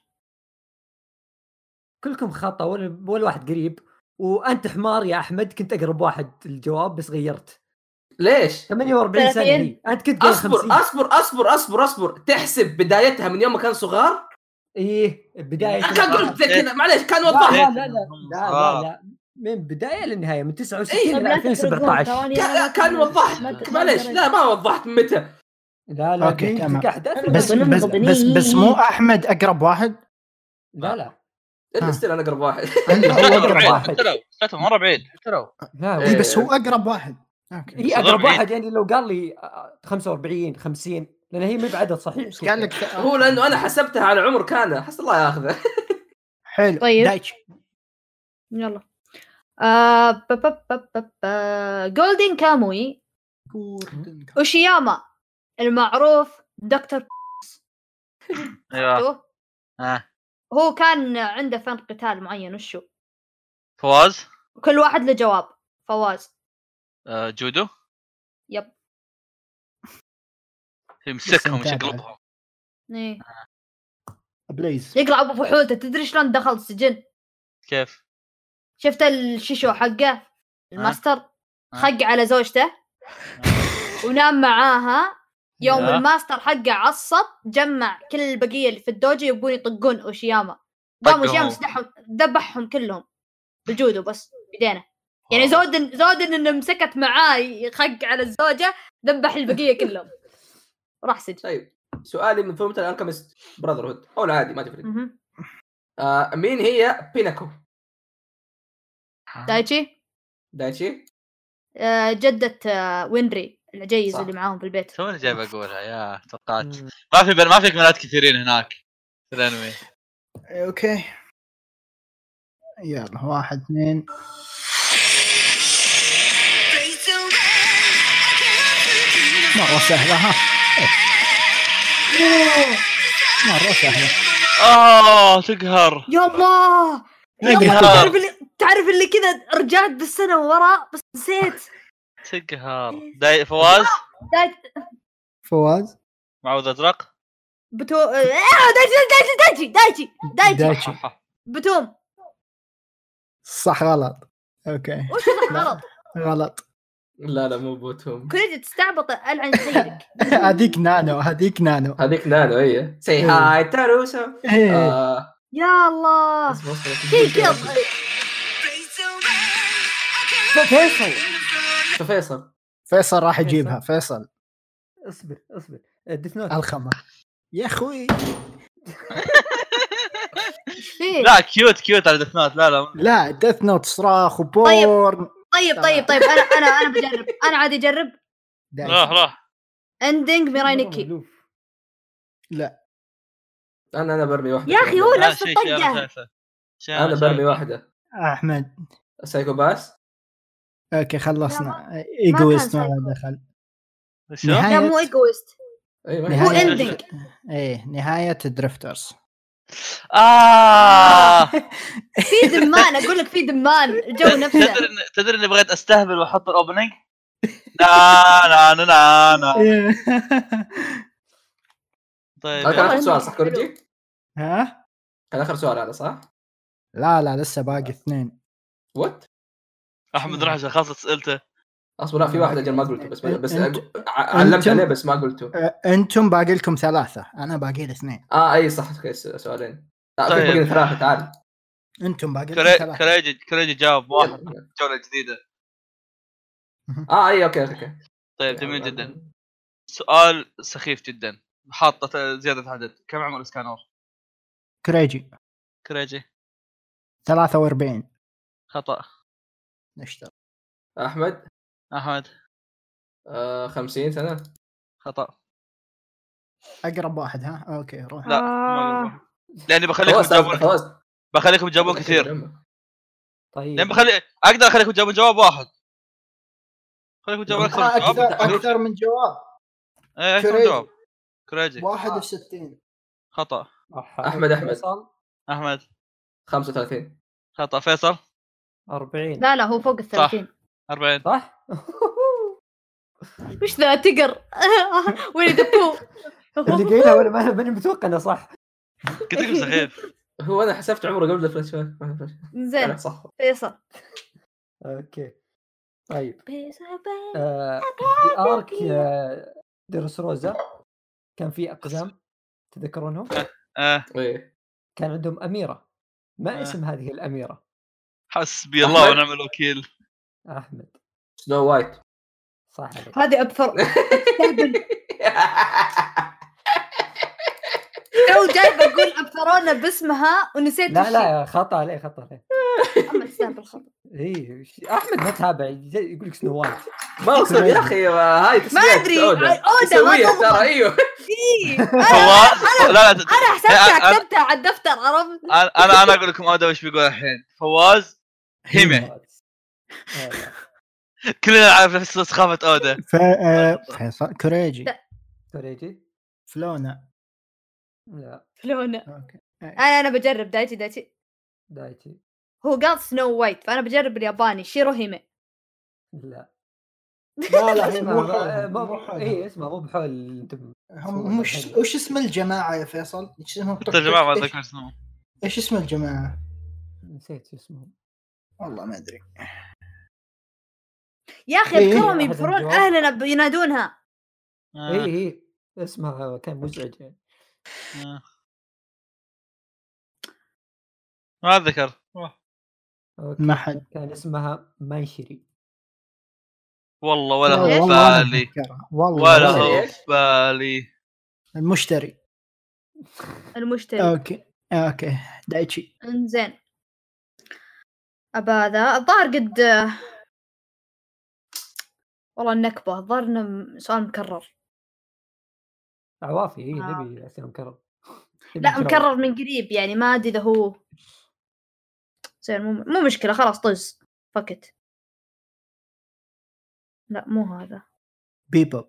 كلكم خطا ولا ولا واحد قريب، وانت حمار يا احمد، كنت اقرب واحد الجواب بس غيرت. ليش؟ ثمانية وأربعين سنه ثلاثين. هي. انت كنت قايل اصبر خمسين. اصبر اصبر اصبر اصبر تحسب بدايتها من يوم ما كان صغار. ايه بدايه كان قلت زي كذا معليش كان لا وضح. لا وضحت لا لا إنهم لا, لا, صغار. لا. من بدايه للنهايه من تسعة وستين إيه، الى ألفين وسبعة عشر. كان كان وضحت معليش. لا ما وضحت متى. لا لا أوكي، تمام. قلت احداث بس ضمن- بس ضمن- بس بس مو احمد اقرب واحد. لا لا الا ها. ستيل انا اقرب واحد. هو مره اقرب بعيد واحد. حتى لو حتى مره بعيد حتى لو. لا إيه. اي بس هو اقرب واحد. اوكي هي صغر اقرب بعيد. واحد، يعني لو قال لي آه، خمسة وأربعين خمسين لان هي مو بعدد صحيح. بس قال لك ث- هو لانه انا حسبتها على عمر كان حس الله ياخذه. حلو. طيب. دايتشي يلا. آه ب- ب- ب- ب- ب- جولدن كاموي اوشياما المعروف دكتور ايوه شوف، ها هو كان عنده فن قتال معين. وشو؟ فواز. كل واحد له جواب. فواز. آه، جودو. يب. يمسكهم بس انت يشقلبهم. ايه بليز. يقلع ابو فحولته. تدري شلون دخل السجن؟ كيف؟ شفت الشيشو حقه الماستر خق على زوجته ونام معاها. يوم آه. الماستر حقه عصب جمع كل البقيه اللي في الدوجو يبون يطقون اوشياما. قام اوشياما طقهم. سدحهم ذبحهم كلهم بجوده بس بيدينه. يعني زودن زودن انه مسكت معاه يخق على الزوجه ذبح البقيه كلهم راح سجن. طيب سؤالي من فورمة الانكمست براذر هود او العادي ما تفرق. مهم. آه مين هي بيناكو؟ دايتشي دايتشي. آه، جدة آه، وينري العجيز صح. اللي معاهم في البيت. توني جاي بقولها يا توقعت. مم. ما في ما في كمالات كثيرين هناك في الانمي. اوكي يلا واحد اثنين. مرة سهلة ها. مرة سهلة. اه تقهر يا الله يا الله. تقهر تعرف اللي تعرف اللي كذا رجعت بالسنة وراء بس نسيت. تقهر. داي فواز دايت فواز. معوذ ازرق. بتو آه دايتشي دايتشي دايتشي دايتشي دايتشي. بتوم. صح غلط. اوكي وش صح غلط؟ غلط. لا لا مو بوتهم. كريدي تستعبط العن سيدك. هذيك نانو هذيك نانو. هذيك نانو هي سي إيه. هاي تاروسو. إيه. آه، يا الله اسمه- اسمه- شيء كذا. فيصل. فيصل. فيصل راح يجيبها. فيصل اصبر اصبر ديث نوت. الخمر يا اخوي. فيه؟ لا كيوت كيوت على ديث نوت. لا لا لا ديث نوت صراخ وبورن. طيب طيب طيب انا انا انا بجرب. انا عادي اجرب. راح راح. اندنج ميراينيكي. لا انا انا برمي واحده. يا اخي هو لا نفس شيء شيء انا الطقه. شايفه. شيء انا برمي واحده. احمد. سايكو باس. اوكي خلصنا. كان ايجويست ما سايكو. له دخل. شو؟ نهاية- لا مو ايجويست. ايوه هو نهاية اندنج. ايه نهاية دريفترز. آه في دمان، اقول لك في دمان الجو نفسه. تدري إن- تدري اني بغيت استهبل واحط الاوبننج. لا لا لا لا لا. طيب هذا كان يلا. اخر سؤال صح كوريجي؟ ها كان اخر سؤال هذا صح؟ لا لا لسه باقي اثنين. وات؟ احمد راح عشان خلص اسئلته. اصبر لا في واحد اجل ما قلته بس بس أنت- ع- علمت أنتم- عليه بس ما قلته. أه، انتم باقي لكم ثلاثة، انا باقي لي اثنين. اه اي صح كويس سؤالين. لا طيب. كيف باقي ثلاثة تعال. انتم باقي لكم كري... ثلاثة. كريجي كريجي جاوب واحد يلا. جولة جديدة. اه اي اوكي اوكي. طيب جميل جدا. سؤال سخيف جدا حاطة زيادة عدد. كم عمر اسكانور؟ كريجي كريجي ثلاثة وأربعين. خطأ. نشتغل. احمد احمد آه خمسين سنة. خطأ. اقرب واحد ها اوكي روح. لا ما أقول. لاني بخليكم فوزت تجاوبون فوزت. بخليكم تجاوبون كثير. طيب لان بخلي اقدر اخليكم تجاوبون جواب واحد. خليكم تجاوبون اكثر من جواب. اكثر اكثر من جواب. ايه اكثر من كريجي. جواب. كريجي واحد وستين. خطأ. أحمد أحمد. فيصل احمد خمسة وثلاثين. خطأ. فيصل أربعين. لا لا هو فوق الثلاثين. أربعين. صح. وش ذا تقر؟ وين دبو؟ اللي قايلها وانا ما- ماني متوقع انه صح. قلت لكم سخيف. هو انا حسبت عمره قبل الفلاش باك. ما أدري. زين لا، صح. فيصل. اوكي طيب فيصل. آه، في ارك آه، ديروس روزا كان في اقزام تذكرونهم؟ اه ايه كان عندهم اميره، ما آه. اسم هذه الاميره؟ حسبي الله أحمد. ونعم الوكيل. احمد سنو وايت. صح عليك. هذه ابثر. تو جاي بقول ابثرونا باسمها ونسيت لا الشيء. لا خطا عليه خطا عليه. اما تستاهل الخطا. اي وش- احمد ما تابع يقول لك سنو وايت. ما اقصد يا اخي هاي ما تسمية ادري أودا. اودا ما تسويها تضمن. ترى ايوه. إيه. انا فواز لا لا انا حسبتها أنا- كتبتها على الدفتر عرفت. انا انا اقول لكم اودا وش بيقول الحين. فواز هيمه. آه، كلنا نعرف نفس سخافه اودا. ف... آه، فيصل كريجي. توريجي فلونا. لا فلونا. اوكي. انا انا بجرب دايتي دايتي. دايتي هو قال سنو وايت فانا بجرب الياباني شيروهيمي. لا. لا لا هي اسمه مو ما- حولهم، ما- مو حولهم. اي اسمه مو بحول انتم. هم مش وش اسم الجماعة يا فيصل؟ ايش اسمهم؟ انت يا جماعه ما إيش- اتذكر اسمه. ايش اسم الجماعة؟ نسيت شو اسمهم. والله ما ادري. يا اخي إيه. اذكرهم أحد يبثرون الجواب. اهلنا بينادونها. آه. اي اي اسمها كان مزعج يعني. آه. ما اتذكر. أوكي. ما حد. كان اسمها مايشري. والله ولا هو والله ما بالي. أتذكرها. والله ولا والله. هو إيش؟ بالي. المشتري. المشتري. اوكي اوكي دايتشي. انزين. ابا ذا الظاهر قد والله النكبة الظاهر انه سؤال مكرر. عوافي اي آه. نبي اسئله مكرر. لا مكرر من قريب يعني ما ادري اذا هو زين مو مو مشكلة خلاص طز فكت. لا مو هذا. بيبوب.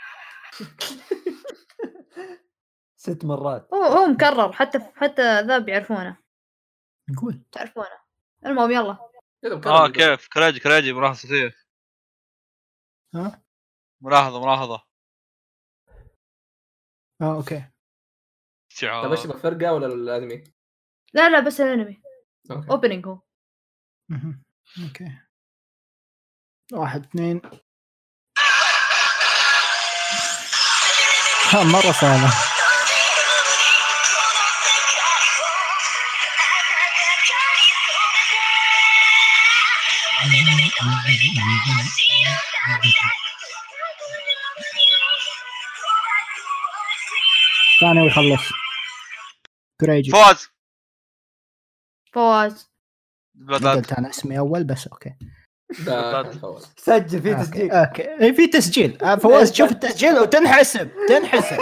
ست مرات. هو هو مكرر حتى حتى ذا بيعرفونه نقول تعرفونه. المهم يلا. اه كيف كراجي كراجي ملاحظه سريه. ها ملاحظه ملاحظه. اه اوكي. طيب ايش تبغى فرقة ولا الانمي؟ لا لا بس الانمي اوكي. اوبننج هو. مهم. اوكي واحد اثنين. ها مرة سهلة. ثاني ويخلص. كريجي. فواز. فواز. قلت انا اسمي اول بس اوكي. لا كان فوز. سجل في اوكي تسجيل. اوكي إيه، في تسجيل. آه، فواز شوف التسجيل وتنحسب تنحسب.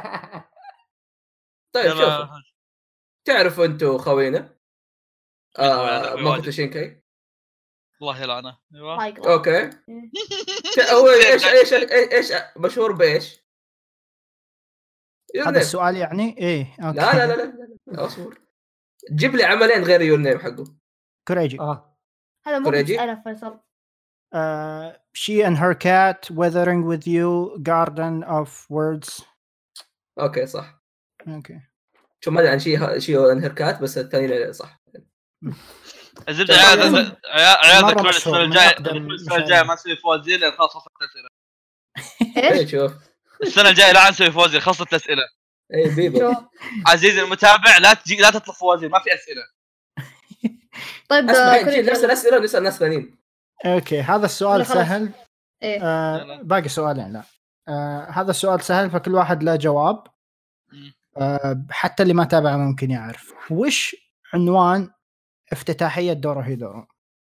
طيب يلا. شوفوا تعرفوا انتوا خوينا آه خوينا. ماكوتو شينكاي. الله يلعنه. ايوه. هاي كلاس. اوكي ت- هو ايش ايش ايش ايش مشهور بايش؟ هذا السؤال يعني ايه أوكي. لا لا لا لا, لا. اصبر جيب لي عملين غير يور نيم حقه. كوريجي. اه هذا مو كوريجي؟ مسألة فيصل. Uh, she and her cat weathering with you garden of words. اوكي صح. اوكي شو ما ادري عن شيء شيء انهركات بس الثاني صح. الزبده عيال عيال مرة ذكروني مشهور، السنه من الجايه أقدم السنه الجايه ما نسوي فوازير لان خلاص خلصت الاسئله. ايه ايش؟ شوف السنه الجايه لا نسوي فوازير خلصت الاسئله. ايه بيبو شو؟ عزيزي المتابع لا تجي لا تطلب فوازير ما في اسئله. طيب اسمع آه، نجيب كوريجي نفس الاسئله ونسال ناس ثانيين. اوكي هذا السؤال ولا خلاص؟ سهل. ايه آه باقي سؤالين. لا آه هذا السؤال سهل فكل واحد له جواب. آه حتى اللي ما تابع ممكن يعرف. وش عنوان افتتاحية دورو هيدورو؟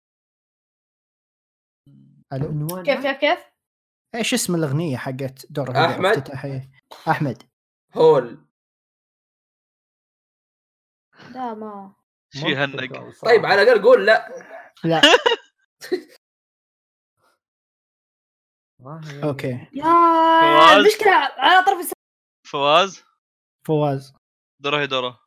الو عنوان كيف كيف كيف؟ ايش اسم الاغنية حقت دورو هيدورو أحمد. افتتاحية؟ احمد. هول. لا ما شي هنق. طيب على الاقل قول لا. لا والله يعني- اوكي يا فواز. المشكلة على طرف الس... فواز فواز. دوره دوره.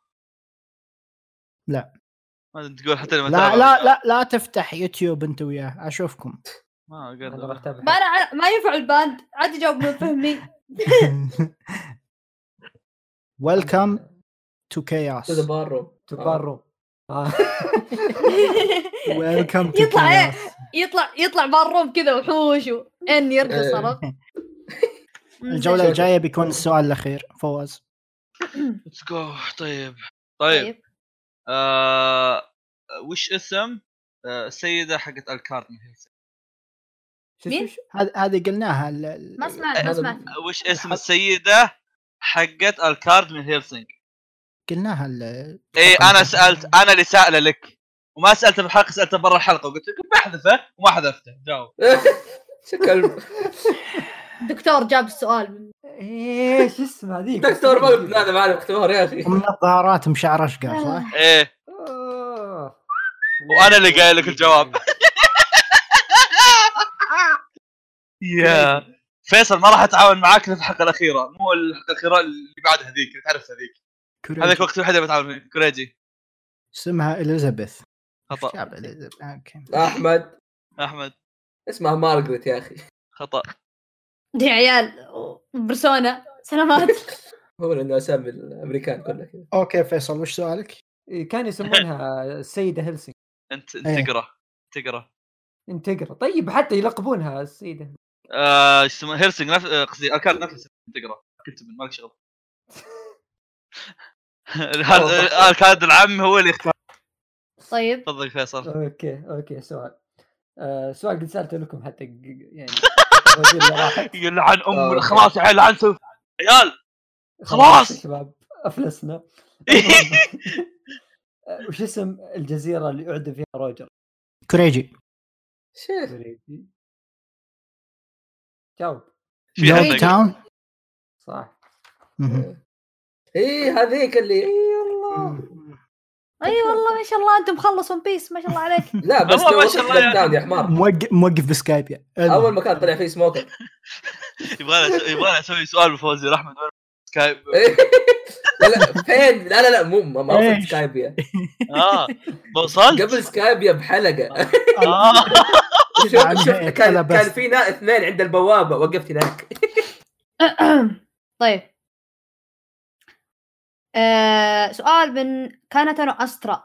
لا ما تقول حتى لما لا لا لا لا تفتح يوتيوب انت وياه اشوفكم. ما أنا قدر. بتابع. ما أنا ع- ما ينفع الباند عاد يجاوب من فهمي. Welcome to تو chaos. ذا بارو. تبارو آه. Welcome to يطلع ايه chaos. يطلع يطلع بالروم كذا وحوش ان يرقص عرفت. الجولة الجاية بيكون السؤال الأخير. فواز. ليتس جو. طيب طيب طيب آه... وش اسم آه... السيده حقت الكارد من هيلسنج؟ شو مين؟ شو شو هذه هذه قلناها ال- ال- ما سمعت ما هذا- سمعت. وش اسم السيده حقت الكارد من هيلسنج؟ قلناها ال- ايه انا سالت انا اللي سائله لك وما سالته في الحلقه سالته برا الحلقه وقلت لك بحذفه وما حذفته. جاوب. شكل دكتور جاب السؤال. ايش اسمه هذيك؟ دكتور ما قلت هذا معنا دكتور يا اخي. من الظاهرات مشعر اشقر صح؟ ايه آه. وانا اللي قايل لك الجواب. يا فيصل ما راح اتعاون معاك في الحلقه الاخيره مو الحلقه الاخيره اللي بعدها ذيك اللي تعرف هذيك. كوريجي. هذاك وقت الوحيد اللي بتعاون فيه. كوريجي اسمها اليزابيث. خطا. جاب إليزابيث. اوكي. احمد احمد اسمها مارغريت يا اخي. خطا. دي عيال برسونا سلامات. هو لانه اسامي الامريكان كلها كذا. اوكي فيصل وش سؤالك؟ إيه، كان يسمونها السيدة هيلسنج. انت إيه. انت تقرا تقرا انت تقرا. طيب حتى يلقبونها السيدة. آه، ايش اسمه هيرسنج نفس آه، قصدي الكارد نفس تقرا كنت من مالك شغل. هذا الكارد العام هو اللي اختار. طيب تفضل فيصل. اوكي اوكي سؤال آه سؤال قد سالته لكم حتى ج- يعني الوزير اللي راحت. يلعن ام آه. خلاص يا عيال لعن سوف عيال خلاص. يا شباب افلسنا. المهم، آه، وش اسم الجزيرة اللي أعدم فيها روجر؟ كوريجي. شيخ جاوب. في يورك عندك. تاون. صح. مهم. ايه هذيك اللي اي والله. اي والله ما شاء الله انت مخلص ون بيس ما شاء الله عليك. لا بس والله لو ما وصلت شاء الله يا داون يا حمار. موقف موقف بسكايب يا اول مكان طلع فيه سموكر. يبغى يبغى اسوي سؤال بفوزي احمد سكايب. لا لا فين لا لا لا مو ما ما وصلت إيش؟ سكايبيا. اه وصلت قبل سكايبيا بحلقه. اه شوف يعني شوف هي كذا كان بس. كان في نا- اثنين عند البوابه وقفت هناك. طيب آه سؤال من كانتانو أسترا.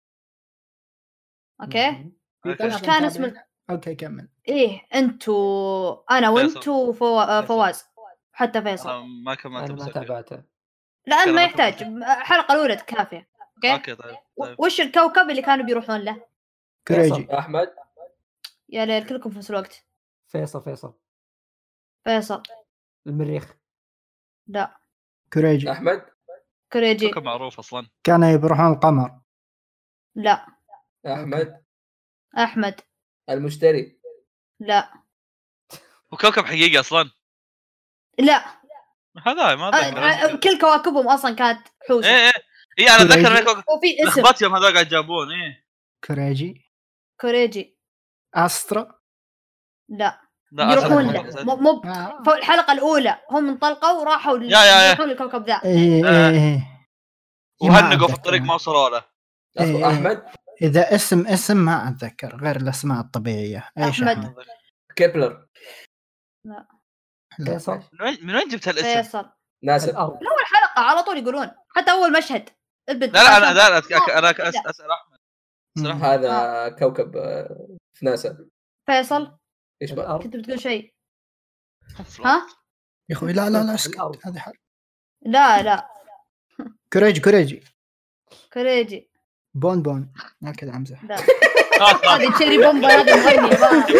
اوكي مهم. وش كان اسم ال- اوكي كمل. ايه انتوا انا وانتوا فو... آه، فواز حتى فيصل. آه، ما كملت أنا ما بس تابعته. لان ما كلام يحتاج الحلقه الاولى كافيه. اوكي اوكي طيب طيب وش الكوكب اللي كانوا بيروحون له؟ كوريجي. احمد يا ليل كلكم في نفس الوقت. فيصل فيصل فيصل المريخ. لا كوريجي. احمد كوريجي كوكب معروف اصلا. كانوا بيروحون القمر. لا احمد احمد المشتري. لا وكوكب حقيقي اصلا لا هذا ما آه، آه، ادري. كل كواكبهم اصلا كانت حوسه. ايه ايه ايه انا اتذكر كوريجي. إنه كوكب وفي اسم لخبطت يوم هذول قاعد جابون ايه. كوريجي. كوريجي. استرا. لا لا يروحون أسد. له مو مو آه. فوق الحلقة الأولى هم انطلقوا وراحوا يا- يا. يروحون للكوكب ذا. إيه آه. إيه إيه. وهنقوا في الطريق ما وصلوا له. اصبر إيه. احمد إذا اسم اسم ما أتذكر غير الأسماء الطبيعية. إيش أحمد. أحمد؟ كيبلر لا. فيصل من وين من وين جبت هالاسم؟ فيصل ناسا الارض. من أول حلقة على طول يقولون حتى أول مشهد البنت لا لا انا عشان- لا لا أتك- انا أس- اسال احمد. مم. أسأل هذا كوكب آه، في ناسا فيصل ايش بقى الارض. كنت بتقول شيء أحمد. ها؟ يا أخوي لا لا لا اسكت الأرض. هذا حل. لا لا كوريجي كوريجي كريجي بون بون هكذا أمزح. لا خلاص خلاص. هذه تشيري بومبا هذا مغني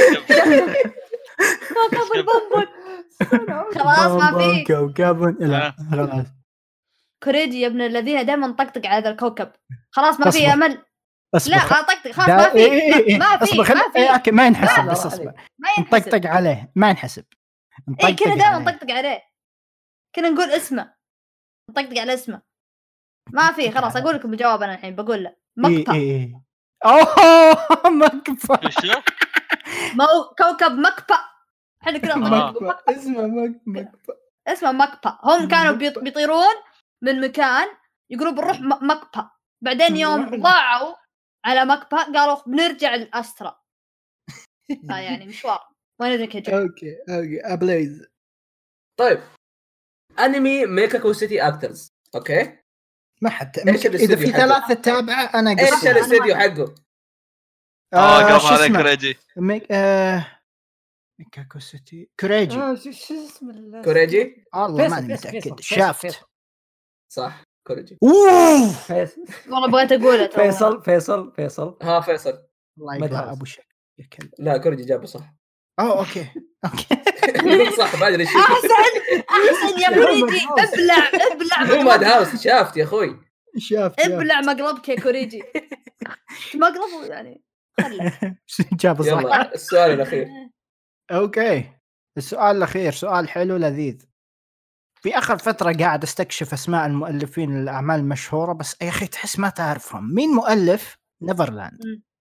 كوكب البومبون خلاص ما في كوكب لا آه. خلاص. كوريجي يا ابن الذين دائما طقطق على هذا الكوكب خلاص ما في أصبر. امل اصبر لا خ- خلاص طقطق خلاص دا- ما في إيه إيه إيه. ما في اصبر خل... ما في إيه أوكي ما ينحسب لا، بس لا، اصبر ما ينحسب نطقطق عليه ما ينحسب اي نطقطق كنا دائما عليه. نطقطق عليه كنا نقول اسمه نطقطق على اسمه ما في خلاص اقول لكم الجواب انا الحين بقول له إيه مقطع إيه إيه. اوه مكفى وشو؟ مو كوكب مكبأ احنا كنا نطقطق مكفى اسمه مك- مكفى. اسمه مكبأ هم كانوا مكبأ. بيط- بيطيرون من مكان يقولوا بنروح م- مكبأ بعدين يوم نروح- ضاعوا على مكبأ قالوا بنرجع لأسترا يعني مشوار ما ندري كيف اوكي اوكي ابليز. طيب انمي ميكاكو سيتي اكترز اوكي ما حد إيش اذا الاستوديو في حقه؟ ثلاثة تابعة انا ايش قصة الاستديو حقه؟ اه آه قام شو عليك اسمه ريجي. ميك آه ميكاكو سيتي كوريجي. آه، شو شو اسم ال- كوريجي الله فيصل، ماني فيصل، متأكد. فيصل، شافت فيصل. صح كوريجي اوه فيصل والله بغيت اقوله تو. فيصل فيصل فيصل ها فيصل الله مدهوس. يقلع ابو شك يا كلب. لا كوريجي جابه صح اوه اوكي اوكي يقول صح ما ادري ايش احسن احسن يا كوريجي ابلع ابلع مو مقلبك ماد شافت يا اخوي شافت ابلع مقلبك يا كوريجي مقلبه يعني خله جاب صح. يلا السؤال الاخير اوكي السؤال الاخير سؤال حلو لذيذ. في اخر فتره قاعد استكشف اسماء المؤلفين للاعمال المشهوره بس يا اخي تحس ما تعرفهم. مين مؤلف نيفرلاند؟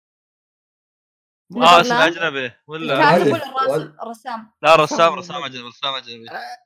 اه اسم نيفرلاند؟ اجنبي ولا؟ الكاتب مؤلف. ولا الراسم الرسام لا رسام رسام اجنبي رسام اجنبي.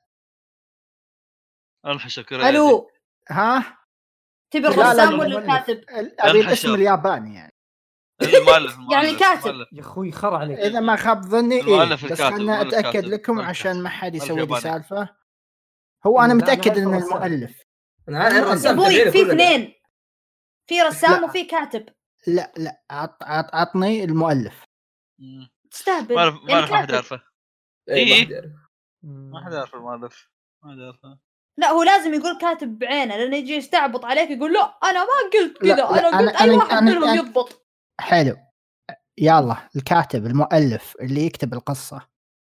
انحشر كوريجي. الو ها تبي لا، لا، الرسام لا، ولا مؤلف. الكاتب ابي الحشر. الاسم الياباني يعني المؤلف يعني المؤلف، الكاتب. المؤلف. يا اخوي خر عليك. اذا ما خاب ظني إيه. المؤلف بس الكاتب، خلنا المؤلف اتاكد الكاتب، لكم المؤلف عشان ما الكاتب. حد المؤلف يسوي لي الياباني. سالفه. هو انا لا، متاكد أنا ان أعرف الرسام. المؤلف انا عارف يا الرسام ابوي تبعينه في كلنا. اثنين في رسام لا. وفي كاتب لا لا عط عط عطني المؤلف. مم. تستهبل ما اعرف ما يعني اعرف ما حد كاتب. يعرفه. إيه، ما إيه. حد يعرف. ما حد يعرف المؤلف. ما حد يعرفه. لا هو لازم يقول كاتب بعينه لانه يجي يستعبط عليك يقول لا انا ما قلت لا، كذا لا، انا قلت أنا- اي أنا- واحد أنا- منهم أنا- يضبط حلو يلا الكاتب المؤلف اللي يكتب القصه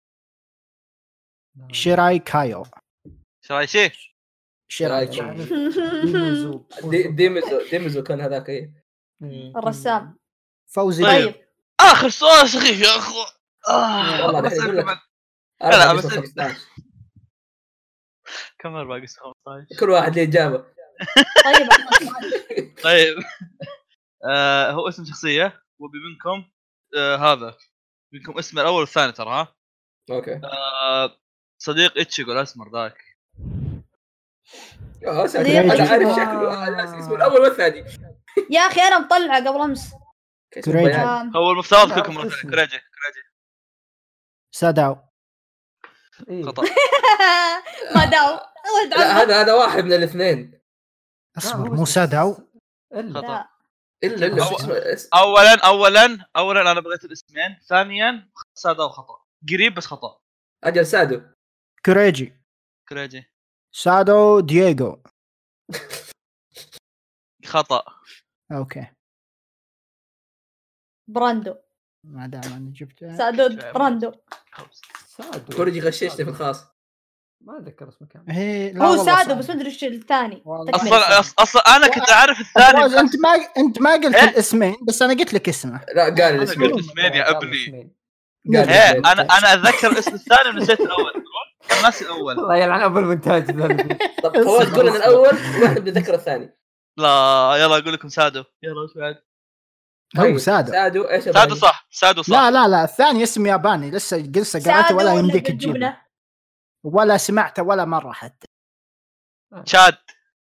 شيراي كايو. ايش رايك شيء؟ شيراي شيراي كايو. ديموزو. دي- ديمزو ديمزو كان هذاك ايه إيه. الرسام فوزي. طيب. طيب اخر سؤال سخيف يا اخو. آه. والله بس دحين يقول لك كمل أربعة لا، بس بس- خمسة عشر. كمل باقي خمسطعش. كل واحد له اجابه طيب طيب آه هو اسم شخصيه وبي منكم آه هذا منكم اسمه الاول والثاني ترى ها. اوكي آه صديق اتشيغو الاسمر ذاك. اه ساتر، ليه انا تجيبه؟ عارف شكله أنا ناسي اسمه الاول والثاني يا اخي انا مطلعه قبل امس اسمه كريجي. بيان. آم، هو المفترض لا، كلكم اسمه. كراجي كراجي ساداو. إيه. خطا. ما داو ولد لا عمه. هذا هذا واحد من الاثنين لا، اصبر هو مو اسمه- ساداو. إلا. خطا. لا. الا الا أو- اسمه اس- اولا اولا اولا انا بغيت الاسمين. ثانيا سادة خطا قريب بس خطا. اجل سادو كوريجي. كراجي سادو دييغو. خطا. اوكي براندو ما دام انا جبته. سادود براندو سادو. كوريجي غششته في الخاص ما اتذكر اسمه كامل. هي لا هو والله سادو صعب. بس ما ادري ايش الثاني والله. تكمل. اصلا أص- اصلا انا كنت اعرف الثاني. فواز، انت ما انت ما قلت إيه؟ الاسمين بس انا قلت لك اسمه. لا قال انا الاسم قلت اسمين يا ابني. اسمين. قال ايه الاسم. انا انا اتذكر الاسم الثاني ونسيت الاول. انا ناسي الاول. الله يلعن ابو المونتاج ذا. طب فواز قول لنا الاول واحنا بنتذكر الثاني. لا يلا اقول لكم سادو. يلا وش بعد؟ هو سادو. سادو ايش سادو صح سادو صح. لا لا لا الثاني اسم ياباني لسه قلسه قرأته ولا يمديك تجيبه ولا سمعته ولا مره حتى. تشاد.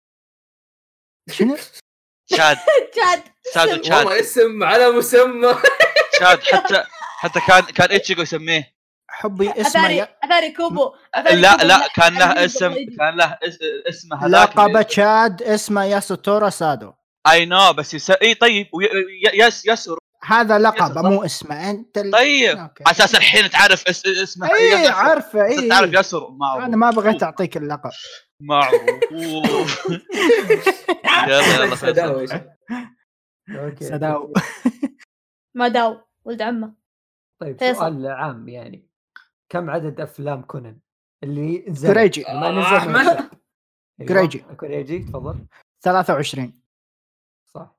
شنو تشاد تشاد سادو تشاد والله اسم على مسمى. تشاد حتى حتى كان كان ايتشيغو يسميه حبي اسمه اثاري ي... اثاري كوبو. لا لا كان له اسم كان له اسم هذاك لقب تشاد اسمه ياسوتورو سادو. اي نو بس يس... اي طيب وي... يس يسر هذا لقب مو اسمه انت ال... طيب أوكي. على اساس الحين تعرف اس... اسمه اي عارفه اي تعرف يسر معروف. انا ما بغيت اعطيك اللقب معروف. يلا يلا سداو ايش اوكي سداو. ما داو ولد عمه. طيب فيصل. سؤال عام يعني كم عدد افلام كونان اللي نزل كوريجي. ما نزل أحمد. ما نزل؟ أيوة. كوريجي. كوريجي تفضل. ثلاثة وعشرين. صح.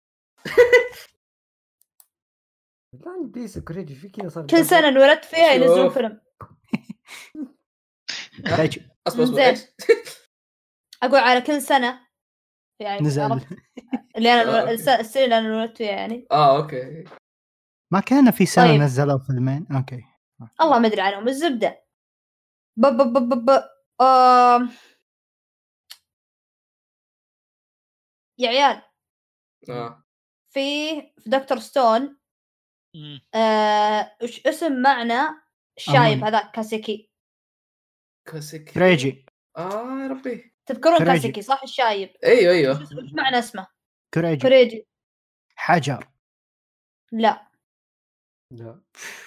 لا بيس كوريجي في كذا صار كل سنه انولدت فيها ينزلون شوف. فيلم. كوريجي اصبر اصبر زين. ايش اقول على كل سنه يعني نزل. عرفت؟ اللي انا آه، الو- الس- السنه اللي انا انولدت فيها يعني. اه اوكي. ما كان في سنة طيب. نزلوا فيلمين. اوكي الله ما ادري عنهم الزبده. ب ب ب ب ب آم. يا عيال اه في في دكتور ستون مم. آه، وش اسم معنى الشايب أمون. هذاك كاسيكي؟ كاسيكي. كوريجي. اه يا ربي. تذكرون كوريجي. كاسيكي صح الشايب؟ ايوه وش ايوه. وش معنى اسمه؟ كوريجي كوريجي. حجر. لا لا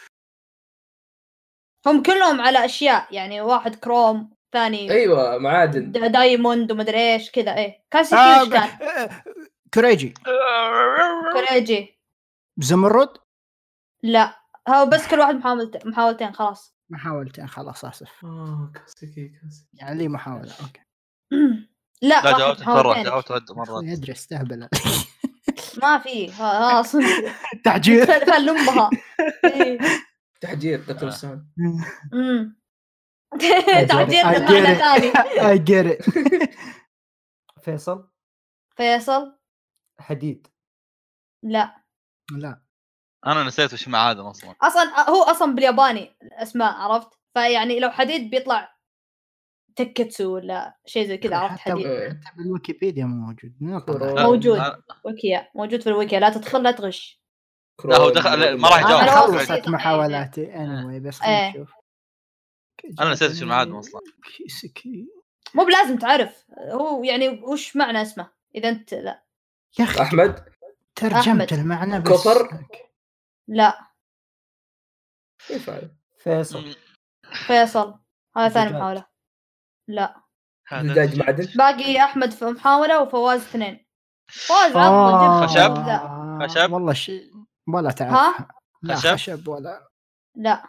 هم كلهم على اشياء يعني واحد كروم ثاني ايوه معادن. دا- دايموند ومدري ايش كذا. ايه كاسيكي آه، وش كان؟ آه، كوريجي كوريجي. زمرد. لا هو بس كل واحد محاولتين محاولتين خلاص. محاولتين خلاص اسف اه كاسيكي كاسيكي. يعني لي محاولة. اوكي لا لا واحد جاوبت مرة محاولتين. جاوبت عدة مرات. يدري استهبل. ما في ها ها صدق تعجيل. خل امها. إيه. تحجير دكتور سان. امم I تعجيل get it. بمعنى ثاني. I get it. فيصل فيصل. حديد. لا لا انا نسيت وش معادن اصلا. اصلا هو اصلا بالياباني الاسماء عرفت فيعني لو حديد بيطلع تكتسو ولا شيء زي كذا عرفت. حتى حديد حتى بالويكيبيديا موجود. نطلع. لا، موجود. لا. ويكيا موجود في الويكيا لا تدخل لا تغش. لا، هو دخل- لا، ما راح يجاوب. انا أنا واثق خلصت فيه. محاولاتي anyway بس خلينا إيه. نشوف. انا نسيت وش المعادن اصلا. كيسكي. مو بلازم تعرف هو يعني وش معنى اسمه اذا انت لا. يا اخي احمد. ترجمت أحمد. المعنى بس. كفر. لا كيف هذا؟ فيصل. فيصل هذا ثاني زجاج. محاولة. لا زجاج معدن. باقي احمد في محاولة وفواز اثنين. فواز عضل آه. جبت خشب؟ لا خشب؟ والله شيء ولا تعرف. ها؟ لا خشب؟ خشب ولا لا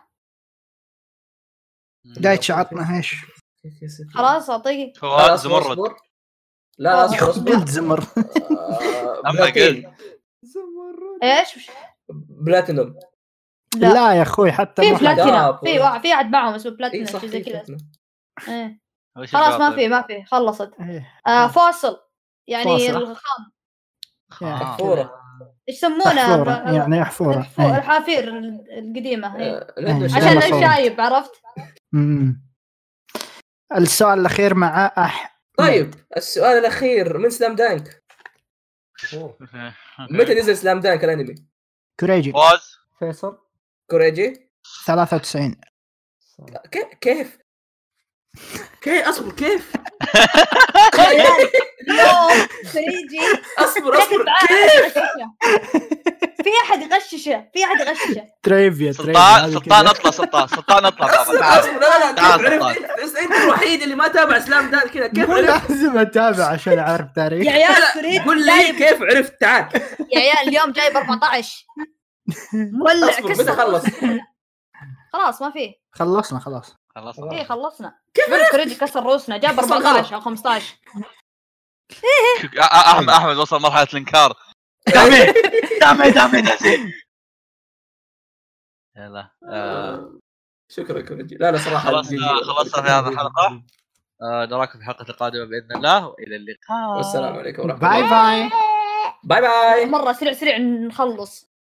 دايتش عطنا ايش. خلاص اعطيك. فواز زمرد. لا لا اصبر اصبر. قلت زمر. آه، أما بلاتين. قلت. ايش وش- بلاتينوم. لا, لا يا اخوي حتى في مو حد- بلاتينا لا، في واحد في واحد معهم اسمه اي بلاتينا صح شيء زي في كذا. بلاتينوم. ايه وش خلاص ما الباطل؟ في ما في خلصت. إيه. آه فاصل يعني فاصل. الخام آه. حفورة. ايش يسمونه حفورة ب- يعني حفورة. الحفو- إيه. الحافير القديمة إيه. آه، لا، إيه. عشان عشان مصور. الشايب عرفت. أمم. السؤال الأخير مع أح. طيب السؤال الاخير من سلام دانك. متى نزل سلام دانك الانمي؟ كوريجي فواز فيصل. كوريجي. ثلاثة وتسعين. كيف كيف كيف اصبر كيف اليوم فريجي اصبر شكل اصبر تعال كيف يغششه. في احد يغششه في احد يغششه. تريفيا سلطان سلطان اطلع سلطان سلطان اطلع بابا. اصبر لا لا تعال كيف سلطان. عرفت انت انت الوحيد اللي ما تابع سلام دانك كذا كيف مو عرفت؟ لازم أتابع عشان أعرف تاريخ. يا عيال فريد قول لي جايب كيف عرفت تعال. يا عيال اليوم جايب أربعتاشر مولع اصبر متى كسر. خلص؟ خلاص ما فيه. خلصنا خلاص. خلاص ايه خلصنا. كيف كيف فريد كسر روسنا جاب أصلاً أربعتاشر او خمستاشر. احمد احمد وصل مرحله الانكار. دامي دامي دامي دامي. يلا آه، شكرا كوريجي. لا لا صراحه خلصنا خلصنا في هذه الحلقه. آه، نراكم في الحلقه القادمه باذن الله والى اللقاء. والسلام عليكم ورحمه الله. باي باي. باي باي. مره سريع سريع نخلص.